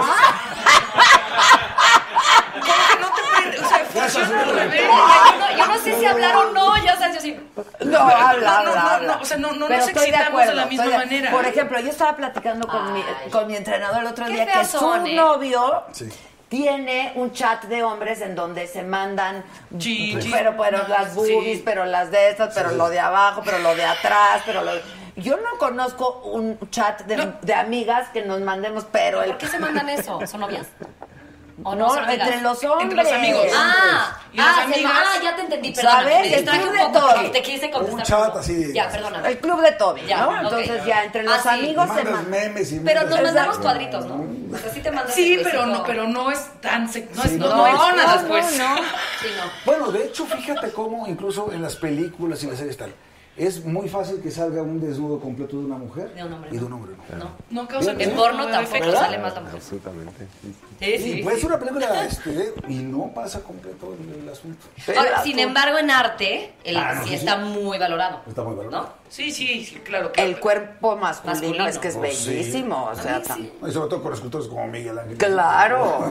Speaker 9: Como que no te prende, o sea, funciona al revés.
Speaker 10: Yo no sé si hablar o no, ya sabes, yo sí.
Speaker 3: No, habla.
Speaker 9: O sea, no
Speaker 3: Pero
Speaker 9: nos
Speaker 3: estoy
Speaker 9: excitamos de la misma manera.
Speaker 3: Por ejemplo, yo estaba platicando con mi entrenador el otro día que
Speaker 10: feos
Speaker 3: su
Speaker 10: son,
Speaker 3: novio
Speaker 7: Sí.
Speaker 3: tiene un chat de hombres en donde se mandan
Speaker 9: Chichis.
Speaker 3: pero las boobies,
Speaker 9: Sí.
Speaker 3: pero las de estas, pero lo de abajo, pero lo de atrás, pero lo... Yo no conozco un chat de amigas que nos mandemos, pero
Speaker 10: ¿Por qué se mandan eso? ¿Son novias? ¿O
Speaker 3: no,
Speaker 10: son amigas?
Speaker 3: entre los hombres.
Speaker 9: Entre los amigos.
Speaker 10: Y las amigas. Ya te entendí, perdóname.
Speaker 3: ¿Sabes?
Speaker 10: Me distraje
Speaker 3: El
Speaker 10: un
Speaker 3: club de
Speaker 10: poco,
Speaker 3: Toby.
Speaker 10: te quise contestar.
Speaker 7: Un chat
Speaker 10: como-
Speaker 7: así.
Speaker 10: Ya, perdóname.
Speaker 3: El club de Toby,
Speaker 10: Ya,
Speaker 3: ¿no?
Speaker 10: ok.
Speaker 3: Entonces ya entre los
Speaker 10: Ah, sí.
Speaker 3: amigos se
Speaker 5: Mandas
Speaker 3: mandan.
Speaker 5: memes y
Speaker 10: Pero nos
Speaker 5: mandas-
Speaker 10: mandamos cuadritos, ¿no? O sea, sí te mandas
Speaker 9: Sí,
Speaker 10: el
Speaker 9: pero
Speaker 10: besito.
Speaker 9: no es tan...
Speaker 7: Sí,
Speaker 9: no emocionas después.
Speaker 10: Sí, no.
Speaker 7: Bueno, de hecho, fíjate cómo incluso en las películas y las series tal, es muy fácil que salga un desnudo completo de una mujer
Speaker 10: De un hombre,
Speaker 7: y de
Speaker 10: no.
Speaker 7: un hombre. ¿no?
Speaker 10: No.
Speaker 9: No causa
Speaker 10: En
Speaker 9: ningún
Speaker 10: porno tampoco
Speaker 9: efecto.
Speaker 10: sale más la mujer.
Speaker 8: Absolutamente.
Speaker 10: Sí.
Speaker 7: Puede ser una película y no pasa completo el asunto.
Speaker 10: Ahora, sin embargo, en arte,
Speaker 7: no,
Speaker 10: sí
Speaker 7: sí,
Speaker 10: está
Speaker 7: sí.
Speaker 10: muy valorado.
Speaker 7: Está muy valorado.
Speaker 10: ¿No?
Speaker 9: Sí, claro.
Speaker 3: El cuerpo masculino
Speaker 10: Masculino.
Speaker 3: es que es
Speaker 7: Oh,
Speaker 3: bellísimo, o sea,
Speaker 7: Y sobre todo con escultores como Miguel Ángel.
Speaker 3: Claro,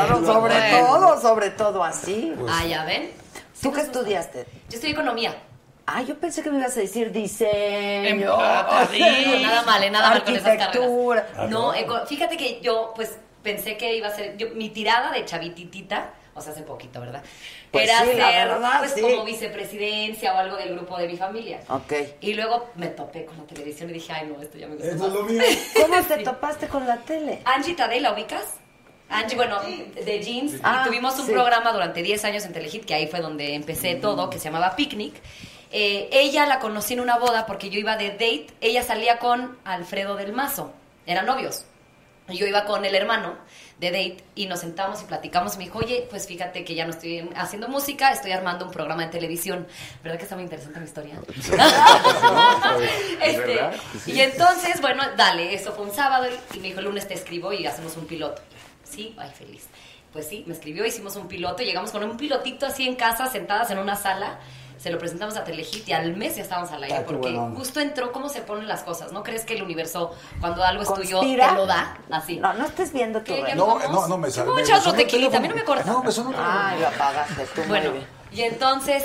Speaker 3: sobre todo así.
Speaker 10: Ya ven.
Speaker 3: ¿Tú qué estudiaste?
Speaker 10: Yo estudié economía.
Speaker 3: Yo pensé que me ibas a decir diseño.
Speaker 9: Empatadín.
Speaker 10: Nada mal con esas
Speaker 3: arquitectura.
Speaker 10: carreras. No, fíjate que yo, pues, pensé que iba a ser... mi tirada de chavititita, o sea, hace poquito, ¿verdad?
Speaker 3: Pues
Speaker 10: era
Speaker 3: sí, la
Speaker 10: ser,
Speaker 3: verdad,
Speaker 10: pues,
Speaker 3: sí.
Speaker 10: como vicepresidencia o algo del grupo de mi familia.
Speaker 3: Ok.
Speaker 10: Y luego me topé con la televisión y dije, ay, no, esto ya me gusta
Speaker 5: Eso
Speaker 10: más.
Speaker 5: es lo mío.
Speaker 3: ¿Cómo te topaste con la tele?
Speaker 10: Angie Tadei, ¿la ubicas? Angie, bueno, de Jeans. Y tuvimos un
Speaker 3: sí.
Speaker 10: programa durante 10 años en Telehit, que ahí fue donde empecé todo, que se llamaba Picnic. Ella la conocí en una boda porque yo iba de date. Ella salía con Alfredo del Mazo. Eran novios. Y yo iba con el hermano de date y nos sentamos y platicamos. Y me dijo, oye, pues fíjate que ya no estoy haciendo música, estoy armando un programa de televisión. ¿Verdad que está muy interesante mi historia?
Speaker 8: ¿Verdad? Sí.
Speaker 10: Y entonces, bueno, dale, eso fue un sábado y me dijo, el lunes te escribo y hacemos un piloto. Sí, ay, feliz. Pues sí, me escribió, hicimos un piloto y llegamos con un pilotito así en casa, sentadas en una sala. Se lo presentamos a Telehit y al mes ya estábamos al aire, porque justo entró cómo se ponen las cosas. ¿No crees que el universo, cuando algo es tuyo,
Speaker 3: ¿Conspira?
Speaker 10: te lo da? Así.
Speaker 3: No estés viendo tu
Speaker 10: ¿Qué? ¿Ya
Speaker 3: reloj.
Speaker 10: nos vamos?
Speaker 7: No me sale.
Speaker 10: ¿Cómo echas otro tequilita? A mí no me corta.
Speaker 7: No, me sonó.
Speaker 3: Lo apagaste tú.
Speaker 10: Bueno,
Speaker 3: Muy bien.
Speaker 10: y entonces,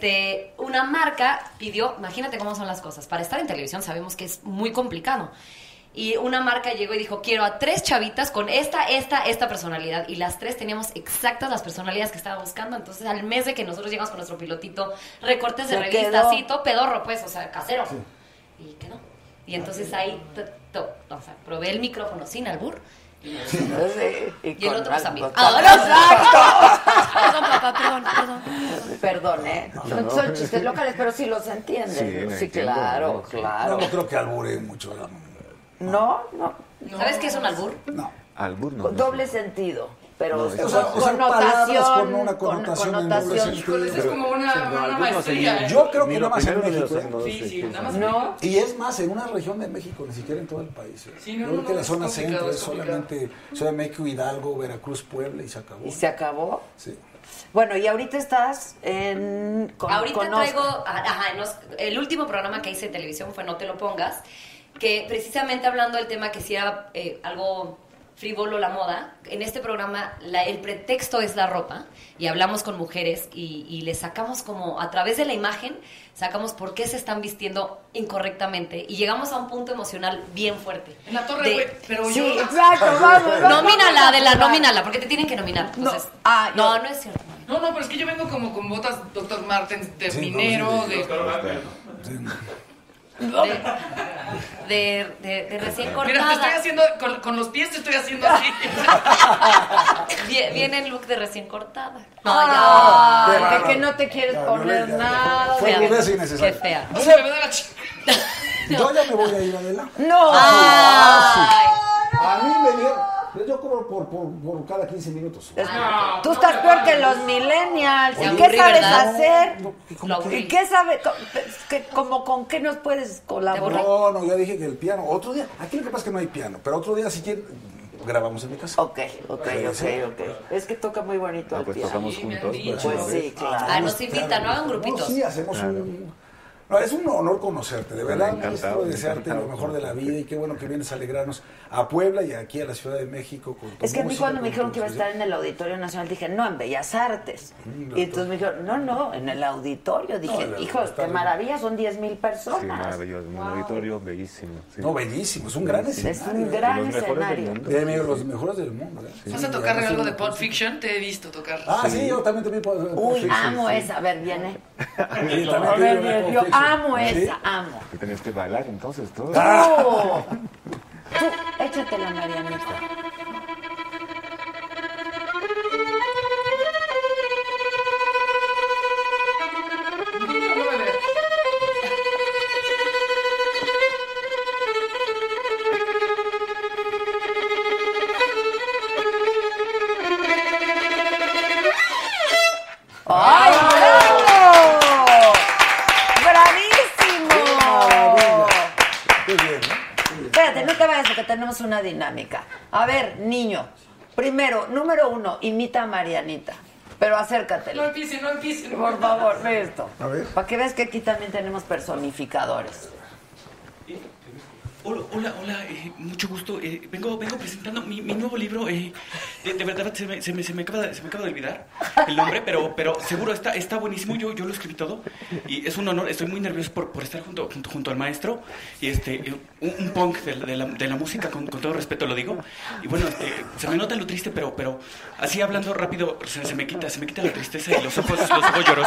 Speaker 10: una marca pidió, imagínate cómo son las cosas. Para estar en televisión sabemos que es muy complicado. Y una marca llegó y dijo, quiero a 3 chavitas con esta personalidad. Y las 3 teníamos exactas las personalidades que estaba buscando. Entonces, al mes de que nosotros llegamos con nuestro pilotito, recortes de
Speaker 3: Se
Speaker 10: revista,
Speaker 3: quedó.
Speaker 10: así, todo pedorro, pues, o sea, casero. Y quedó. Y entonces ahí, o sea, probé el micrófono sin albur.
Speaker 3: Sí,
Speaker 10: Y el otro pues también.
Speaker 3: ¡Exacto!
Speaker 10: Perdón, papá, perdón.
Speaker 3: Perdón, ¿eh? Son chistes locales, pero sí los entienden. Sí, claro.
Speaker 7: No creo que albure mucho.
Speaker 3: No.
Speaker 10: ¿Sabes qué es un albur?
Speaker 7: No.
Speaker 8: Albur no.
Speaker 3: Doble sentido, pero
Speaker 7: O sea, palabras con una connotación en doble sentido.
Speaker 9: Eso es como una maestría.
Speaker 7: Yo creo que nada más en México.
Speaker 9: Sí, nada más.
Speaker 3: No.
Speaker 7: Y es más, en una región de México, ni siquiera en todo el país.
Speaker 9: Sí, no,
Speaker 7: Yo creo que la
Speaker 9: es
Speaker 7: zona
Speaker 9: complicado,
Speaker 7: centro
Speaker 9: es
Speaker 7: es
Speaker 9: complicado.
Speaker 7: solamente Ciudad de México, Hidalgo, Veracruz, Puebla y se acabó.
Speaker 3: ¿Y se acabó?
Speaker 7: Sí.
Speaker 3: Bueno, y ahorita estás
Speaker 10: Ahorita
Speaker 3: con
Speaker 10: traigo, el último programa que hice en televisión fue No Te Lo Pongas, que precisamente hablando del tema que si era algo frívolo la moda, en este programa el pretexto es la ropa y hablamos con mujeres y les sacamos como a través de la imagen, sacamos por qué se están vistiendo incorrectamente y llegamos a un punto emocional bien fuerte.
Speaker 9: En la torre, güey, pero
Speaker 3: Sí,
Speaker 9: yo...
Speaker 3: exacto, vamos.
Speaker 10: Nóminala, porque te tienen que nominar. Entonces, no es cierto.
Speaker 9: No, pero es que yo vengo como con botas Dr. Martens de
Speaker 7: Sí,
Speaker 9: minero,
Speaker 7: no, sí,
Speaker 9: de...
Speaker 10: De recién cortada.
Speaker 9: Mira, te estoy haciendo, con los pies te estoy haciendo así.
Speaker 10: Viene el look de recién cortada.
Speaker 3: De que no te quieres poner nada.
Speaker 7: Fue innecesario.
Speaker 10: Qué fea.
Speaker 9: No se me ve de la chica.
Speaker 7: Yo ya me voy a ir, Adela.
Speaker 3: No.
Speaker 7: A mí me dieron. Yo cobro por cada 15 minutos.
Speaker 3: Tú estás peor que los millennials. ¿Y qué sabes hacer? ¿Y qué sabes? ¿Con qué nos puedes colaborar?
Speaker 7: No, yo dije que el piano. Otro día, aquí lo que pasa es que no hay piano, pero otro día si quieren grabamos en mi casa.
Speaker 3: Ok. Es que toca muy bonito el
Speaker 8: pues
Speaker 3: piano.
Speaker 8: tocamos juntos.
Speaker 3: Pues sí, claro.
Speaker 10: Nos invitan, no hagan grupitos.
Speaker 7: Sí, hacemos un... No, es un honor conocerte, de verdad, maestro, desearte lo mejor de la vida y qué bueno que vienes a alegrarnos a Puebla y aquí a la Ciudad de México. Con tu
Speaker 3: es que a mí
Speaker 7: música,
Speaker 3: cuando me dijeron que iba a estar en el Auditorio Nacional dije, no, en Bellas Artes. Y entonces me dijeron, no, en el auditorio. Dije, hijo, qué maravilla, son 10,000 personas.
Speaker 8: Sí, maravilloso, un auditorio bellísimo. Sí.
Speaker 7: No, bellísimo, es un gran escenario.
Speaker 3: Es un gran escenario.
Speaker 7: De los mejores del mundo.
Speaker 9: ¿Vas a tocar algo de Pulp Fiction? Te he visto tocar.
Speaker 7: Sí, yo también puedo.
Speaker 3: Uy, amo esa. A ver, viene. Yo amo esa. Amo.
Speaker 8: Y tenés que bailar entonces todo.
Speaker 3: Tú, échate la Marianita. ¡Ay, bravo! ¡Bravísimo!
Speaker 7: Qué bien, ¿no?
Speaker 3: Espérate, no te vayas porque tenemos una dinámica. A ver, niño, primero, número 1, imita a Marianita. Pero acércate.
Speaker 9: No empiecen.
Speaker 3: Por favor, ve esto.
Speaker 7: A ver.
Speaker 3: Para que veas que aquí también tenemos personificadores.
Speaker 11: Hola, mucho gusto. Vengo presentando mi nuevo libro. De verdad se me acaba de olvidar el nombre, pero seguro está buenísimo. Yo lo escribí todo y es un honor. Estoy muy nervioso por estar junto al maestro y un punk de la música, con todo respeto lo digo. Y bueno, se me nota lo triste, pero así hablando rápido se me quita la tristeza y los ojos llorosos.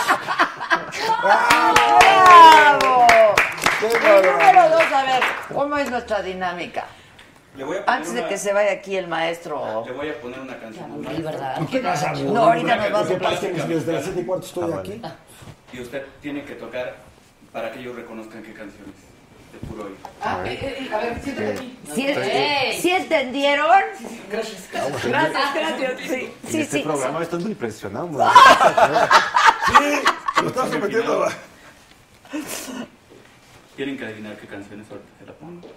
Speaker 3: ¡Bravo! Número 2, a ver, ¿cómo es nuestra dinámica? Antes de que se vaya aquí el maestro.
Speaker 11: Le voy a poner una canción.
Speaker 10: Sí, ¿verdad?
Speaker 7: ¿Qué pasa?
Speaker 3: No, ahorita nos vas a
Speaker 7: platicar. Desde las 7:15 estoy aquí.
Speaker 11: Y usted tiene que tocar para que ellos reconozcan qué canciones. De puro oído.
Speaker 9: A ver, siéntate aquí.
Speaker 3: ¿Sí entendieron?
Speaker 9: Gracias.
Speaker 3: Gracias. Sí.
Speaker 8: Este programa estoy muy impresionado.
Speaker 7: Sí, lo estás sometiendo.
Speaker 11: Tienen que adivinar qué canciones ahorita se la pongo.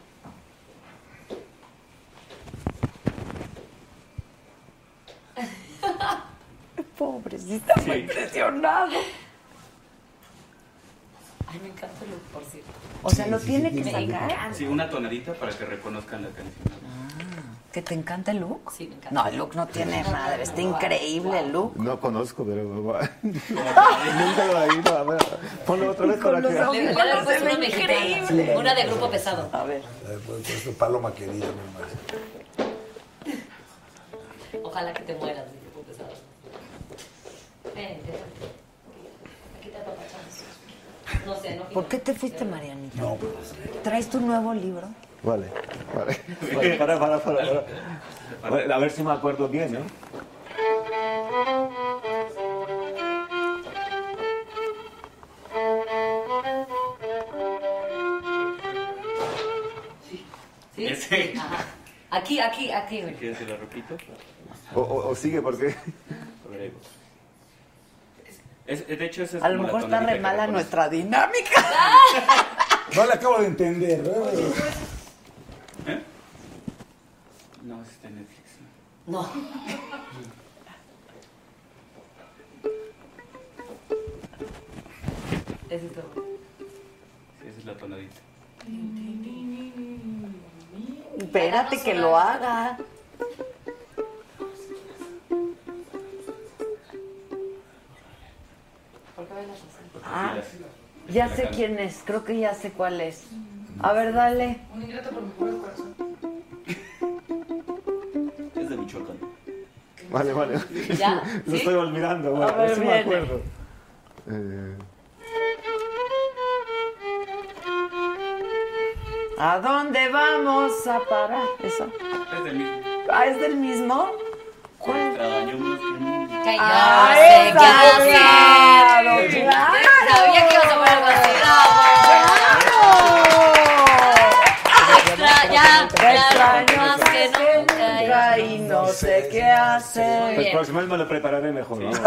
Speaker 3: Pobrecita, muy impresionado.
Speaker 10: Ay, me encanta el look, por cierto.
Speaker 3: O sea, lo tiene que sacar.
Speaker 11: Sí, una tonadita para que reconozcan la canción.
Speaker 3: ¿Que te encanta el look?
Speaker 10: Sí, me encanta.
Speaker 3: No, el look no tiene madre, está increíble el look.
Speaker 8: No conozco, pero nunca lo he ido. A ver, ponlo otra vez para que...
Speaker 10: Le voy a dar pues una mexicana, una de grupo pesado.
Speaker 3: A ver.
Speaker 7: Pues Paloma querida, mi madre.
Speaker 10: Ojalá que te mueras de grupo pesado. Vente. Aquí te apapachamos. No sé, no.
Speaker 3: ¿Por qué te fuiste, Marianita?
Speaker 7: No.
Speaker 3: ¿Traes tu nuevo libro?
Speaker 8: Vale. Para. A ver si me acuerdo bien, ¿no?
Speaker 10: ¿Sí?
Speaker 11: Sí.
Speaker 10: Ajá. Aquí.
Speaker 11: ¿Quieres que lo repito?
Speaker 8: O sigue, porque...
Speaker 11: De hecho, esa es
Speaker 3: A lo mejor está re mala nuestra dinámica.
Speaker 7: No le acabo de entender, ¿verdad?
Speaker 11: No, está en Netflix.
Speaker 10: No. Ese es todo.
Speaker 11: Sí, esa es la tonadita.
Speaker 3: Espérate que lo haga. Ah, ya sé quién es, creo que ya sé cuál es. A ver, dale.
Speaker 9: Un ingrato por mi puro corazón.
Speaker 11: Es de Michoacán.
Speaker 8: Vale.
Speaker 10: ¿Ya?
Speaker 8: Lo
Speaker 10: ¿Sí?
Speaker 8: estoy olvidando,
Speaker 3: A ver,
Speaker 8: sí me
Speaker 3: viene.
Speaker 8: acuerdo.
Speaker 3: ¿A dónde vamos a parar? ¿Eso?
Speaker 11: Es del mismo.
Speaker 3: Ah, ¿es del mismo? ¿Cuál?
Speaker 11: Extraño
Speaker 10: Que yo
Speaker 3: Ah,
Speaker 10: sé
Speaker 3: esa,
Speaker 10: qué hacer.
Speaker 3: claro.
Speaker 10: Sabía que ibas a poner algo así.
Speaker 3: Te extraño
Speaker 10: más que nunca.
Speaker 3: y no sé qué hacer.
Speaker 8: El próximo me lo prepararé mejor, ¿no?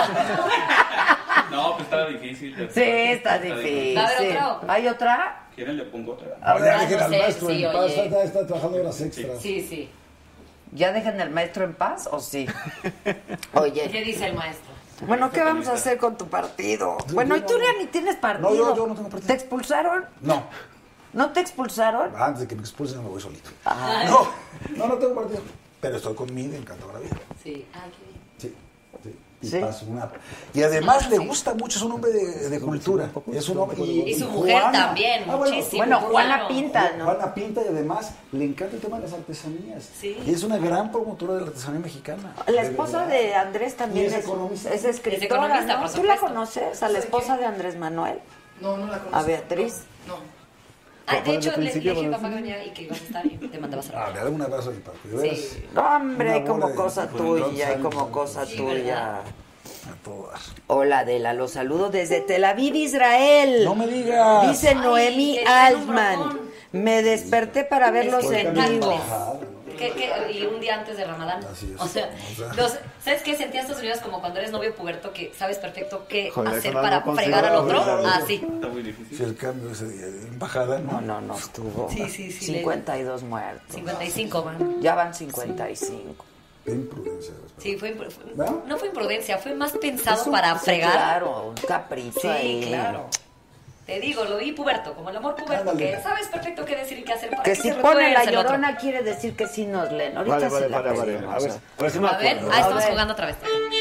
Speaker 6: No, pues está difícil.
Speaker 3: Sí, está difícil.
Speaker 10: ¿Va a haber otro?
Speaker 3: ¿Hay otra?
Speaker 6: ¿Quieren le pongo otra?
Speaker 3: A ver,
Speaker 7: dejen
Speaker 10: no
Speaker 7: al
Speaker 10: sé,
Speaker 7: maestro
Speaker 10: sí,
Speaker 7: en paz,
Speaker 10: oye.
Speaker 7: está trabajando horas extras.
Speaker 10: Sí.
Speaker 3: ¿Ya dejan al maestro en paz o sí? Oye.
Speaker 10: ¿Qué dice el maestro?
Speaker 3: Bueno, ¿qué vamos a hacer con tu partido? Bueno, y tú ya ni tienes partido.
Speaker 7: No, yo no tengo partido.
Speaker 3: ¿Te expulsaron?
Speaker 7: No,
Speaker 3: ¿No te expulsaron?
Speaker 7: antes de que me expulsen me voy solito.
Speaker 3: Ah.
Speaker 7: No tengo partido. Pero estoy con mi encantadora vida.
Speaker 10: Sí. Ay, qué bien.
Speaker 7: Sí. Y
Speaker 3: Sí.
Speaker 7: paso una. Y además le gusta mucho, es un hombre de cultura. Es un hombre.
Speaker 10: Y su mujer también, muchísimo.
Speaker 3: Bueno, Juana
Speaker 10: Claro.
Speaker 3: pinta, ¿no?
Speaker 7: Juana pinta y además le encanta el tema de las artesanías.
Speaker 10: Sí.
Speaker 7: Y es una gran promotora de la artesanía mexicana.
Speaker 3: La esposa de Andrés también
Speaker 7: Y es
Speaker 3: es
Speaker 7: economista.
Speaker 3: es escritora,
Speaker 10: Es economista,
Speaker 3: ¿no?
Speaker 10: por
Speaker 3: ¿Tú la
Speaker 10: supuesto.
Speaker 3: conoces? A la esposa de Andrés Manuel,
Speaker 9: No, no la conozco.
Speaker 3: a Beatriz.
Speaker 9: No.
Speaker 10: Ay, de hecho, le
Speaker 8: principio,
Speaker 10: dije a
Speaker 8: bueno,
Speaker 10: papá que venía y que ibas a estar y te mandabas a
Speaker 7: Le hago un abrazo al parque. De veras,
Speaker 10: Sí.
Speaker 3: No, hombre, hay
Speaker 7: una
Speaker 3: como
Speaker 7: bola de-
Speaker 3: cosa
Speaker 7: con
Speaker 3: tuya, hay
Speaker 7: Ron
Speaker 3: como
Speaker 7: Santos,
Speaker 3: cosa
Speaker 10: Sí,
Speaker 3: tuya.
Speaker 10: ¿verdad?
Speaker 7: a todas.
Speaker 3: Hola, Adela, los saludo desde Tel Aviv, Israel.
Speaker 7: No me digas.
Speaker 3: Dice Noemi
Speaker 10: que traen un
Speaker 3: Altman.
Speaker 10: bromón.
Speaker 3: Me desperté para verlos
Speaker 10: Es que
Speaker 3: en
Speaker 10: me
Speaker 3: vivo.
Speaker 10: encanta. Y un día antes de Ramadán.
Speaker 7: Así es.
Speaker 10: O sea, ¿sabes qué? Sentía estos videos como cuando eres novio puberto que sabes perfecto qué
Speaker 8: Joder,
Speaker 10: hacer
Speaker 8: eso no
Speaker 10: para
Speaker 8: lo
Speaker 10: fregar al otro.
Speaker 8: consideraba.
Speaker 10: Así.
Speaker 6: Está muy difícil.
Speaker 7: Si el cambio ese día de embajada,
Speaker 3: No, estuvo.
Speaker 10: Sí, sí.
Speaker 3: 52 muertos.
Speaker 10: 55 van.
Speaker 3: Ya van 55.
Speaker 7: qué imprudencia.
Speaker 10: Sí,
Speaker 7: ¿No?
Speaker 10: no fue imprudencia, fue más pensado
Speaker 3: Es un-
Speaker 10: para
Speaker 3: sí,
Speaker 10: fregar.
Speaker 3: Claro, un capricho
Speaker 10: Sí,
Speaker 3: ahí.
Speaker 10: claro. Te digo, lo vi puberto, como el amor puberto,
Speaker 7: Ándale.
Speaker 10: que sabes perfecto qué decir y qué hacer para
Speaker 3: Que
Speaker 10: que
Speaker 3: si
Speaker 10: se
Speaker 3: pone la
Speaker 10: retuerce el otro.
Speaker 3: llorona quiere decir que sí nos leen. Ahorita
Speaker 8: Vale,
Speaker 3: se la
Speaker 8: vale.
Speaker 3: pedimos.
Speaker 8: A ver si me
Speaker 10: A ver,
Speaker 8: acuerdo.
Speaker 10: ahí estamos
Speaker 3: ver.
Speaker 10: jugando otra vez.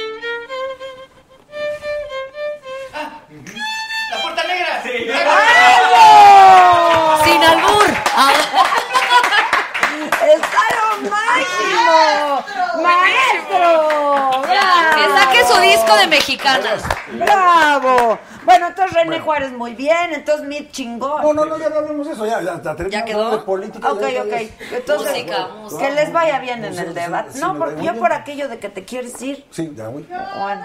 Speaker 9: ¡La puerta negra! Sí.
Speaker 10: ¡Sin albur!
Speaker 3: ¡Está lo máximo! ¡Maestro!
Speaker 10: Que saque su disco de mexicanas.
Speaker 3: ¡Bravo! Bueno, entonces René Juárez muy bien, entonces Mit chingón.
Speaker 7: No, ya no hablemos de eso, ya terminamos
Speaker 10: ¿Ya quedó?
Speaker 7: de política.
Speaker 3: Ok.
Speaker 7: ya.
Speaker 3: Entonces,
Speaker 10: Música.
Speaker 3: que les vaya bien en
Speaker 7: Sí,
Speaker 3: el
Speaker 7: sí,
Speaker 3: debate.
Speaker 7: sí,
Speaker 3: No,
Speaker 7: me
Speaker 3: porque
Speaker 7: va
Speaker 3: yo
Speaker 7: muy
Speaker 3: por
Speaker 7: bien.
Speaker 3: aquello de que te quieres ir.
Speaker 7: Sí, ya voy.
Speaker 3: Bueno.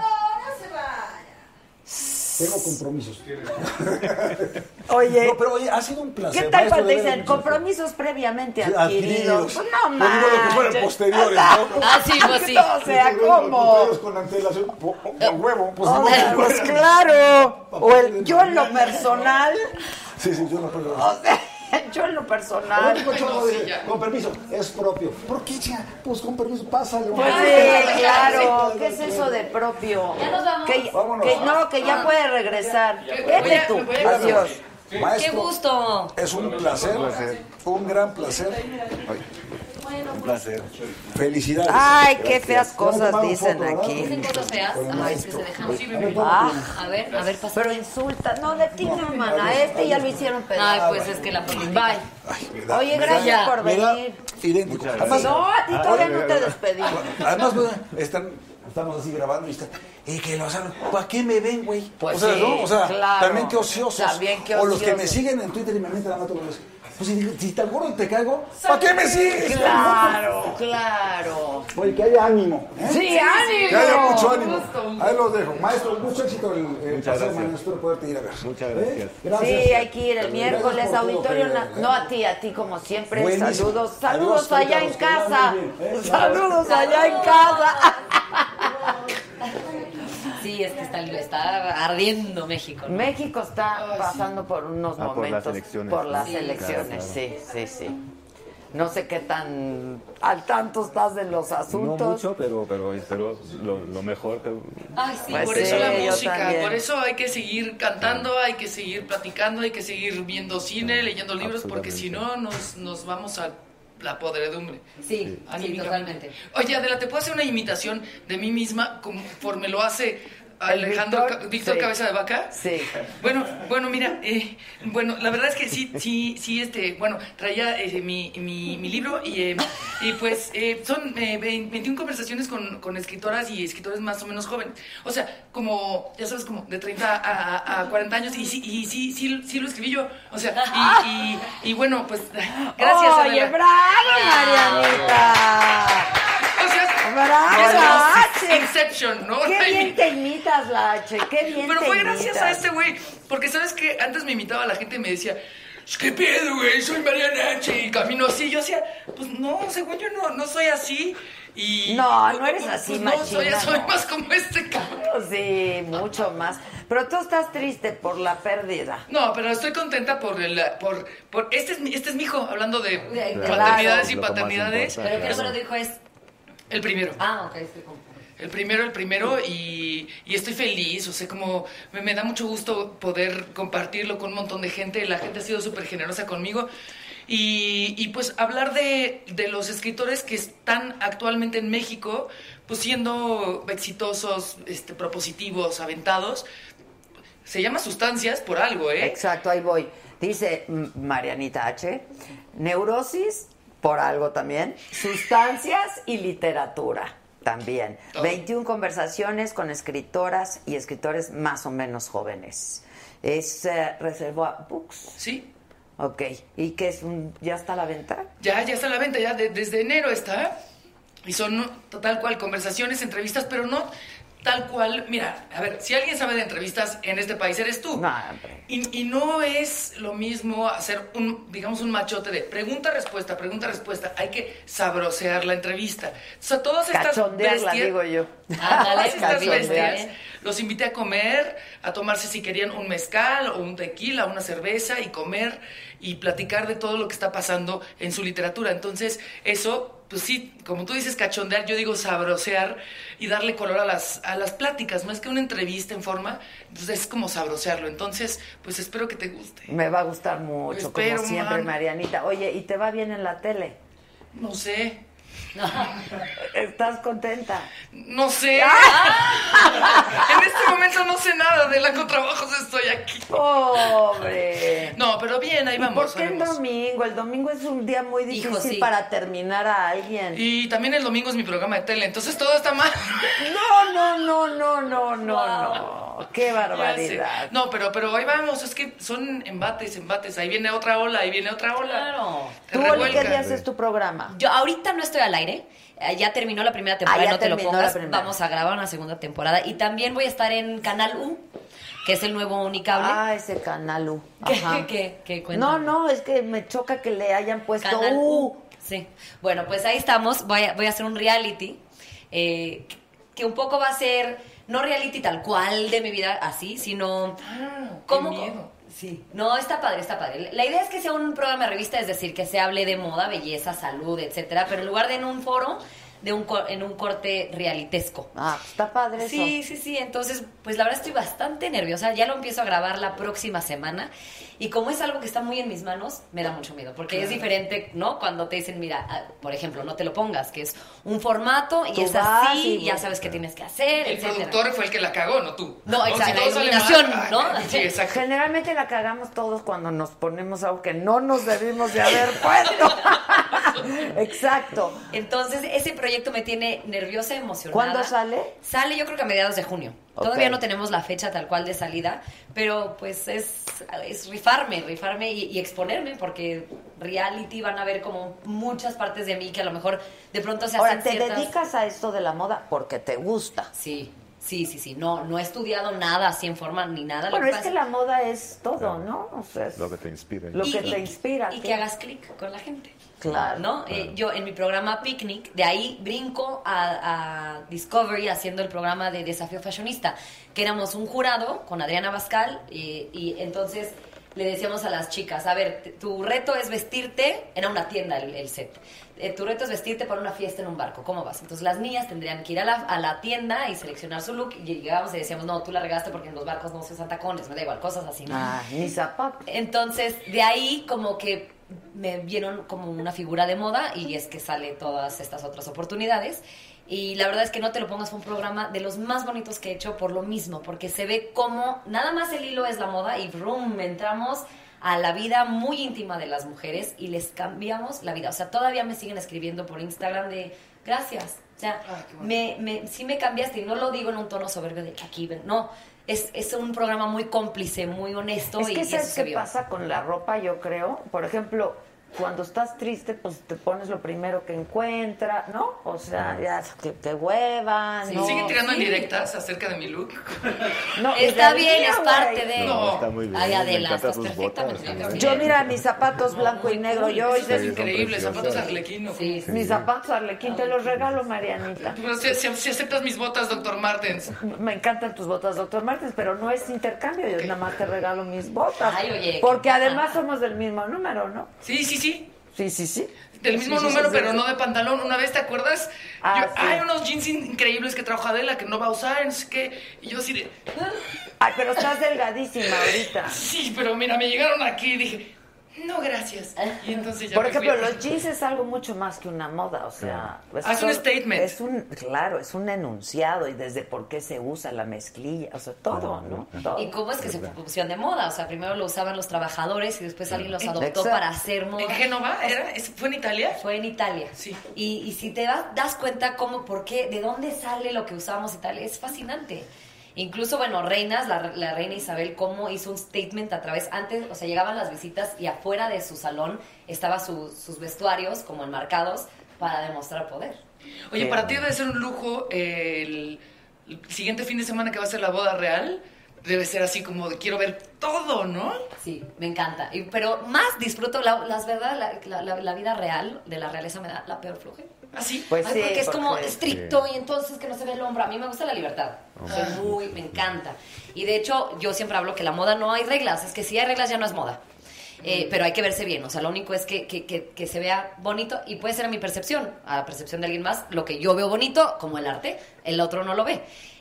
Speaker 7: Tengo compromisos.
Speaker 3: Oye,
Speaker 7: No, pero oye, ha sido un placer.
Speaker 3: ¿qué tal
Speaker 7: maestro,
Speaker 3: cuando
Speaker 7: de
Speaker 3: dicen
Speaker 7: veras,
Speaker 3: compromisos previamente
Speaker 7: Sí,
Speaker 3: adquiridos?
Speaker 7: adquiridos.
Speaker 3: Pues no
Speaker 7: Yo digo lo que fueran
Speaker 3: manches.
Speaker 7: posteriores, ¿no?
Speaker 10: Ah, sí, pues sí.
Speaker 3: O sea, ¿cómo?
Speaker 7: Con antelación, por huevo. Pues,
Speaker 3: O
Speaker 7: no,
Speaker 3: sea, pues claro. O el yo en lo personal.
Speaker 7: Sí, yo no puedo.
Speaker 3: O sea, yo en lo personal.
Speaker 7: Con permiso, es propio. ¿Por qué, chica? Pues con permiso, pásale.
Speaker 3: Pues sí, claro. ¿Qué es eso de propio?
Speaker 10: Ya nos vamos.
Speaker 3: Que ya puede regresar. Vete tú.
Speaker 9: voy a-
Speaker 3: Adiós.
Speaker 7: Maestro,
Speaker 10: ¡Qué gusto!
Speaker 7: es un placer, un gran placer.
Speaker 8: Un placer.
Speaker 7: Felicidades.
Speaker 3: Ay, qué feas
Speaker 7: Vamos a
Speaker 3: cosas
Speaker 7: tomar
Speaker 3: dicen
Speaker 7: foto, ¿verdad?
Speaker 3: aquí.
Speaker 10: Dicen cosas feas.
Speaker 7: Con el
Speaker 10: Ay, es que
Speaker 7: maestro.
Speaker 10: se dejan.
Speaker 3: Ah,
Speaker 10: A ver, pasa.
Speaker 3: pero insulta. No, de ti no, mana. Este ya lo hicieron
Speaker 10: Ay,
Speaker 3: pedazo.
Speaker 10: pues es que la política.
Speaker 3: Bye.
Speaker 7: Ay, me da-
Speaker 3: Oye,
Speaker 7: me da-
Speaker 3: gracias por
Speaker 7: me da
Speaker 3: venir.
Speaker 7: idéntico.
Speaker 8: Muchas
Speaker 7: Además,
Speaker 3: No, a ti todavía no te despedimos.
Speaker 7: además estamos así grabando y está. Y que los ¿para qué me ven, güey?
Speaker 3: Pues
Speaker 7: o sea,
Speaker 3: sí,
Speaker 7: ¿no? O sea,
Speaker 3: claro.
Speaker 7: también qué ociosos.
Speaker 3: También qué
Speaker 7: O los que me
Speaker 3: ociosos.
Speaker 7: siguen en Twitter y me meten la mano con los. Pues si te acuerdo te caigo, ¿para qué me sigues?
Speaker 3: Claro.
Speaker 7: Oye, que haya ánimo. ¿eh?
Speaker 3: Sí, ánimo.
Speaker 7: Que haya mucho ánimo. Ahí los dejo. Maestro, mucho éxito el
Speaker 8: Muchas
Speaker 7: paseo
Speaker 8: gracias.
Speaker 7: mañana. Espero poderte ir a ver.
Speaker 8: Muchas gracias.
Speaker 7: Gracias.
Speaker 3: Sí, hay que ir el miércoles,
Speaker 7: Gracias por todo,
Speaker 3: auditorio.
Speaker 7: Javier.
Speaker 3: No, a ti como siempre.
Speaker 7: Buenísimo.
Speaker 3: Saludos,
Speaker 7: Adiós,
Speaker 3: saludos allá
Speaker 7: Carlos,
Speaker 3: en
Speaker 7: que vaya
Speaker 3: casa.
Speaker 7: muy bien, ¿eh?
Speaker 3: Saludos allá en casa.
Speaker 10: Sí, es que está ardiendo México, ¿no?
Speaker 3: México está pasando por unos
Speaker 8: por las
Speaker 3: momentos.
Speaker 8: elecciones,
Speaker 3: Por
Speaker 8: ¿no?
Speaker 3: las
Speaker 8: Sí,
Speaker 3: elecciones,
Speaker 8: claro.
Speaker 3: sí. No sé qué tan al tanto estás de los
Speaker 8: No
Speaker 3: asuntos.
Speaker 8: mucho, pero espero lo mejor.
Speaker 10: Ay, sí,
Speaker 3: Pues
Speaker 9: Por
Speaker 3: sí,
Speaker 9: eso la
Speaker 3: yo
Speaker 9: música,
Speaker 3: también.
Speaker 9: por eso hay que seguir cantando, hay que seguir platicando, hay que seguir viendo cine, leyendo libros, porque si no nos vamos a la podredumbre.
Speaker 10: Sí,
Speaker 9: Anímicamente.
Speaker 10: totalmente.
Speaker 9: Oye, Adela, ¿te puedo hacer una imitación de mí misma conforme lo hace Alejandro Víctor
Speaker 3: sí.
Speaker 9: Cabeza de Vaca.
Speaker 3: Sí.
Speaker 9: Bueno, mira, la verdad es que sí, traía mi libro y pues son 21 conversaciones con escritoras y escritores más o menos jóvenes. O sea, como, ya sabes, como de 30 a 40 años y sí lo escribí yo. O sea, y bueno, pues, gracias.
Speaker 3: ¡Oye, bravo, Marianita!
Speaker 9: O sea,
Speaker 3: ¡bravo!
Speaker 9: Inception, ¿no?
Speaker 3: ¡Qué bien te imitas, Lache! ¡Qué bien
Speaker 9: Pero
Speaker 3: te
Speaker 9: fue
Speaker 3: imitas!
Speaker 9: gracias a este güey, porque sabes que antes me imitaba a la gente y me decía, ¿qué pedo, güey? Soy Mariana H. y camino así. Yo decía, pues no, según yo no soy así. Y
Speaker 3: no eres así,
Speaker 9: pues
Speaker 3: machina.
Speaker 9: No, soy más como este cabrón.
Speaker 3: Sí, mucho más. Pero tú estás triste por la pérdida.
Speaker 9: No, pero estoy contenta por este es mi hijo, hablando de
Speaker 3: claro,
Speaker 9: paternidades y paternidades.
Speaker 10: ¿Pero qué número de hijo es?
Speaker 9: El primero.
Speaker 10: Ah, ok, sí.
Speaker 9: El primero y estoy feliz, o sea, como me da mucho gusto poder compartirlo con un montón de gente, la gente ha sido súper generosa conmigo y pues hablar de los escritores que están actualmente en México, pues siendo exitosos, propositivos, aventados, se llama Sustancias por algo, ¿eh?
Speaker 3: Exacto, ahí voy. Dice Marianita H., neurosis por algo también, sustancias y literatura. También. 21 conversaciones con escritoras y escritores más o menos jóvenes. ¿Es Reservoir Books?
Speaker 9: Sí.
Speaker 3: Ok. ¿Y qué es? ¿Ya está a la venta?
Speaker 9: Ya está a la venta, ya desde enero está. Y son tal cual conversaciones, entrevistas, pero no tal cual. Mira, a ver, si alguien sabe de entrevistas en este país, eres tú.
Speaker 3: No, hombre.
Speaker 9: Y no es lo mismo hacer un machote de pregunta-respuesta. Hay que sabrosear la entrevista. O sea, todas estas
Speaker 3: cachondearla,
Speaker 9: bestias,
Speaker 3: digo yo.
Speaker 9: Todas estas bestias, los invité a comer, a tomarse si querían un mezcal o un tequila, una cerveza y comer y platicar de todo lo que está pasando en su literatura. Entonces, eso, pues sí, como tú dices cachondear, yo digo sabrosear y darle color a las pláticas, más que una entrevista en forma, pues es como sabrosearlo. Entonces, pues espero que te guste.
Speaker 3: Me va a gustar mucho,
Speaker 9: espero,
Speaker 3: como siempre,
Speaker 9: man.
Speaker 3: Marianita. Oye, ¿y te va bien en la tele?
Speaker 9: No sé.
Speaker 3: ¿Estás contenta?
Speaker 9: No sé. En este momento no sé nada de la Contrabajos, estoy aquí.
Speaker 3: ¡Pobre!
Speaker 9: No, pero bien, ahí vamos.
Speaker 3: ¿Por qué el domingo? El domingo es un día muy difícil.
Speaker 10: Hijo, sí.
Speaker 3: Para terminar a alguien.
Speaker 9: Y también el domingo es mi programa de tele, entonces todo está mal.
Speaker 3: No. Qué barbaridad.
Speaker 9: No, pero ahí vamos, es que son embates. Ahí viene otra ola.
Speaker 10: Claro.
Speaker 3: ¿Tú, Oli, qué día haces tu programa?
Speaker 10: Yo ahorita no estoy al aire. Ya terminó la primera temporada, no te lo pongas. Vamos a grabar una segunda temporada. Y también voy a estar en Canal U, que es el nuevo Unicable.
Speaker 3: Ah, ese Canal U. Ajá.
Speaker 10: ¿Qué cuenta?
Speaker 3: No, es que me choca que le hayan puesto
Speaker 10: Canal
Speaker 3: U.
Speaker 10: Sí. Bueno, pues ahí estamos. Voy a hacer un reality que un poco va a ser, no reality tal cual de mi vida así, sino...
Speaker 9: qué miedo.
Speaker 10: Sí. No, está padre. La idea es que sea un programa de revista, es decir, que se hable de moda, belleza, salud, etcétera, pero en lugar de en un foro, en un corte realitesco.
Speaker 3: Ah, está padre eso.
Speaker 10: Sí. Entonces, pues la verdad estoy bastante nerviosa. Ya lo empiezo a grabar la próxima semana. Y como es algo que está muy en mis manos, me da mucho miedo. Porque es diferente, ¿no? Cuando te dicen, mira, por ejemplo, no te lo pongas, que es un formato y es así, y ya sabes qué tienes que hacer,
Speaker 9: El
Speaker 10: etcétera.
Speaker 9: productor fue el que la cagó, no tú.
Speaker 10: No, exacto,
Speaker 9: Si
Speaker 10: la iluminación, ¿no?
Speaker 9: Sí, exacto.
Speaker 3: Generalmente la cagamos todos cuando nos ponemos algo que no nos debimos de haber puesto. Exacto.
Speaker 10: Entonces, ese proyecto me tiene nerviosa, emocionada.
Speaker 3: ¿Cuándo sale?
Speaker 10: Sale yo creo que a mediados de junio.
Speaker 3: Okay.
Speaker 10: Todavía no tenemos la fecha tal cual de salida, pero pues es rifarme y exponerme, porque reality van a ver como muchas partes de mí que a lo mejor de pronto se hacen
Speaker 3: Ahora, ¿te
Speaker 10: ciertas...
Speaker 3: dedicas a esto de la moda porque te gusta?
Speaker 10: Sí. No he estudiado nada así en forma ni nada.
Speaker 3: Bueno,
Speaker 10: lo
Speaker 3: es que la moda es todo, ¿no? O sea, es
Speaker 8: lo que te inspira.
Speaker 3: Lo que te inspira.
Speaker 10: Y que hagas clic con la gente.
Speaker 3: Claro.
Speaker 10: ¿No?
Speaker 8: Claro.
Speaker 10: Yo en mi programa Picnic, de ahí brinco a Discovery haciendo el programa de Desafío Fashionista, que éramos un jurado con Adriana Bascal y entonces le decíamos a las chicas, a ver, tu reto es vestirte, era una tienda el set, tu reto es vestirte para una fiesta en un barco, ¿cómo vas? Entonces las niñas tendrían que ir a la tienda y seleccionar su look, y llegábamos y decíamos, no, tú la regaste porque en los barcos no se usan tacones, me da igual, cosas así, ¿no?
Speaker 3: Ni zapatos.
Speaker 10: Entonces, de ahí como que me vieron como una figura de moda y es que sale todas estas otras oportunidades. Y la verdad es que No te lo pongas fue un programa de los más bonitos que he hecho por lo mismo, porque se ve cómo nada más el hilo es la moda y brum, entramos a la vida muy íntima de las mujeres y les cambiamos la vida. O sea, todavía me siguen escribiendo por Instagram de gracias. O sea, sí me cambiaste, y no lo digo en un tono soberbio de aquí, no. Es un programa muy cómplice, muy honesto.
Speaker 3: Es que
Speaker 10: y
Speaker 3: ¿sabes qué pasa con la ropa? Yo creo, por ejemplo, cuando estás triste, pues te pones lo primero que encuentras, ¿no? O sea, ya te huevan.
Speaker 9: Sí.
Speaker 3: ¿no?
Speaker 9: ¿Siguen tirando indirectas acerca de mi look?
Speaker 10: No, está bien, es parte de...
Speaker 8: No, está muy bien.
Speaker 10: Ay, Adela,
Speaker 8: Me encantan
Speaker 10: estás
Speaker 8: tus
Speaker 10: perfectamente
Speaker 8: botas,
Speaker 10: bien.
Speaker 3: Yo, mira, mis zapatos blanco y negro, yo hoy
Speaker 9: Es increíble, zapatos arlequino.
Speaker 10: Sí.
Speaker 3: Mis zapatos arlequín, te los regalo, Marianita.
Speaker 9: Pero si aceptas mis botas, Dr. Martens.
Speaker 3: Me encantan tus botas, Dr. Martens, pero no es intercambio, yo nada más te regalo mis botas.
Speaker 10: Ay, oye,
Speaker 3: porque además somos del mismo número, ¿no?
Speaker 9: Sí.
Speaker 3: Sí.
Speaker 9: Del mismo número, pero no de pantalón. Una vez, ¿te acuerdas?
Speaker 3: Sí.
Speaker 9: Hay unos jeans increíbles que trajo Adela que no va a usar, no sé qué. Y yo así de...
Speaker 3: Ay, pero estás delgadísima ahorita.
Speaker 9: Sí, pero mira, me llegaron aquí y dije... No, gracias. Y entonces ya
Speaker 3: Por
Speaker 9: me
Speaker 3: ejemplo,
Speaker 9: fui.
Speaker 3: los jeans es algo mucho más que una moda, o sea...
Speaker 9: Es un statement.
Speaker 3: Claro, es un enunciado y desde por qué se usa la mezclilla, o sea, todo, ¿no? Todo.
Speaker 10: ¿Y cómo es que se pusieron de moda? O sea, primero lo usaban los trabajadores y después alguien los adoptó
Speaker 3: Exacto.
Speaker 10: para hacer moda.
Speaker 9: ¿En Génova? ¿Fue en Italia?
Speaker 10: Fue en Italia.
Speaker 9: Sí.
Speaker 10: Y si te das cuenta cómo, por qué, de dónde sale lo que usamos y tal, es fascinante. Incluso, bueno, reinas, la reina Isabel, cómo hizo un statement a través, antes, o sea, llegaban las visitas y afuera de su salón estaban sus vestuarios como enmarcados para demostrar poder.
Speaker 9: Oye, para ti debe ser un lujo el siguiente fin de semana que va a ser la boda real. Debe ser así como de quiero ver todo, ¿no?
Speaker 10: Sí, me encanta. Pero más disfruto, la vida real de la realeza me da la peor flojera.
Speaker 9: ¿Ah, sí?
Speaker 3: Pues
Speaker 10: Ay,
Speaker 3: sí,
Speaker 10: porque es como
Speaker 3: porque-
Speaker 10: estricto y entonces que no se ve el hombro. A mí me gusta la libertad. Me encanta. Y de hecho, yo siempre hablo que la moda no hay reglas. Es que si hay reglas ya no es moda. Pero hay que verse bien. O sea, lo único es que se vea bonito y puede ser a mi percepción, a la percepción de alguien más. Lo que yo veo bonito, como el arte, el otro no lo ve.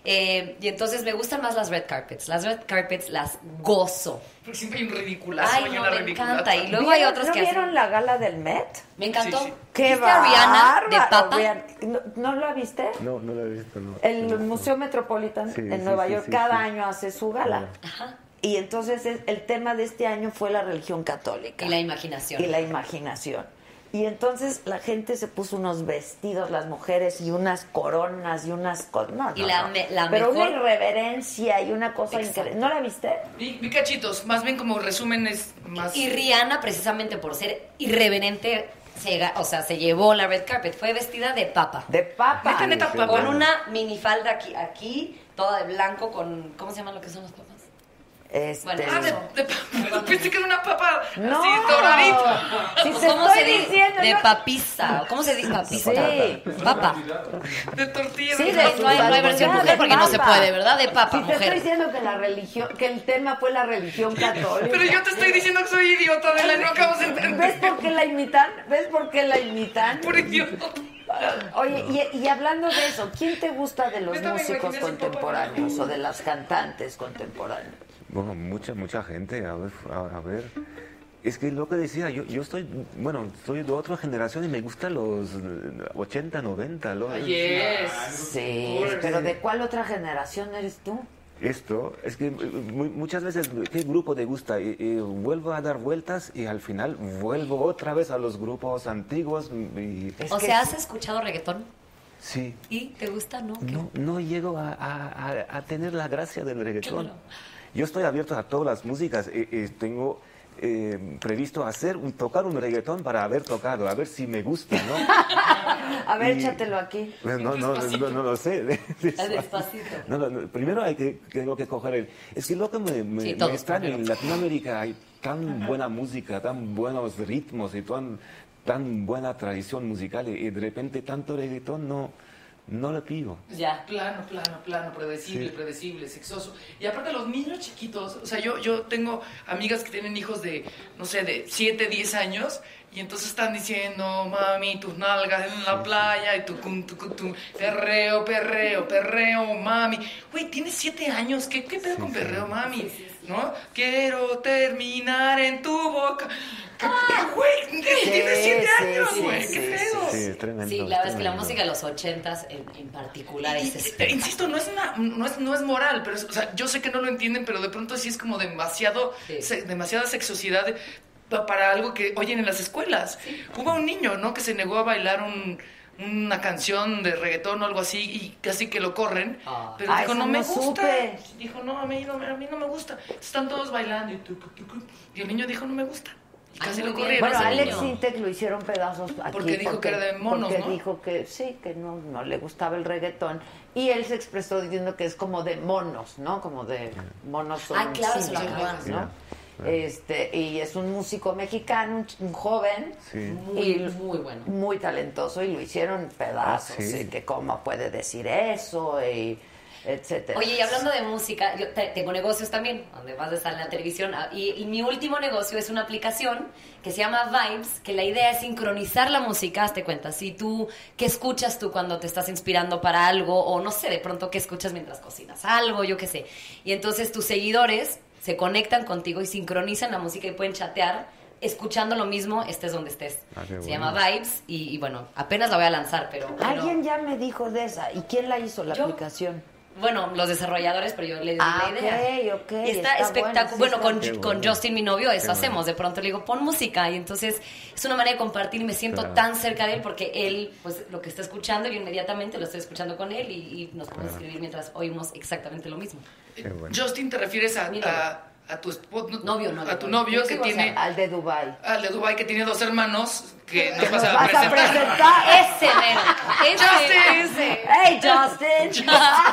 Speaker 10: Y entonces me gustan más las red carpets. Las red carpets las gozo.
Speaker 9: Porque siempre hay un ridiculazo.
Speaker 10: Ay,
Speaker 9: y
Speaker 10: no,
Speaker 9: una
Speaker 10: me
Speaker 9: ridiculaza.
Speaker 10: encanta. Y luego hay otros
Speaker 3: ¿No
Speaker 10: que
Speaker 3: vieron
Speaker 10: hacen...
Speaker 3: la gala del Met?
Speaker 10: Me encantó.
Speaker 9: Sí, sí.
Speaker 3: ¡Qué
Speaker 10: ¿Viste a Rihanna de
Speaker 3: bárbaro,
Speaker 10: papa?
Speaker 3: Rihanna? ¿No la viste?
Speaker 8: No la he visto, no.
Speaker 3: El Museo Metropolitan
Speaker 8: Sí,
Speaker 3: en
Speaker 8: sí,
Speaker 3: Nueva
Speaker 8: sí,
Speaker 3: York
Speaker 8: sí,
Speaker 3: cada
Speaker 8: sí.
Speaker 3: año hace su gala.
Speaker 10: Ajá.
Speaker 3: Y entonces el tema de este año fue la religión católica.
Speaker 10: Y la imaginación.
Speaker 3: Y la imaginación. Y entonces la gente se puso unos vestidos, las mujeres, y unas coronas y unas cosas. No,
Speaker 10: Y
Speaker 3: no,
Speaker 10: la
Speaker 3: no.
Speaker 10: me- la
Speaker 3: Pero
Speaker 10: mejor-
Speaker 3: una irreverencia y una cosa
Speaker 10: Exacto.
Speaker 3: increíble. ¿No la viste?
Speaker 9: Vi cachitos, más bien como resúmenes más...
Speaker 10: Y Rihanna, precisamente por ser irreverente, se llevó la red carpet. Fue vestida de papa.
Speaker 3: De papa.
Speaker 9: Neta, papa.
Speaker 10: Con una minifalda aquí, toda de blanco, con... ¿Cómo se llaman lo que son las papas? Bueno,
Speaker 9: de papa. Pensé que era una papa
Speaker 3: No.
Speaker 9: así doradita.
Speaker 3: Si te
Speaker 10: ¿Cómo
Speaker 3: estoy
Speaker 10: se dice?
Speaker 3: diciendo,
Speaker 10: De
Speaker 3: no-
Speaker 10: papisa. ¿Cómo se dice papisa?
Speaker 3: Sí.
Speaker 10: Papa.
Speaker 9: De tortilla.
Speaker 3: Sí,
Speaker 9: de
Speaker 3: de
Speaker 10: No hay versión
Speaker 3: de
Speaker 10: mujer porque no se
Speaker 3: papa.
Speaker 10: puede, ¿verdad? De papa,
Speaker 3: Si te estoy
Speaker 10: mujer.
Speaker 3: diciendo que la religión, que el tema fue la religión católica.
Speaker 9: Pero yo te estoy diciendo que soy idiota, Adela, no acabas de
Speaker 3: ¿Ves
Speaker 9: entender.
Speaker 3: por qué la imitan? ¿Ves por qué la imitan?
Speaker 9: Por idiota.
Speaker 3: Oye, y hablando de eso, ¿quién te gusta de los
Speaker 9: Yo también me
Speaker 3: músicos
Speaker 9: imaginé sin
Speaker 3: contemporáneos o de las cantantes contemporáneas?
Speaker 8: Bueno, mucha gente, a ver. Es que lo que decía, yo soy de otra generación y me gustan los 80, 90.
Speaker 9: Yes.
Speaker 3: Sí, pero ¿de cuál otra generación eres tú?
Speaker 8: Esto, es que muchas veces, ¿qué grupo te gusta? Y vuelvo a dar vueltas y al final vuelvo otra vez a los grupos antiguos.
Speaker 10: O sea, ¿has escuchado reggaetón?
Speaker 8: Sí.
Speaker 10: ¿Y te gusta? No.
Speaker 8: No llego a tener la gracia del reggaetón.
Speaker 10: Claro.
Speaker 8: Yo estoy abierto a todas las músicas. Tengo previsto tocar un reggaetón para haber tocado, a ver si me gusta, ¿no?
Speaker 3: A ver, échatelo aquí.
Speaker 8: No lo sé.
Speaker 10: Despacito.
Speaker 8: No, primero tengo que coger es que lo que me
Speaker 10: Sí, todos
Speaker 8: extraña,
Speaker 10: primero.
Speaker 8: en Latinoamérica hay tan buena música, tan buenos ritmos y tan buena tradición musical y de repente tanto reggaetón no lo pido.
Speaker 10: Ya.
Speaker 9: Plano, predecible, sexoso. Y aparte los niños chiquitos, o sea, yo tengo amigas que tienen hijos de, no sé, de 7, 10 años Y entonces están diciendo, mami, tus nalgas en la playa y tu perreo, perreo, perreo, mami. Güey, tienes 7 años, ¿qué pedo con perreo, mami? ¿No? Quiero terminar en tu boca. Güey, tienes 7 años, güey, qué pedo.
Speaker 8: Sí, tremendo.
Speaker 10: Sí, la verdad es que la música de los 80s en particular es
Speaker 9: insisto, no es moral, pero o sea, yo sé que no lo entienden, pero de pronto sí es como demasiada sexosidad para algo que oyen en las escuelas. Sí. Hubo un niño, ¿no?, que se negó a bailar una canción de reggaetón o algo así y casi que lo corren, pero dijo, no me gusta. Dijo, no, a mí no me gusta. Están todos bailando y el niño dijo, no me gusta. Y casi lo corrieron.
Speaker 3: Bueno, Alex Intec lo hicieron pedazos aquí.
Speaker 9: Porque dijo que era de monos,
Speaker 3: porque
Speaker 9: ¿no?
Speaker 3: dijo que sí, que no le gustaba el reggaetón. Y él se expresó diciendo que es como de monos, ¿no? Como de monos son
Speaker 10: claro,
Speaker 3: simples, ¿no? Y es un músico mexicano, un joven,
Speaker 10: muy bueno,
Speaker 3: muy talentoso, y lo hicieron pedazos, y que cómo puede decir eso, y etcétera.
Speaker 10: Oye, y hablando de música, yo tengo negocios también, donde vas a estar en la televisión, y mi último negocio es una aplicación que se llama Vibes, que la idea es sincronizar la música. Hazte cuenta, si tú, ¿qué escuchas tú cuando te estás inspirando para algo? O no sé, de pronto, ¿qué escuchas mientras cocinas algo? Yo qué sé. Y entonces tus seguidores se conectan contigo y sincronizan la música y pueden chatear escuchando lo mismo, estés donde estés. Se llama Vibes y bueno, apenas la voy a lanzar, pero...
Speaker 3: Alguien ya me dijo de esa. ¿Y quién la hizo, la aplicación?
Speaker 10: Bueno, los desarrolladores, pero yo le di la idea.
Speaker 3: Ok.
Speaker 10: Y está espectacular. Bueno, con
Speaker 3: bueno.
Speaker 10: Justin, mi novio, eso hacemos. De pronto le digo, pon música. Y entonces es una manera de compartir y me siento tan cerca de él porque él, pues, lo que está escuchando, yo inmediatamente lo estoy escuchando con él y nos podemos escribir mientras oímos exactamente lo mismo.
Speaker 9: Justin, ¿te refieres a tu
Speaker 10: novio,
Speaker 9: a tu novio que tiene
Speaker 3: al de Dubai?
Speaker 9: Al de Dubai, que tiene 2 hermanos que nos
Speaker 3: vas
Speaker 9: a presentar.
Speaker 10: Ese mero.
Speaker 9: Justin.
Speaker 3: Hey, Justin.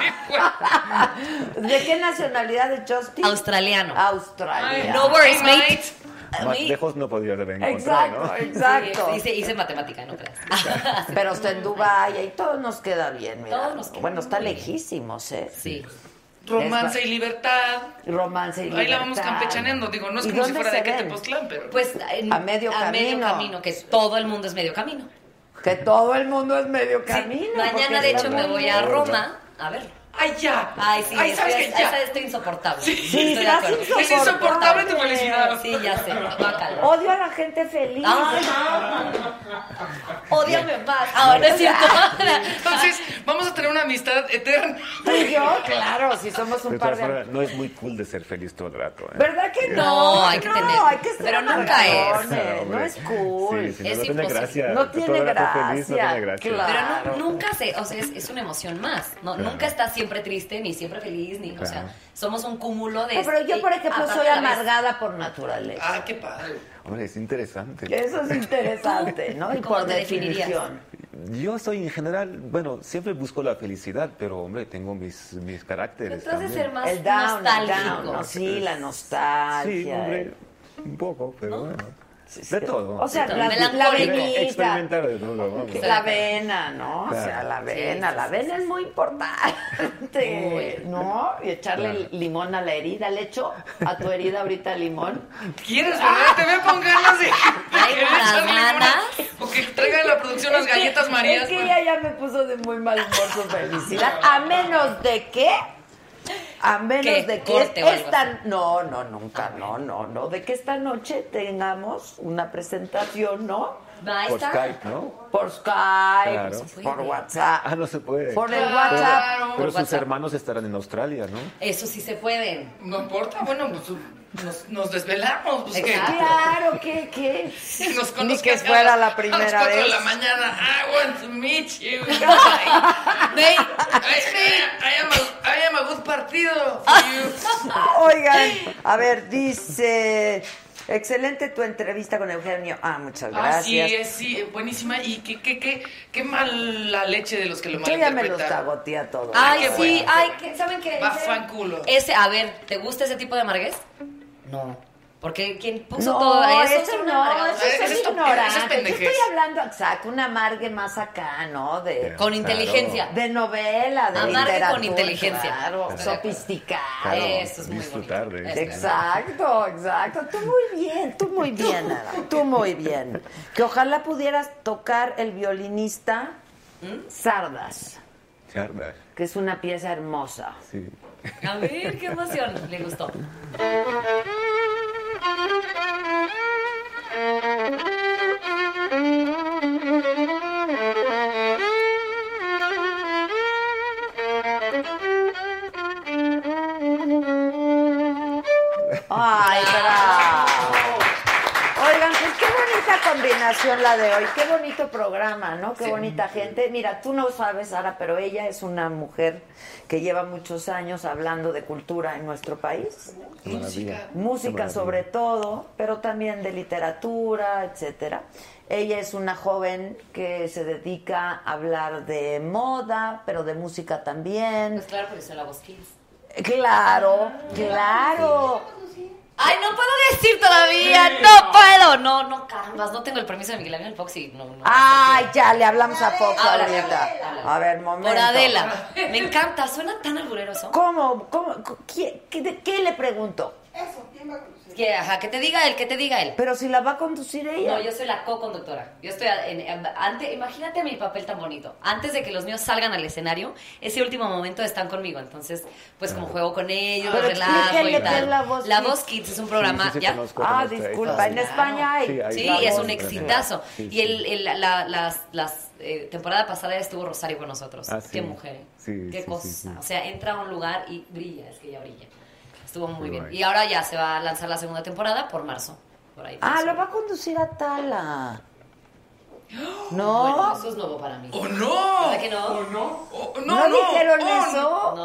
Speaker 3: ¿De qué nacionalidad es Justin?
Speaker 10: Australiano.
Speaker 3: No
Speaker 10: worries, mate.
Speaker 8: Más lejos no podría haber encontrado,
Speaker 3: Exacto.
Speaker 10: Sí, hice matemática, no creas.
Speaker 3: Pero está en Dubái y todo nos queda bien, mira.
Speaker 10: Todo nos queda
Speaker 3: bueno, está lejísimos, ¿eh?
Speaker 10: Sí.
Speaker 9: Romance y libertad.
Speaker 3: Romance y libertad.
Speaker 9: Ahí la vamos campechaneando. Digo, no es como si fuera de Tepoztlán, pero...
Speaker 10: Pues
Speaker 3: a medio camino,
Speaker 10: que todo el mundo es medio camino.
Speaker 3: Que todo el mundo es medio camino.
Speaker 10: Mañana, de hecho, me voy a Roma a ver.
Speaker 9: ¡Ay, ya!
Speaker 10: Ay, sí,
Speaker 9: ¿sabes qué? Ya.
Speaker 10: Estoy insoportable.
Speaker 3: Sí,
Speaker 10: estoy de acuerdo.
Speaker 9: Es insoportable tu felicidad.
Speaker 10: Sí, ya sé.
Speaker 3: Odio a la gente feliz.
Speaker 10: Ódiame más. Ahora es cierto.
Speaker 9: Entonces, vamos a tener una amistad eterna.
Speaker 3: Y yo, claro, si somos un par de...
Speaker 8: No es muy cool de ser feliz todo el rato.
Speaker 3: ¿Verdad que no?
Speaker 10: No, hay que tener.
Speaker 3: Hay que ser
Speaker 10: pero nunca es.
Speaker 3: No es cool.
Speaker 8: Sí,
Speaker 10: es
Speaker 8: no tiene gracia.
Speaker 3: No tiene gracia.
Speaker 8: Feliz, no tiene gracia.
Speaker 3: Claro.
Speaker 10: Pero nunca o sea, es una emoción más. No, nunca estás siempre triste, ni siempre feliz, ni, o sea, somos un cúmulo de...
Speaker 3: pero yo, por ejemplo, soy amargada por naturaleza.
Speaker 9: Ah, qué padre.
Speaker 8: Hombre, es interesante.
Speaker 3: Eso es interesante, ¿no? Y
Speaker 10: ¿Cómo
Speaker 3: por
Speaker 10: te
Speaker 3: definición.
Speaker 8: Yo soy en general, bueno, siempre busco la felicidad, pero hombre, tengo mis caracteres.
Speaker 10: Pero tú has de ser más
Speaker 3: el down,
Speaker 10: nostálgico.
Speaker 3: ¿no? Sí, la nostalgia.
Speaker 8: Sí, hombre, un poco, pero bueno.
Speaker 3: Sí,
Speaker 8: de todo.
Speaker 3: O sea, la venita.
Speaker 8: Experimentar de todo, vamos.
Speaker 3: La avena, ¿no? Claro. O sea, la avena es muy importante, ¿no? Y echarle limón a la herida. ¿Le echo a tu herida ahorita limón?
Speaker 9: ¿Quieres, verdad? Te voy a poner ganas de...
Speaker 10: Hay unas ganas.
Speaker 9: O que traigan la producción las galletas Marías.
Speaker 3: Es que ella ya me puso de muy mal humor su felicidad. A menos de que... No, de que esta noche tengamos una presentación, ¿no?
Speaker 8: Por Skype, ¿no?
Speaker 3: Por Skype,
Speaker 8: claro.
Speaker 3: por WhatsApp.
Speaker 8: No se puede.
Speaker 3: Por el WhatsApp.
Speaker 8: Pero sus hermanos estarán en Australia, ¿no?
Speaker 10: Eso sí se pueden.
Speaker 9: No importa, bueno, pues nos desvelamos. Pues,
Speaker 3: claro, ¿qué?
Speaker 9: Ni
Speaker 3: que fuera la primera vez.
Speaker 9: A las 4 de la mañana, I want to meet you. I am a good partido for you.
Speaker 3: Oigan, a ver, dice... Excelente tu entrevista con Eugenio. Muchas gracias.
Speaker 9: Sí, buenísima. Y qué mala leche de los que lo
Speaker 3: malinterpretan. Yo ya me los cagoteé a todos.
Speaker 10: Sí, ¿saben qué?
Speaker 9: Va fan culo.
Speaker 10: A ver, ¿te gusta ese tipo de amarguez? No. Porque quien puso todo eso
Speaker 3: eso es ignorante.
Speaker 9: Eso es pendejez.
Speaker 3: Yo estoy hablando, exacto, un amargue más acá, ¿no?
Speaker 10: Con inteligencia.
Speaker 3: De novela, de
Speaker 10: amargue
Speaker 3: literatura.
Speaker 10: con inteligencia.
Speaker 3: Claro, sofisticado.
Speaker 8: Claro,
Speaker 10: Eso es muy
Speaker 8: disfrutar
Speaker 10: bonito.
Speaker 8: de eso.
Speaker 3: Exacto. Tú muy bien, Ada. Tú muy bien. Que ojalá pudieras tocar el violinista Sardas,
Speaker 8: Sardas.
Speaker 3: que es una pieza hermosa.
Speaker 8: Sí.
Speaker 10: A ver, qué emoción. Le gustó.
Speaker 3: ¡Ay, bravo! Oigan, pues qué bonita combinación la de hoy, qué bonito programa, ¿no? Qué bonita gente. Mira, tú no sabes, Sara, pero ella es una mujer que lleva muchos años hablando de cultura en nuestro país. Música sobre todo, pero también de literatura, etcétera. Ella es una joven que se dedica a hablar de moda, pero de música también.
Speaker 10: Pues claro, porque soy la voz Kids.
Speaker 3: Claro.
Speaker 10: Ay, no puedo decir todavía, no puedo. No, carambas, no tengo el permiso de Miguel Ángel Fox y no.
Speaker 3: Ay, ya, le hablamos a Fox ahorita. A ver, momento.
Speaker 10: Por Adela. Me encanta, suena tan alburero eso.
Speaker 3: ¿Cómo? ¿Qué le pregunto?
Speaker 12: Eso, ¿quién va a conducir?
Speaker 10: Que te diga él.
Speaker 3: Pero si la va a conducir ella.
Speaker 10: No, yo soy la co-conductora. Yo estoy imagínate mi papel tan bonito. Antes de que los míos salgan al escenario, ese último momento están conmigo. Entonces, pues como juego con ellos,
Speaker 3: pero
Speaker 10: los relajo y tal.
Speaker 3: La
Speaker 10: Voz Kids es un programa,
Speaker 8: sí,
Speaker 10: ¿ya?
Speaker 3: Disculpa, en España hay.
Speaker 10: Sí, es un exitazo. Y la temporada pasada estuvo Rosario con nosotros. Qué mujer, qué cosa.
Speaker 8: Sí.
Speaker 10: O sea, entra a un lugar y brilla, es que ella brilla. Estuvo muy bien. Y ahora ya se va a lanzar la segunda temporada por marzo. Por ahí.
Speaker 3: Lo va a conducir a Tala. ¿No?
Speaker 10: Bueno, eso es nuevo para mí.
Speaker 9: ¡Oh, no!
Speaker 10: ¿Verdad que no?
Speaker 9: ¡Oh, no! ¡Oh, no!
Speaker 3: ¿No dijeron eso?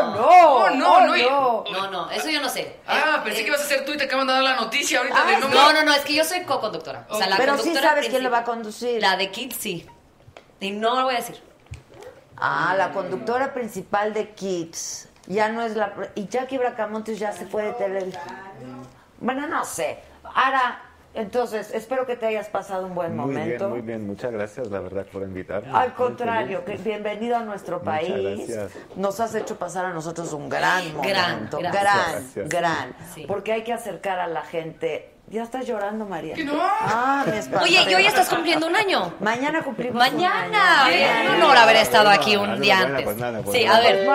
Speaker 10: No, eso yo no sé.
Speaker 9: Pensé que ibas a ser tú y te acaban de dar la noticia ahorita de
Speaker 10: No, es que yo soy co-conductora. O sea, la
Speaker 3: pero
Speaker 10: conductora
Speaker 3: sí sabes quién lo va a conducir.
Speaker 10: La de Kids, sí. Y no lo voy a decir.
Speaker 3: La conductora principal de Kids. Ya no es la... Y Jackie Bracamontes ya se fue de televisión. Bueno, no sé. Ahora, entonces, espero que te hayas pasado un buen momento.
Speaker 8: Muy bien. Muchas gracias, la verdad, por invitarme.
Speaker 3: Al contrario, que bienvenido a nuestro país.
Speaker 8: Gracias.
Speaker 3: Nos has hecho pasar a nosotros un gran momento.
Speaker 10: Gracias.
Speaker 3: Gran.
Speaker 10: Sí.
Speaker 3: Porque hay que acercar a la gente... ¿Ya estás llorando, María?
Speaker 9: ¡Que no!
Speaker 3: Me espanté.
Speaker 10: Oye, ¿y hoy estás cumpliendo un año?
Speaker 3: Mañana cumplimos
Speaker 10: Mañana.
Speaker 3: un año.
Speaker 10: Un honor haber estado aquí un día antes.
Speaker 8: Pues nada,
Speaker 10: sí, a ver.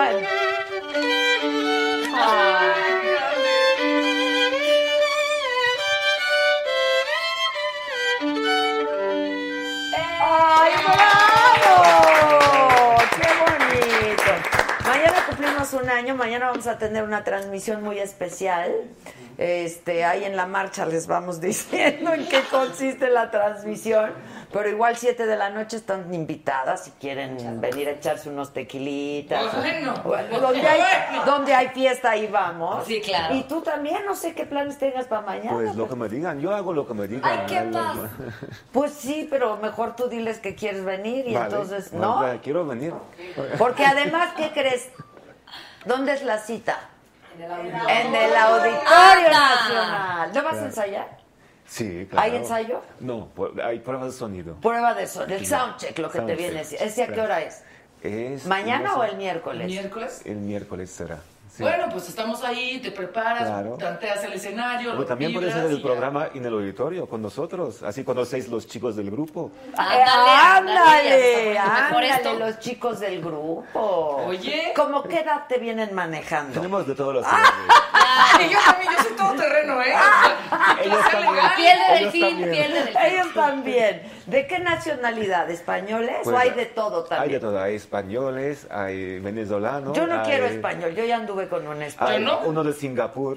Speaker 3: ¡Ay, bravo! ¡Qué bonito! Mañana cumplimos un año, mañana vamos a tener una transmisión muy especial. Ahí en la marcha les vamos diciendo en qué consiste la transmisión, pero igual 7 de la noche están invitadas si quieren venir a echarse unos tequilitas. Donde hay fiesta, ahí vamos.
Speaker 10: Sí, claro.
Speaker 3: Y tú también, no sé qué planes tengas para mañana.
Speaker 8: Pues lo que me digan, yo hago lo que me digan.
Speaker 10: Ay, qué paz.
Speaker 3: Pues sí, pero mejor tú diles que quieres venir y entonces, ¿no?
Speaker 8: Quiero venir.
Speaker 3: Porque además, ¿qué crees? ¿Dónde es la cita? En el Auditorio Nacional. ¿No vas a ensayar?
Speaker 8: Sí, claro.
Speaker 3: ¿Hay ensayo?
Speaker 8: No, hay pruebas de sonido.
Speaker 3: Prueba de sonido, el soundcheck, lo que te viene. ¿Ese a qué hora es? ¿Mañana o el miércoles?
Speaker 9: ¿Miércoles?
Speaker 8: El miércoles será. Sí.
Speaker 9: Bueno, pues estamos ahí, te preparas, tanteas el escenario.
Speaker 8: Pero también puedes hacer el programa en el auditorio con nosotros, así conocéis los chicos del grupo.
Speaker 3: Ándale,
Speaker 10: mejor esto.
Speaker 3: los chicos del grupo.
Speaker 9: Oye.
Speaker 3: ¿Cómo qué edad te vienen manejando?
Speaker 8: Tenemos de todos los
Speaker 9: Y yo también, yo soy todo terreno, ¿eh?
Speaker 10: Piel de delfín.
Speaker 3: Ellos también. ¿De qué nacionalidad? ¿Españoles?
Speaker 8: Pues,
Speaker 3: ¿O hay de todo también?
Speaker 8: Hay de todo, hay españoles, hay venezolanos.
Speaker 3: Yo no quiero español, yo ya anduve con un español.
Speaker 8: Hay uno de Singapur.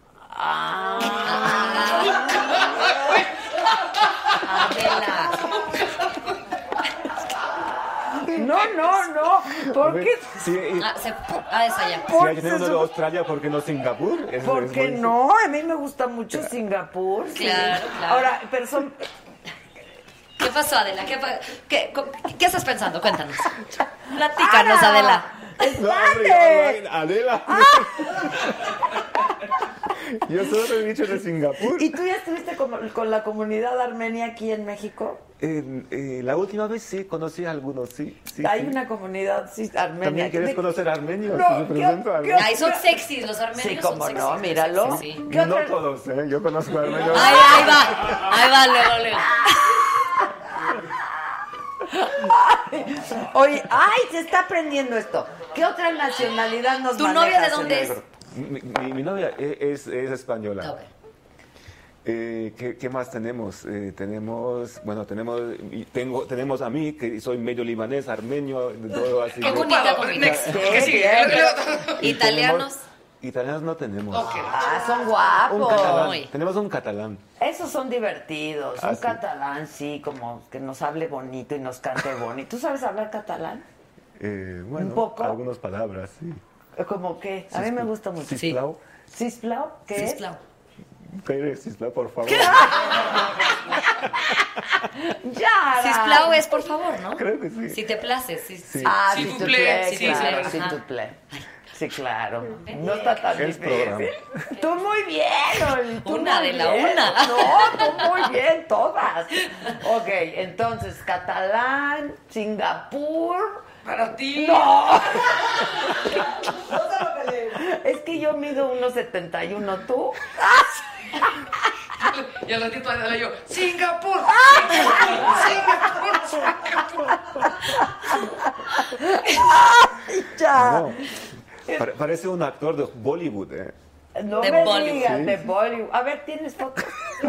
Speaker 10: Adela.
Speaker 3: No. ¿Por qué?
Speaker 8: Sí,
Speaker 10: ensayar.
Speaker 8: Sí, hay uno de Australia, ¿por qué no Singapur?
Speaker 3: ¿Por qué no? A mí me gusta mucho Singapur.
Speaker 10: Claro.
Speaker 3: Ahora, pero son...
Speaker 10: ¿Qué pasó, Adela? ¿Qué estás pensando? Cuéntanos. Platícanos, Adela.
Speaker 8: No, hombre, Adela. Yo solo he dicho de Singapur.
Speaker 3: ¿Y tú ya estuviste con la comunidad armenia aquí en México?
Speaker 8: La última vez sí, conocí a algunos, sí.
Speaker 3: Hay una comunidad armenia.
Speaker 8: ¿También quieres conocer armenios?
Speaker 3: No,
Speaker 10: Ay, son sexys, los armenios.
Speaker 3: Sí, cómo no, míralo.
Speaker 10: Sí.
Speaker 8: No todos, yo conozco a armenios.
Speaker 10: Ahí va, luego.
Speaker 3: Oye, se está aprendiendo esto. ¿Qué otra nacionalidad nos
Speaker 10: ¿Tu novia de
Speaker 3: manejas
Speaker 10: dónde
Speaker 3: en el
Speaker 10: es?
Speaker 3: grupo?
Speaker 8: Mi novia es española.
Speaker 10: Okay.
Speaker 8: ¿Qué más tenemos? Tenemos a mí, que soy medio libanés, armenio, todo así.
Speaker 9: Qué bonita
Speaker 10: combinación.
Speaker 9: ¿Italianos?
Speaker 8: Italianos no tenemos.
Speaker 9: Okay.
Speaker 3: Son guapos.
Speaker 8: Tenemos un catalán.
Speaker 3: Esos son divertidos. Un
Speaker 8: sí.
Speaker 3: catalán, sí, como que nos hable bonito y nos cante bonito. ¿Tú sabes hablar catalán?
Speaker 8: Bueno,
Speaker 3: un poco.
Speaker 8: Algunas palabras, sí.
Speaker 3: ¿Cómo qué? A mí me gusta mucho.
Speaker 8: Cisplau.
Speaker 3: ¿Cisplau? ¿Qué es?
Speaker 8: ¿Qué es Cisplau, por favor?
Speaker 3: ¡Ya!
Speaker 10: Cisplau es por favor, ¿no?
Speaker 8: Creo que sí.
Speaker 10: Si te places.
Speaker 3: Si
Speaker 10: Sí.
Speaker 3: tu play,
Speaker 10: Sí,
Speaker 3: claro,
Speaker 10: sí.
Speaker 3: si tu play. Sí, claro. No está tan
Speaker 8: Es
Speaker 3: difícil.
Speaker 8: programa.
Speaker 3: Tú muy bien, Oli. Tú
Speaker 10: Una
Speaker 3: muy
Speaker 10: de la
Speaker 3: bien.
Speaker 10: una.
Speaker 3: No, tú muy bien, todas. Ok, entonces, catalán, Singapur.
Speaker 9: Para ti.
Speaker 3: ¡No! Es que yo mido 1.71, ¿tú?
Speaker 9: Y al ratito yo, Singapur.
Speaker 3: Ya.
Speaker 8: No. Parece un actor de Bollywood,
Speaker 3: No
Speaker 10: De
Speaker 3: me
Speaker 10: Bollywood.
Speaker 3: digas,
Speaker 8: Sí.
Speaker 3: de Bollywood. A ver, ¿tienes fotos?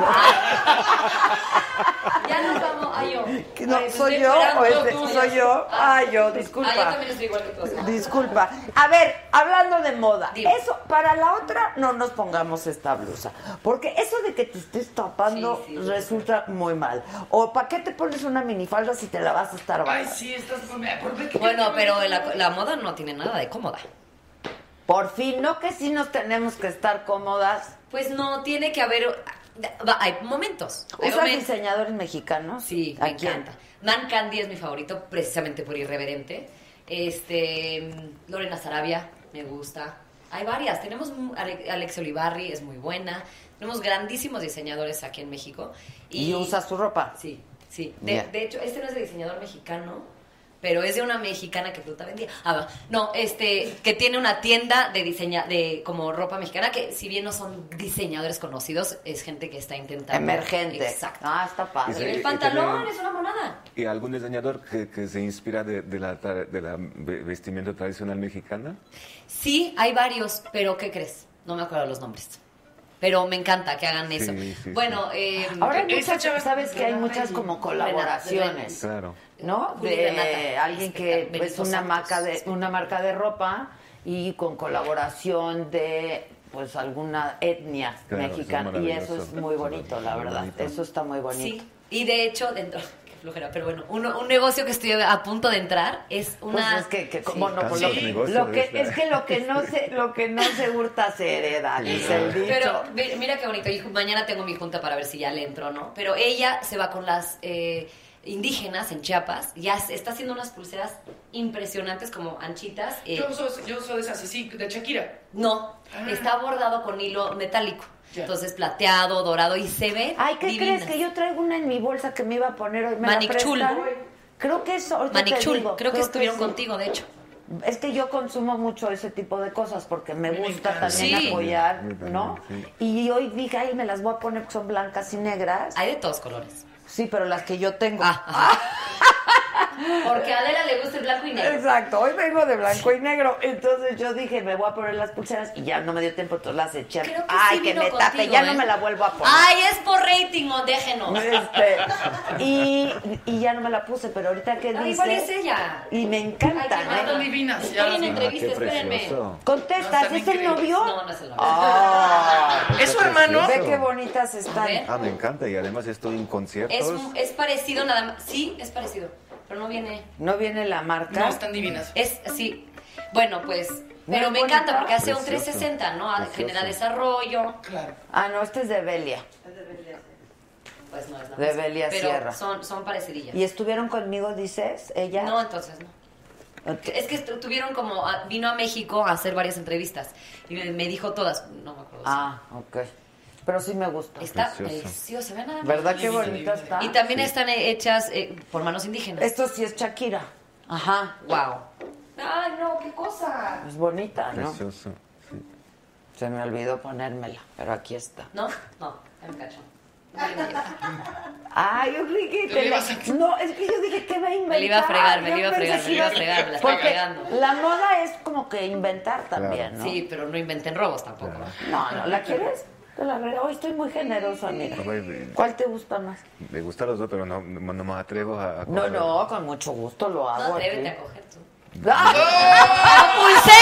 Speaker 10: Ya nos vamos. Ay, yo.
Speaker 3: No,
Speaker 10: Ay,
Speaker 3: ¿soy
Speaker 10: estoy
Speaker 3: yo
Speaker 10: esperando
Speaker 3: o
Speaker 10: tú.
Speaker 3: soy yo? Yo, disculpa.
Speaker 10: Yo también estoy igual que tú.
Speaker 3: Disculpa. A ver, hablando de moda,
Speaker 10: Dime.
Speaker 3: eso, para la otra no nos pongamos esta blusa. Porque eso de que te estés tapando
Speaker 10: Sí,
Speaker 3: resulta muy mal. O ¿para qué te pones una minifalda si te la vas a estar
Speaker 9: Ay,
Speaker 3: bajando?
Speaker 9: sí, estás con...
Speaker 10: Bueno, pero la moda no tiene nada de cómoda.
Speaker 3: Por fin, ¿no que sí nos tenemos que estar cómodas?
Speaker 10: Pues no, tiene que haber... Hay momentos. Hay
Speaker 3: ¿Usas
Speaker 10: momentos.
Speaker 3: diseñadores mexicanos?
Speaker 10: Sí,
Speaker 3: ¿A
Speaker 10: me
Speaker 3: quién?
Speaker 10: encanta. Dan Candy es mi favorito, precisamente por irreverente. Lorena Sarabia, me gusta. Hay varias. Tenemos Alex Olivarri, es muy buena. Tenemos grandísimos diseñadores aquí en México.
Speaker 3: ¿Y usas su ropa?
Speaker 10: Sí.
Speaker 3: Yeah.
Speaker 10: De hecho, no es de diseñador mexicano, pero es de una mexicana que fruta vendía. Que tiene una tienda de como ropa mexicana, que si bien no son diseñadores conocidos, es gente que está intentando.
Speaker 3: Emergente.
Speaker 10: Exacto.
Speaker 3: Está padre.
Speaker 10: Y el pantalón es una monada.
Speaker 8: ¿Y algún diseñador que se inspira de la vestimenta tradicional mexicana?
Speaker 10: Sí, hay varios, pero ¿qué crees? No me acuerdo los nombres. Pero me encanta que hagan eso.
Speaker 8: Sí,
Speaker 10: Bueno,
Speaker 3: ahora hay
Speaker 9: esa
Speaker 3: muchas,
Speaker 9: chava-
Speaker 3: sabes que hay muchas como colaboraciones,
Speaker 8: Claro.
Speaker 3: ¿no?
Speaker 10: Juli
Speaker 3: De
Speaker 10: Renata.
Speaker 3: alguien que
Speaker 10: Benito
Speaker 3: es una
Speaker 10: Santos.
Speaker 3: marca de ropa y con colaboración de pues alguna etnia
Speaker 8: Claro,
Speaker 3: mexicana,
Speaker 8: eso es
Speaker 3: y eso es
Speaker 8: maravilloso.
Speaker 3: muy bonito, la
Speaker 8: Muy
Speaker 3: verdad.
Speaker 8: bonito.
Speaker 3: Eso está muy bonito.
Speaker 10: Sí, y de hecho, qué flojera, pero bueno, un negocio que estoy a punto de entrar es una...
Speaker 3: Pues es que
Speaker 10: Sí.
Speaker 3: cómo no, pues
Speaker 8: Tantos negocios
Speaker 3: lo que
Speaker 8: de
Speaker 3: es que lo que no se hurta se hereda, dice el dicho.
Speaker 10: Pero mira qué bonito, y mañana tengo mi junta para ver si ya le entro o no, pero ella se va con las indígenas en Chiapas, ya está haciendo unas pulseras impresionantes, como anchitas.
Speaker 9: Yo soy de esas así, de Shakira.
Speaker 10: No, está bordado con hilo metálico.
Speaker 9: Ya.
Speaker 10: Entonces plateado, dorado, y se ve
Speaker 3: Ay, ¿qué
Speaker 10: divinas.
Speaker 3: crees? Que yo traigo una en mi bolsa que me iba a poner hoy. ¿Me la
Speaker 10: Manicchul.
Speaker 3: prestan? Creo que eso. ahorita te
Speaker 10: Manicchul,
Speaker 3: digo,
Speaker 10: creo que estuvieron
Speaker 3: sí.
Speaker 10: contigo, de hecho.
Speaker 3: Es que yo consumo mucho ese tipo de cosas porque me gusta
Speaker 9: encanta.
Speaker 3: también
Speaker 10: Sí.
Speaker 3: apoyar,
Speaker 8: Muy bien,
Speaker 3: ¿no?
Speaker 8: sí.
Speaker 3: Y hoy dije, ay, me las voy a poner que son blancas y negras.
Speaker 10: Hay de todos colores.
Speaker 3: Sí, pero las que yo tengo.
Speaker 10: Porque a Adela le gusta el blanco y negro.
Speaker 3: Exacto, hoy vengo de blanco y negro. Entonces yo dije, me voy a poner las pulseras y ya no me dio tiempo, entonces las eché.
Speaker 10: Creo que
Speaker 3: Ay,
Speaker 10: sí
Speaker 3: que
Speaker 10: vino
Speaker 3: me tape,
Speaker 10: contigo,
Speaker 3: ya
Speaker 10: ¿eh?
Speaker 3: no me la vuelvo a poner.
Speaker 10: Ay, es por rating, o déjenos.
Speaker 3: Y ya no me la puse, pero ahorita que
Speaker 10: Ay,
Speaker 3: dice.
Speaker 10: igual es ella.
Speaker 3: Y me encanta,
Speaker 10: Ay, qué
Speaker 9: Están
Speaker 3: ¿eh?
Speaker 9: divinas.
Speaker 10: Estoy en
Speaker 9: las-
Speaker 10: entrevista,
Speaker 8: qué
Speaker 10: espérenme.
Speaker 8: precioso.
Speaker 3: Contestas,
Speaker 9: No,
Speaker 3: ¿es
Speaker 9: están
Speaker 3: el
Speaker 9: increíbles.
Speaker 3: novio?
Speaker 10: No, no es el novio.
Speaker 3: Ah,
Speaker 9: ¿Es su hermano?
Speaker 3: ve qué bonitas están.
Speaker 10: A ver.
Speaker 8: Me encanta, y además estoy en conciertos.
Speaker 10: Es parecido nada más. Sí, es parecido. Pero no viene.
Speaker 3: ¿No viene la marca?
Speaker 9: No, están divinas.
Speaker 10: Es sí. Bueno, pues. Pero
Speaker 3: Muy
Speaker 10: me encanta
Speaker 3: bonita.
Speaker 10: porque hace un
Speaker 8: Precioso.
Speaker 10: 360, ¿no?
Speaker 8: Precioso.
Speaker 10: Genera desarrollo.
Speaker 9: Claro.
Speaker 3: Ah, no, este es de Belia.
Speaker 10: Pues no es la
Speaker 3: De
Speaker 10: misma.
Speaker 3: Belia
Speaker 10: Pero
Speaker 3: Sierra.
Speaker 10: son parecidillas.
Speaker 3: ¿Y estuvieron conmigo, dices? ¿Ella?
Speaker 10: No, entonces no. Es que tuvieron como... Vino a México a hacer varias entrevistas. Y me dijo todas. No me acuerdo.
Speaker 3: Ok. Pero sí me gusta.
Speaker 10: Está preciosa. Vean nada más.
Speaker 3: ¿Verdad qué bonita está?
Speaker 10: Y también están hechas por manos indígenas.
Speaker 3: Esto sí es Shakira. Ajá.
Speaker 10: Wow. Ay, no, qué cosa.
Speaker 3: Es bonita, ¿no?
Speaker 8: Precioso, sí.
Speaker 3: Se me olvidó ponérmela, pero aquí está.
Speaker 10: No, me cacho.
Speaker 3: Yo creí que no, es que yo dije que va a inventar.
Speaker 10: Me la iba a fregar, me la iba a fregar, la estaba fregando.
Speaker 3: La moda es como que inventar también, ¿no?
Speaker 10: Sí, pero no inventen robos tampoco.
Speaker 3: No, ¿la quieres? Te la regalo. Hoy estoy muy generosa, amiga. ¿Cuál te gusta más?
Speaker 8: Me gustan los dos, pero no me atrevo a coger.
Speaker 3: No, con mucho gusto lo hago.
Speaker 10: No, atrévete a coger tú.
Speaker 3: ¡La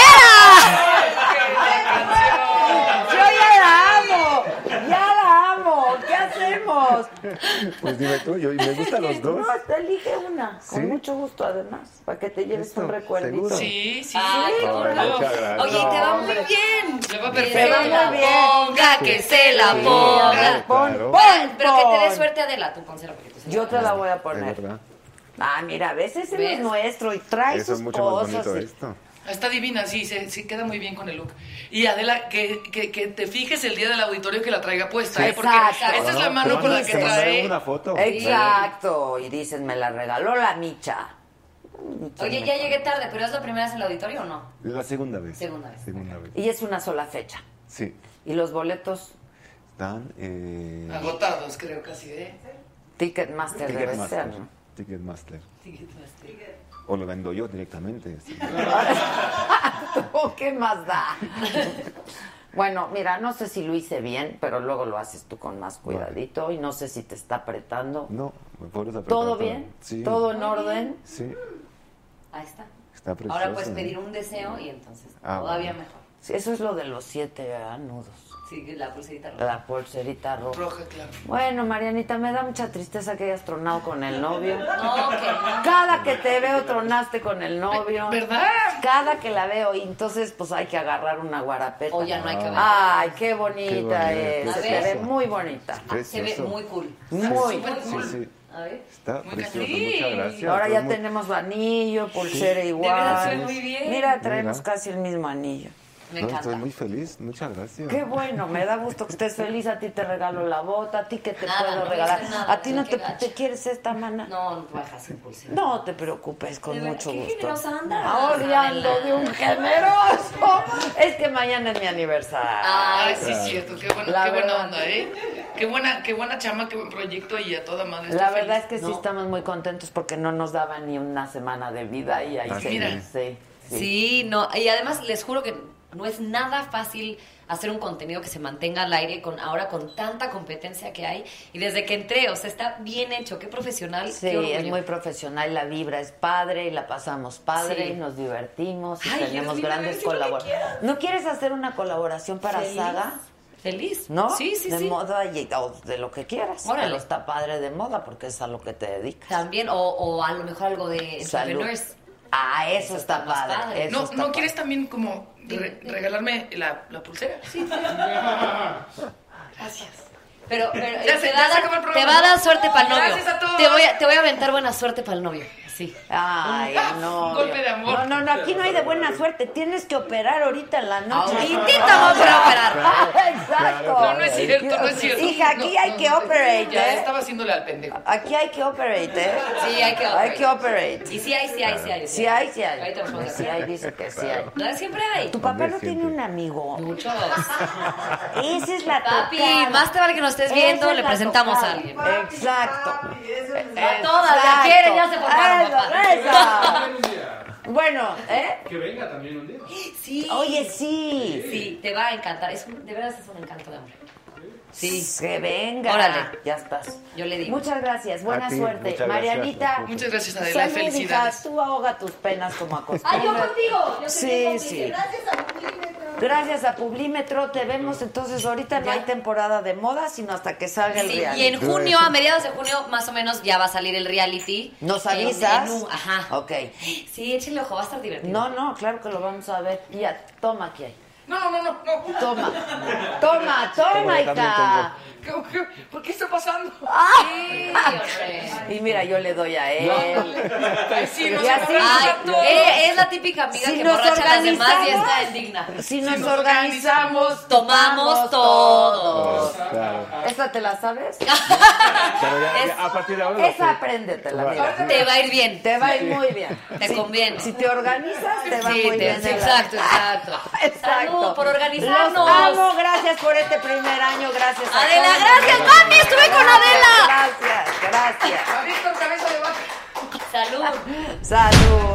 Speaker 3: pulsera! ¡Yo ya la amo! ¿Qué hacemos?
Speaker 8: Pues dime tú, me gustan los dos.
Speaker 3: No, te elige una, con mucho gusto además, para que te lleves un recuerdito.
Speaker 8: ¿Seguro?
Speaker 9: Sí.
Speaker 10: Ay,
Speaker 8: muchas gracias.
Speaker 10: Oye, te va muy bien.
Speaker 9: Le va
Speaker 10: Que
Speaker 9: perfecto.
Speaker 10: se la ponga, que se la ponga.
Speaker 8: Claro.
Speaker 10: Pero que te dé suerte, Adela, tú pónsela porque tú
Speaker 3: Yo te la voy a poner.
Speaker 8: Es verdad.
Speaker 3: Mira, a veces es nuestro y trae
Speaker 8: Eso
Speaker 3: sus
Speaker 8: es mucho más
Speaker 3: cosas.
Speaker 8: bonito esto.
Speaker 9: Está divina, sí, sí queda muy bien con el look. Y Adela, que te fijes el día del auditorio que la traiga puesta,
Speaker 3: Sí,
Speaker 9: porque
Speaker 3: exacto.
Speaker 9: esta es la mano con la que trae.
Speaker 8: Una foto.
Speaker 3: Exacto. Y dicen, me la regaló la Micha.
Speaker 10: Oye, ya llegué tarde, pero ¿es la primera vez en el auditorio o no?
Speaker 8: La segunda vez.
Speaker 10: Segunda vez.
Speaker 3: Y es una sola fecha.
Speaker 8: Sí.
Speaker 3: ¿Y los boletos?
Speaker 8: Están...
Speaker 9: Agotados, creo, casi,
Speaker 3: Ticketmaster debe ser, ¿no?
Speaker 8: Ticketmaster. O lo vendo yo directamente. Sí.
Speaker 3: ¿Qué más da? Bueno, mira, no sé si lo hice bien, pero luego lo haces tú con más cuidadito. Vale. Y no sé si te está apretando.
Speaker 8: No, me puedes apretar.
Speaker 3: ¿Todo bien?
Speaker 8: Sí.
Speaker 3: ¿Todo en orden?
Speaker 8: Sí.
Speaker 10: Ahí está.
Speaker 8: Está precioso.
Speaker 10: Ahora puedes pedir un deseo y entonces todavía mejor.
Speaker 3: Sí, eso es lo de los 7 nudos.
Speaker 10: Sí, la pulserita roja.
Speaker 3: La pulserita roja.
Speaker 9: Roja, claro.
Speaker 3: Bueno, Marianita, me da mucha tristeza que hayas tronado con el novio.
Speaker 10: No, que no.
Speaker 3: Cada que te veo tronaste con el novio.
Speaker 9: ¿Verdad?
Speaker 3: Cada que la veo, y entonces pues hay que agarrar una guarapeta.
Speaker 10: O ya no hay que ver.
Speaker 3: Ay, qué bonita es.
Speaker 10: A
Speaker 3: Se
Speaker 10: ver.
Speaker 3: ve muy bonita.
Speaker 10: Se ve muy cool.
Speaker 3: Muy
Speaker 10: cool.
Speaker 8: Sí.
Speaker 10: A ver.
Speaker 8: Está precioso,
Speaker 10: sí.
Speaker 8: muchas gracias.
Speaker 3: Ahora ya tenemos anillo, pulsera igual.
Speaker 10: De verdad, se ve muy bien.
Speaker 3: Mira, traemos casi el mismo anillo.
Speaker 10: Me encanta.
Speaker 8: Estoy muy feliz, muchas gracias.
Speaker 3: Qué bueno, me da gusto que estés feliz. A ti te regalo la bota, a ti que te
Speaker 10: Nada,
Speaker 3: puedo
Speaker 10: no
Speaker 3: regalar.
Speaker 10: hice nada,
Speaker 3: ¿A ti no
Speaker 10: qué
Speaker 3: te
Speaker 10: gacho.
Speaker 3: quieres esta, mana?
Speaker 10: No te voy a dejar sin pulsera.
Speaker 3: No te preocupes, con
Speaker 10: De verdad,
Speaker 3: mucho
Speaker 10: qué
Speaker 3: gusto.
Speaker 10: generosa andas,
Speaker 3: Ahora ando
Speaker 10: Adela.
Speaker 3: de un generoso. Es que mañana es mi aniversario.
Speaker 9: Ay, sí, cierto. Qué
Speaker 3: La
Speaker 9: buena
Speaker 3: verdad.
Speaker 9: onda, Qué buena chama, qué buen proyecto y a toda madre.
Speaker 3: La
Speaker 9: estoy
Speaker 3: verdad
Speaker 9: feliz.
Speaker 3: es que sí estamos muy contentos porque no nos daban ni una semana de vida y ahí
Speaker 9: Mira.
Speaker 10: Sí, no. Y además les juro que no es nada fácil hacer un contenido que se mantenga al aire ahora con tanta competencia que hay. Y desde que entré, o sea, está bien hecho, qué profesional.
Speaker 3: Sí,
Speaker 10: qué orgullo.
Speaker 3: es muy profesional, la vibra es padre y la pasamos padre
Speaker 10: Sí.
Speaker 3: y nos divertimos y
Speaker 10: Ay,
Speaker 3: tenemos
Speaker 10: Dios mío,
Speaker 3: grandes
Speaker 10: sí, lo que
Speaker 3: colaboraciones.
Speaker 10: quieras.
Speaker 3: ¿No quieres hacer una colaboración para
Speaker 10: Feliz.
Speaker 3: Saga?
Speaker 10: Feliz.
Speaker 3: ¿No?
Speaker 10: Sí, sí,
Speaker 3: de
Speaker 10: sí.
Speaker 3: moda o de lo que quieras.
Speaker 10: Órale.
Speaker 3: Pero está padre de moda porque es a lo que te dedicas.
Speaker 10: También, o a lo mejor algo de
Speaker 3: Salud.
Speaker 10: entrepreneurs.
Speaker 3: Eso está
Speaker 10: más
Speaker 3: padre.
Speaker 10: padre.
Speaker 3: Eso
Speaker 9: ¿No,
Speaker 3: está
Speaker 9: ¿no
Speaker 3: padre.
Speaker 9: quieres también como regalarme la pulsera?
Speaker 10: Sí.
Speaker 9: Gracias.
Speaker 10: Pero
Speaker 9: Ya se
Speaker 10: te, va a
Speaker 9: acabó el
Speaker 10: dar,
Speaker 9: programa,
Speaker 10: te va a dar
Speaker 9: ¿no?
Speaker 10: suerte para el novio.
Speaker 9: Gracias a todos.
Speaker 10: Te voy a aventar buena suerte para el novio. Sí.
Speaker 3: Ay, no.
Speaker 9: Un golpe de amor.
Speaker 3: No, aquí no hay de buena suerte. Tienes que operar ahorita en la noche.
Speaker 10: Ahorita vamos a operar.
Speaker 3: Exacto.
Speaker 9: No es cierto, no es cierto.
Speaker 3: Hija, aquí hay que operate,
Speaker 9: Ya
Speaker 3: ¿eh?
Speaker 9: estaba haciéndole al pendejo.
Speaker 3: Aquí hay que operate, ¿eh?
Speaker 10: Sí, hay que
Speaker 3: Hay que operate.
Speaker 10: Y sí hay.
Speaker 3: Sí hay.
Speaker 10: Ahorita vamos a
Speaker 3: Sí hay, dice que sí hay.
Speaker 10: No, siempre hay.
Speaker 3: ¿Tu papá
Speaker 8: Hombre,
Speaker 3: no tiene
Speaker 8: siempre.
Speaker 3: un amigo?
Speaker 10: Muchos.
Speaker 3: Esa es la
Speaker 10: Papi,
Speaker 3: tocada.
Speaker 10: más te vale que nos estés viendo,
Speaker 3: Esa es
Speaker 10: le
Speaker 3: la
Speaker 10: presentamos
Speaker 3: tocada.
Speaker 10: a alguien.
Speaker 3: Exacto.
Speaker 10: A todas, la quieren, ya se formaron, papá.
Speaker 3: Esa. Bueno, ¿eh?
Speaker 6: Que venga también un día.
Speaker 10: Sí.
Speaker 3: Oye, sí.
Speaker 10: Sí, te va a encantar. De verdad es un encanto de hombre. Sí.
Speaker 3: Que venga.
Speaker 10: Órale.
Speaker 3: Ya estás.
Speaker 10: Yo le digo.
Speaker 3: Muchas gracias. Buena
Speaker 8: A ti,
Speaker 3: suerte.
Speaker 8: muchas
Speaker 3: Marianita.
Speaker 8: gracias.
Speaker 9: Muchas gracias, Adela.
Speaker 3: Salud,
Speaker 9: Felicidades.
Speaker 3: hija. Tú ahoga tus penas como
Speaker 10: Ah,
Speaker 3: acostumbras.
Speaker 10: yo contigo. Yo soy bien
Speaker 3: Sí,
Speaker 10: cómplice.
Speaker 3: sí. Gracias a Publímetro te vemos. Entonces, ahorita no
Speaker 10: Ya.
Speaker 3: hay temporada de moda, sino hasta que salga el
Speaker 10: Sí,
Speaker 3: reality.
Speaker 10: y en junio, a mediados de junio, más o menos, ya va a salir el reality.
Speaker 3: ¿Nos avisas?
Speaker 10: Ajá.
Speaker 3: Ok.
Speaker 10: Sí, échenle ojo, va a estar divertido.
Speaker 3: No, claro que lo vamos a ver. Ya, toma aquí hay.
Speaker 9: No.
Speaker 3: Toma, hija.
Speaker 9: ¿Por qué está pasando?
Speaker 10: Sí, hombre.
Speaker 3: Y mira, yo le doy a él.
Speaker 9: Sí,
Speaker 3: y así,
Speaker 10: es la típica amiga que borracha a las demás y está indigna.
Speaker 3: Si nos organizamos,
Speaker 10: tomamos todos.
Speaker 8: Claro.
Speaker 3: ¿Esa te la sabes?
Speaker 8: A partir de ahora.
Speaker 3: Esa apréndetela, mira.
Speaker 10: Te va a ir bien.
Speaker 3: Te va a ir muy bien.
Speaker 10: Te conviene.
Speaker 3: Si te organizas, te va muy bien.
Speaker 10: Exacto. Salud por organizarnos.
Speaker 3: Los amo, gracias por este primer año, gracias a
Speaker 10: Adela,
Speaker 3: todos.
Speaker 10: gracias, mami, estuve con Adela.
Speaker 3: Gracias.
Speaker 9: Víctor, cabeza de vaca.
Speaker 3: Salud.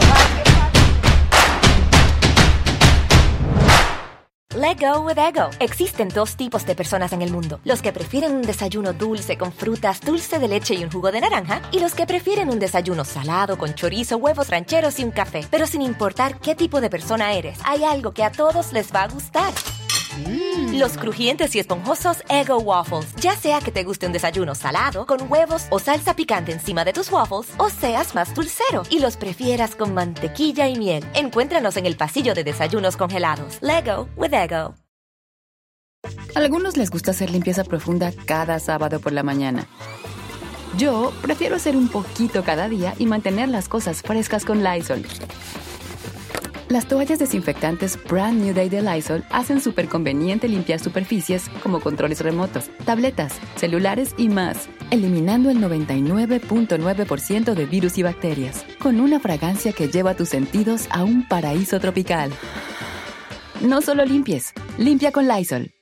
Speaker 1: Let go with ego. Existen dos tipos de personas en el mundo. Los que prefieren un desayuno dulce con frutas, dulce de leche y un jugo de naranja. Y los que prefieren un desayuno salado con chorizo, huevos rancheros y un café. Pero sin importar qué tipo de persona eres, hay algo que a todos les va a gustar. Los crujientes y esponjosos Eggo Waffles. Ya sea que te guste un desayuno salado, con huevos o salsa picante encima de tus waffles, o seas más dulcero y los prefieras con mantequilla y miel. Encuéntranos en el pasillo de desayunos congelados. Lego with Eggo.
Speaker 2: A algunos les gusta hacer limpieza profunda cada sábado por la mañana. Yo prefiero hacer un poquito cada día y mantener las cosas frescas con Lysol. Las toallas desinfectantes Brand New Day de Lysol hacen súper conveniente limpiar superficies como controles remotos, tabletas, celulares y más, eliminando el 99.9% de virus y bacterias, con una fragancia que lleva tus sentidos a un paraíso tropical. No solo limpies, limpia con Lysol.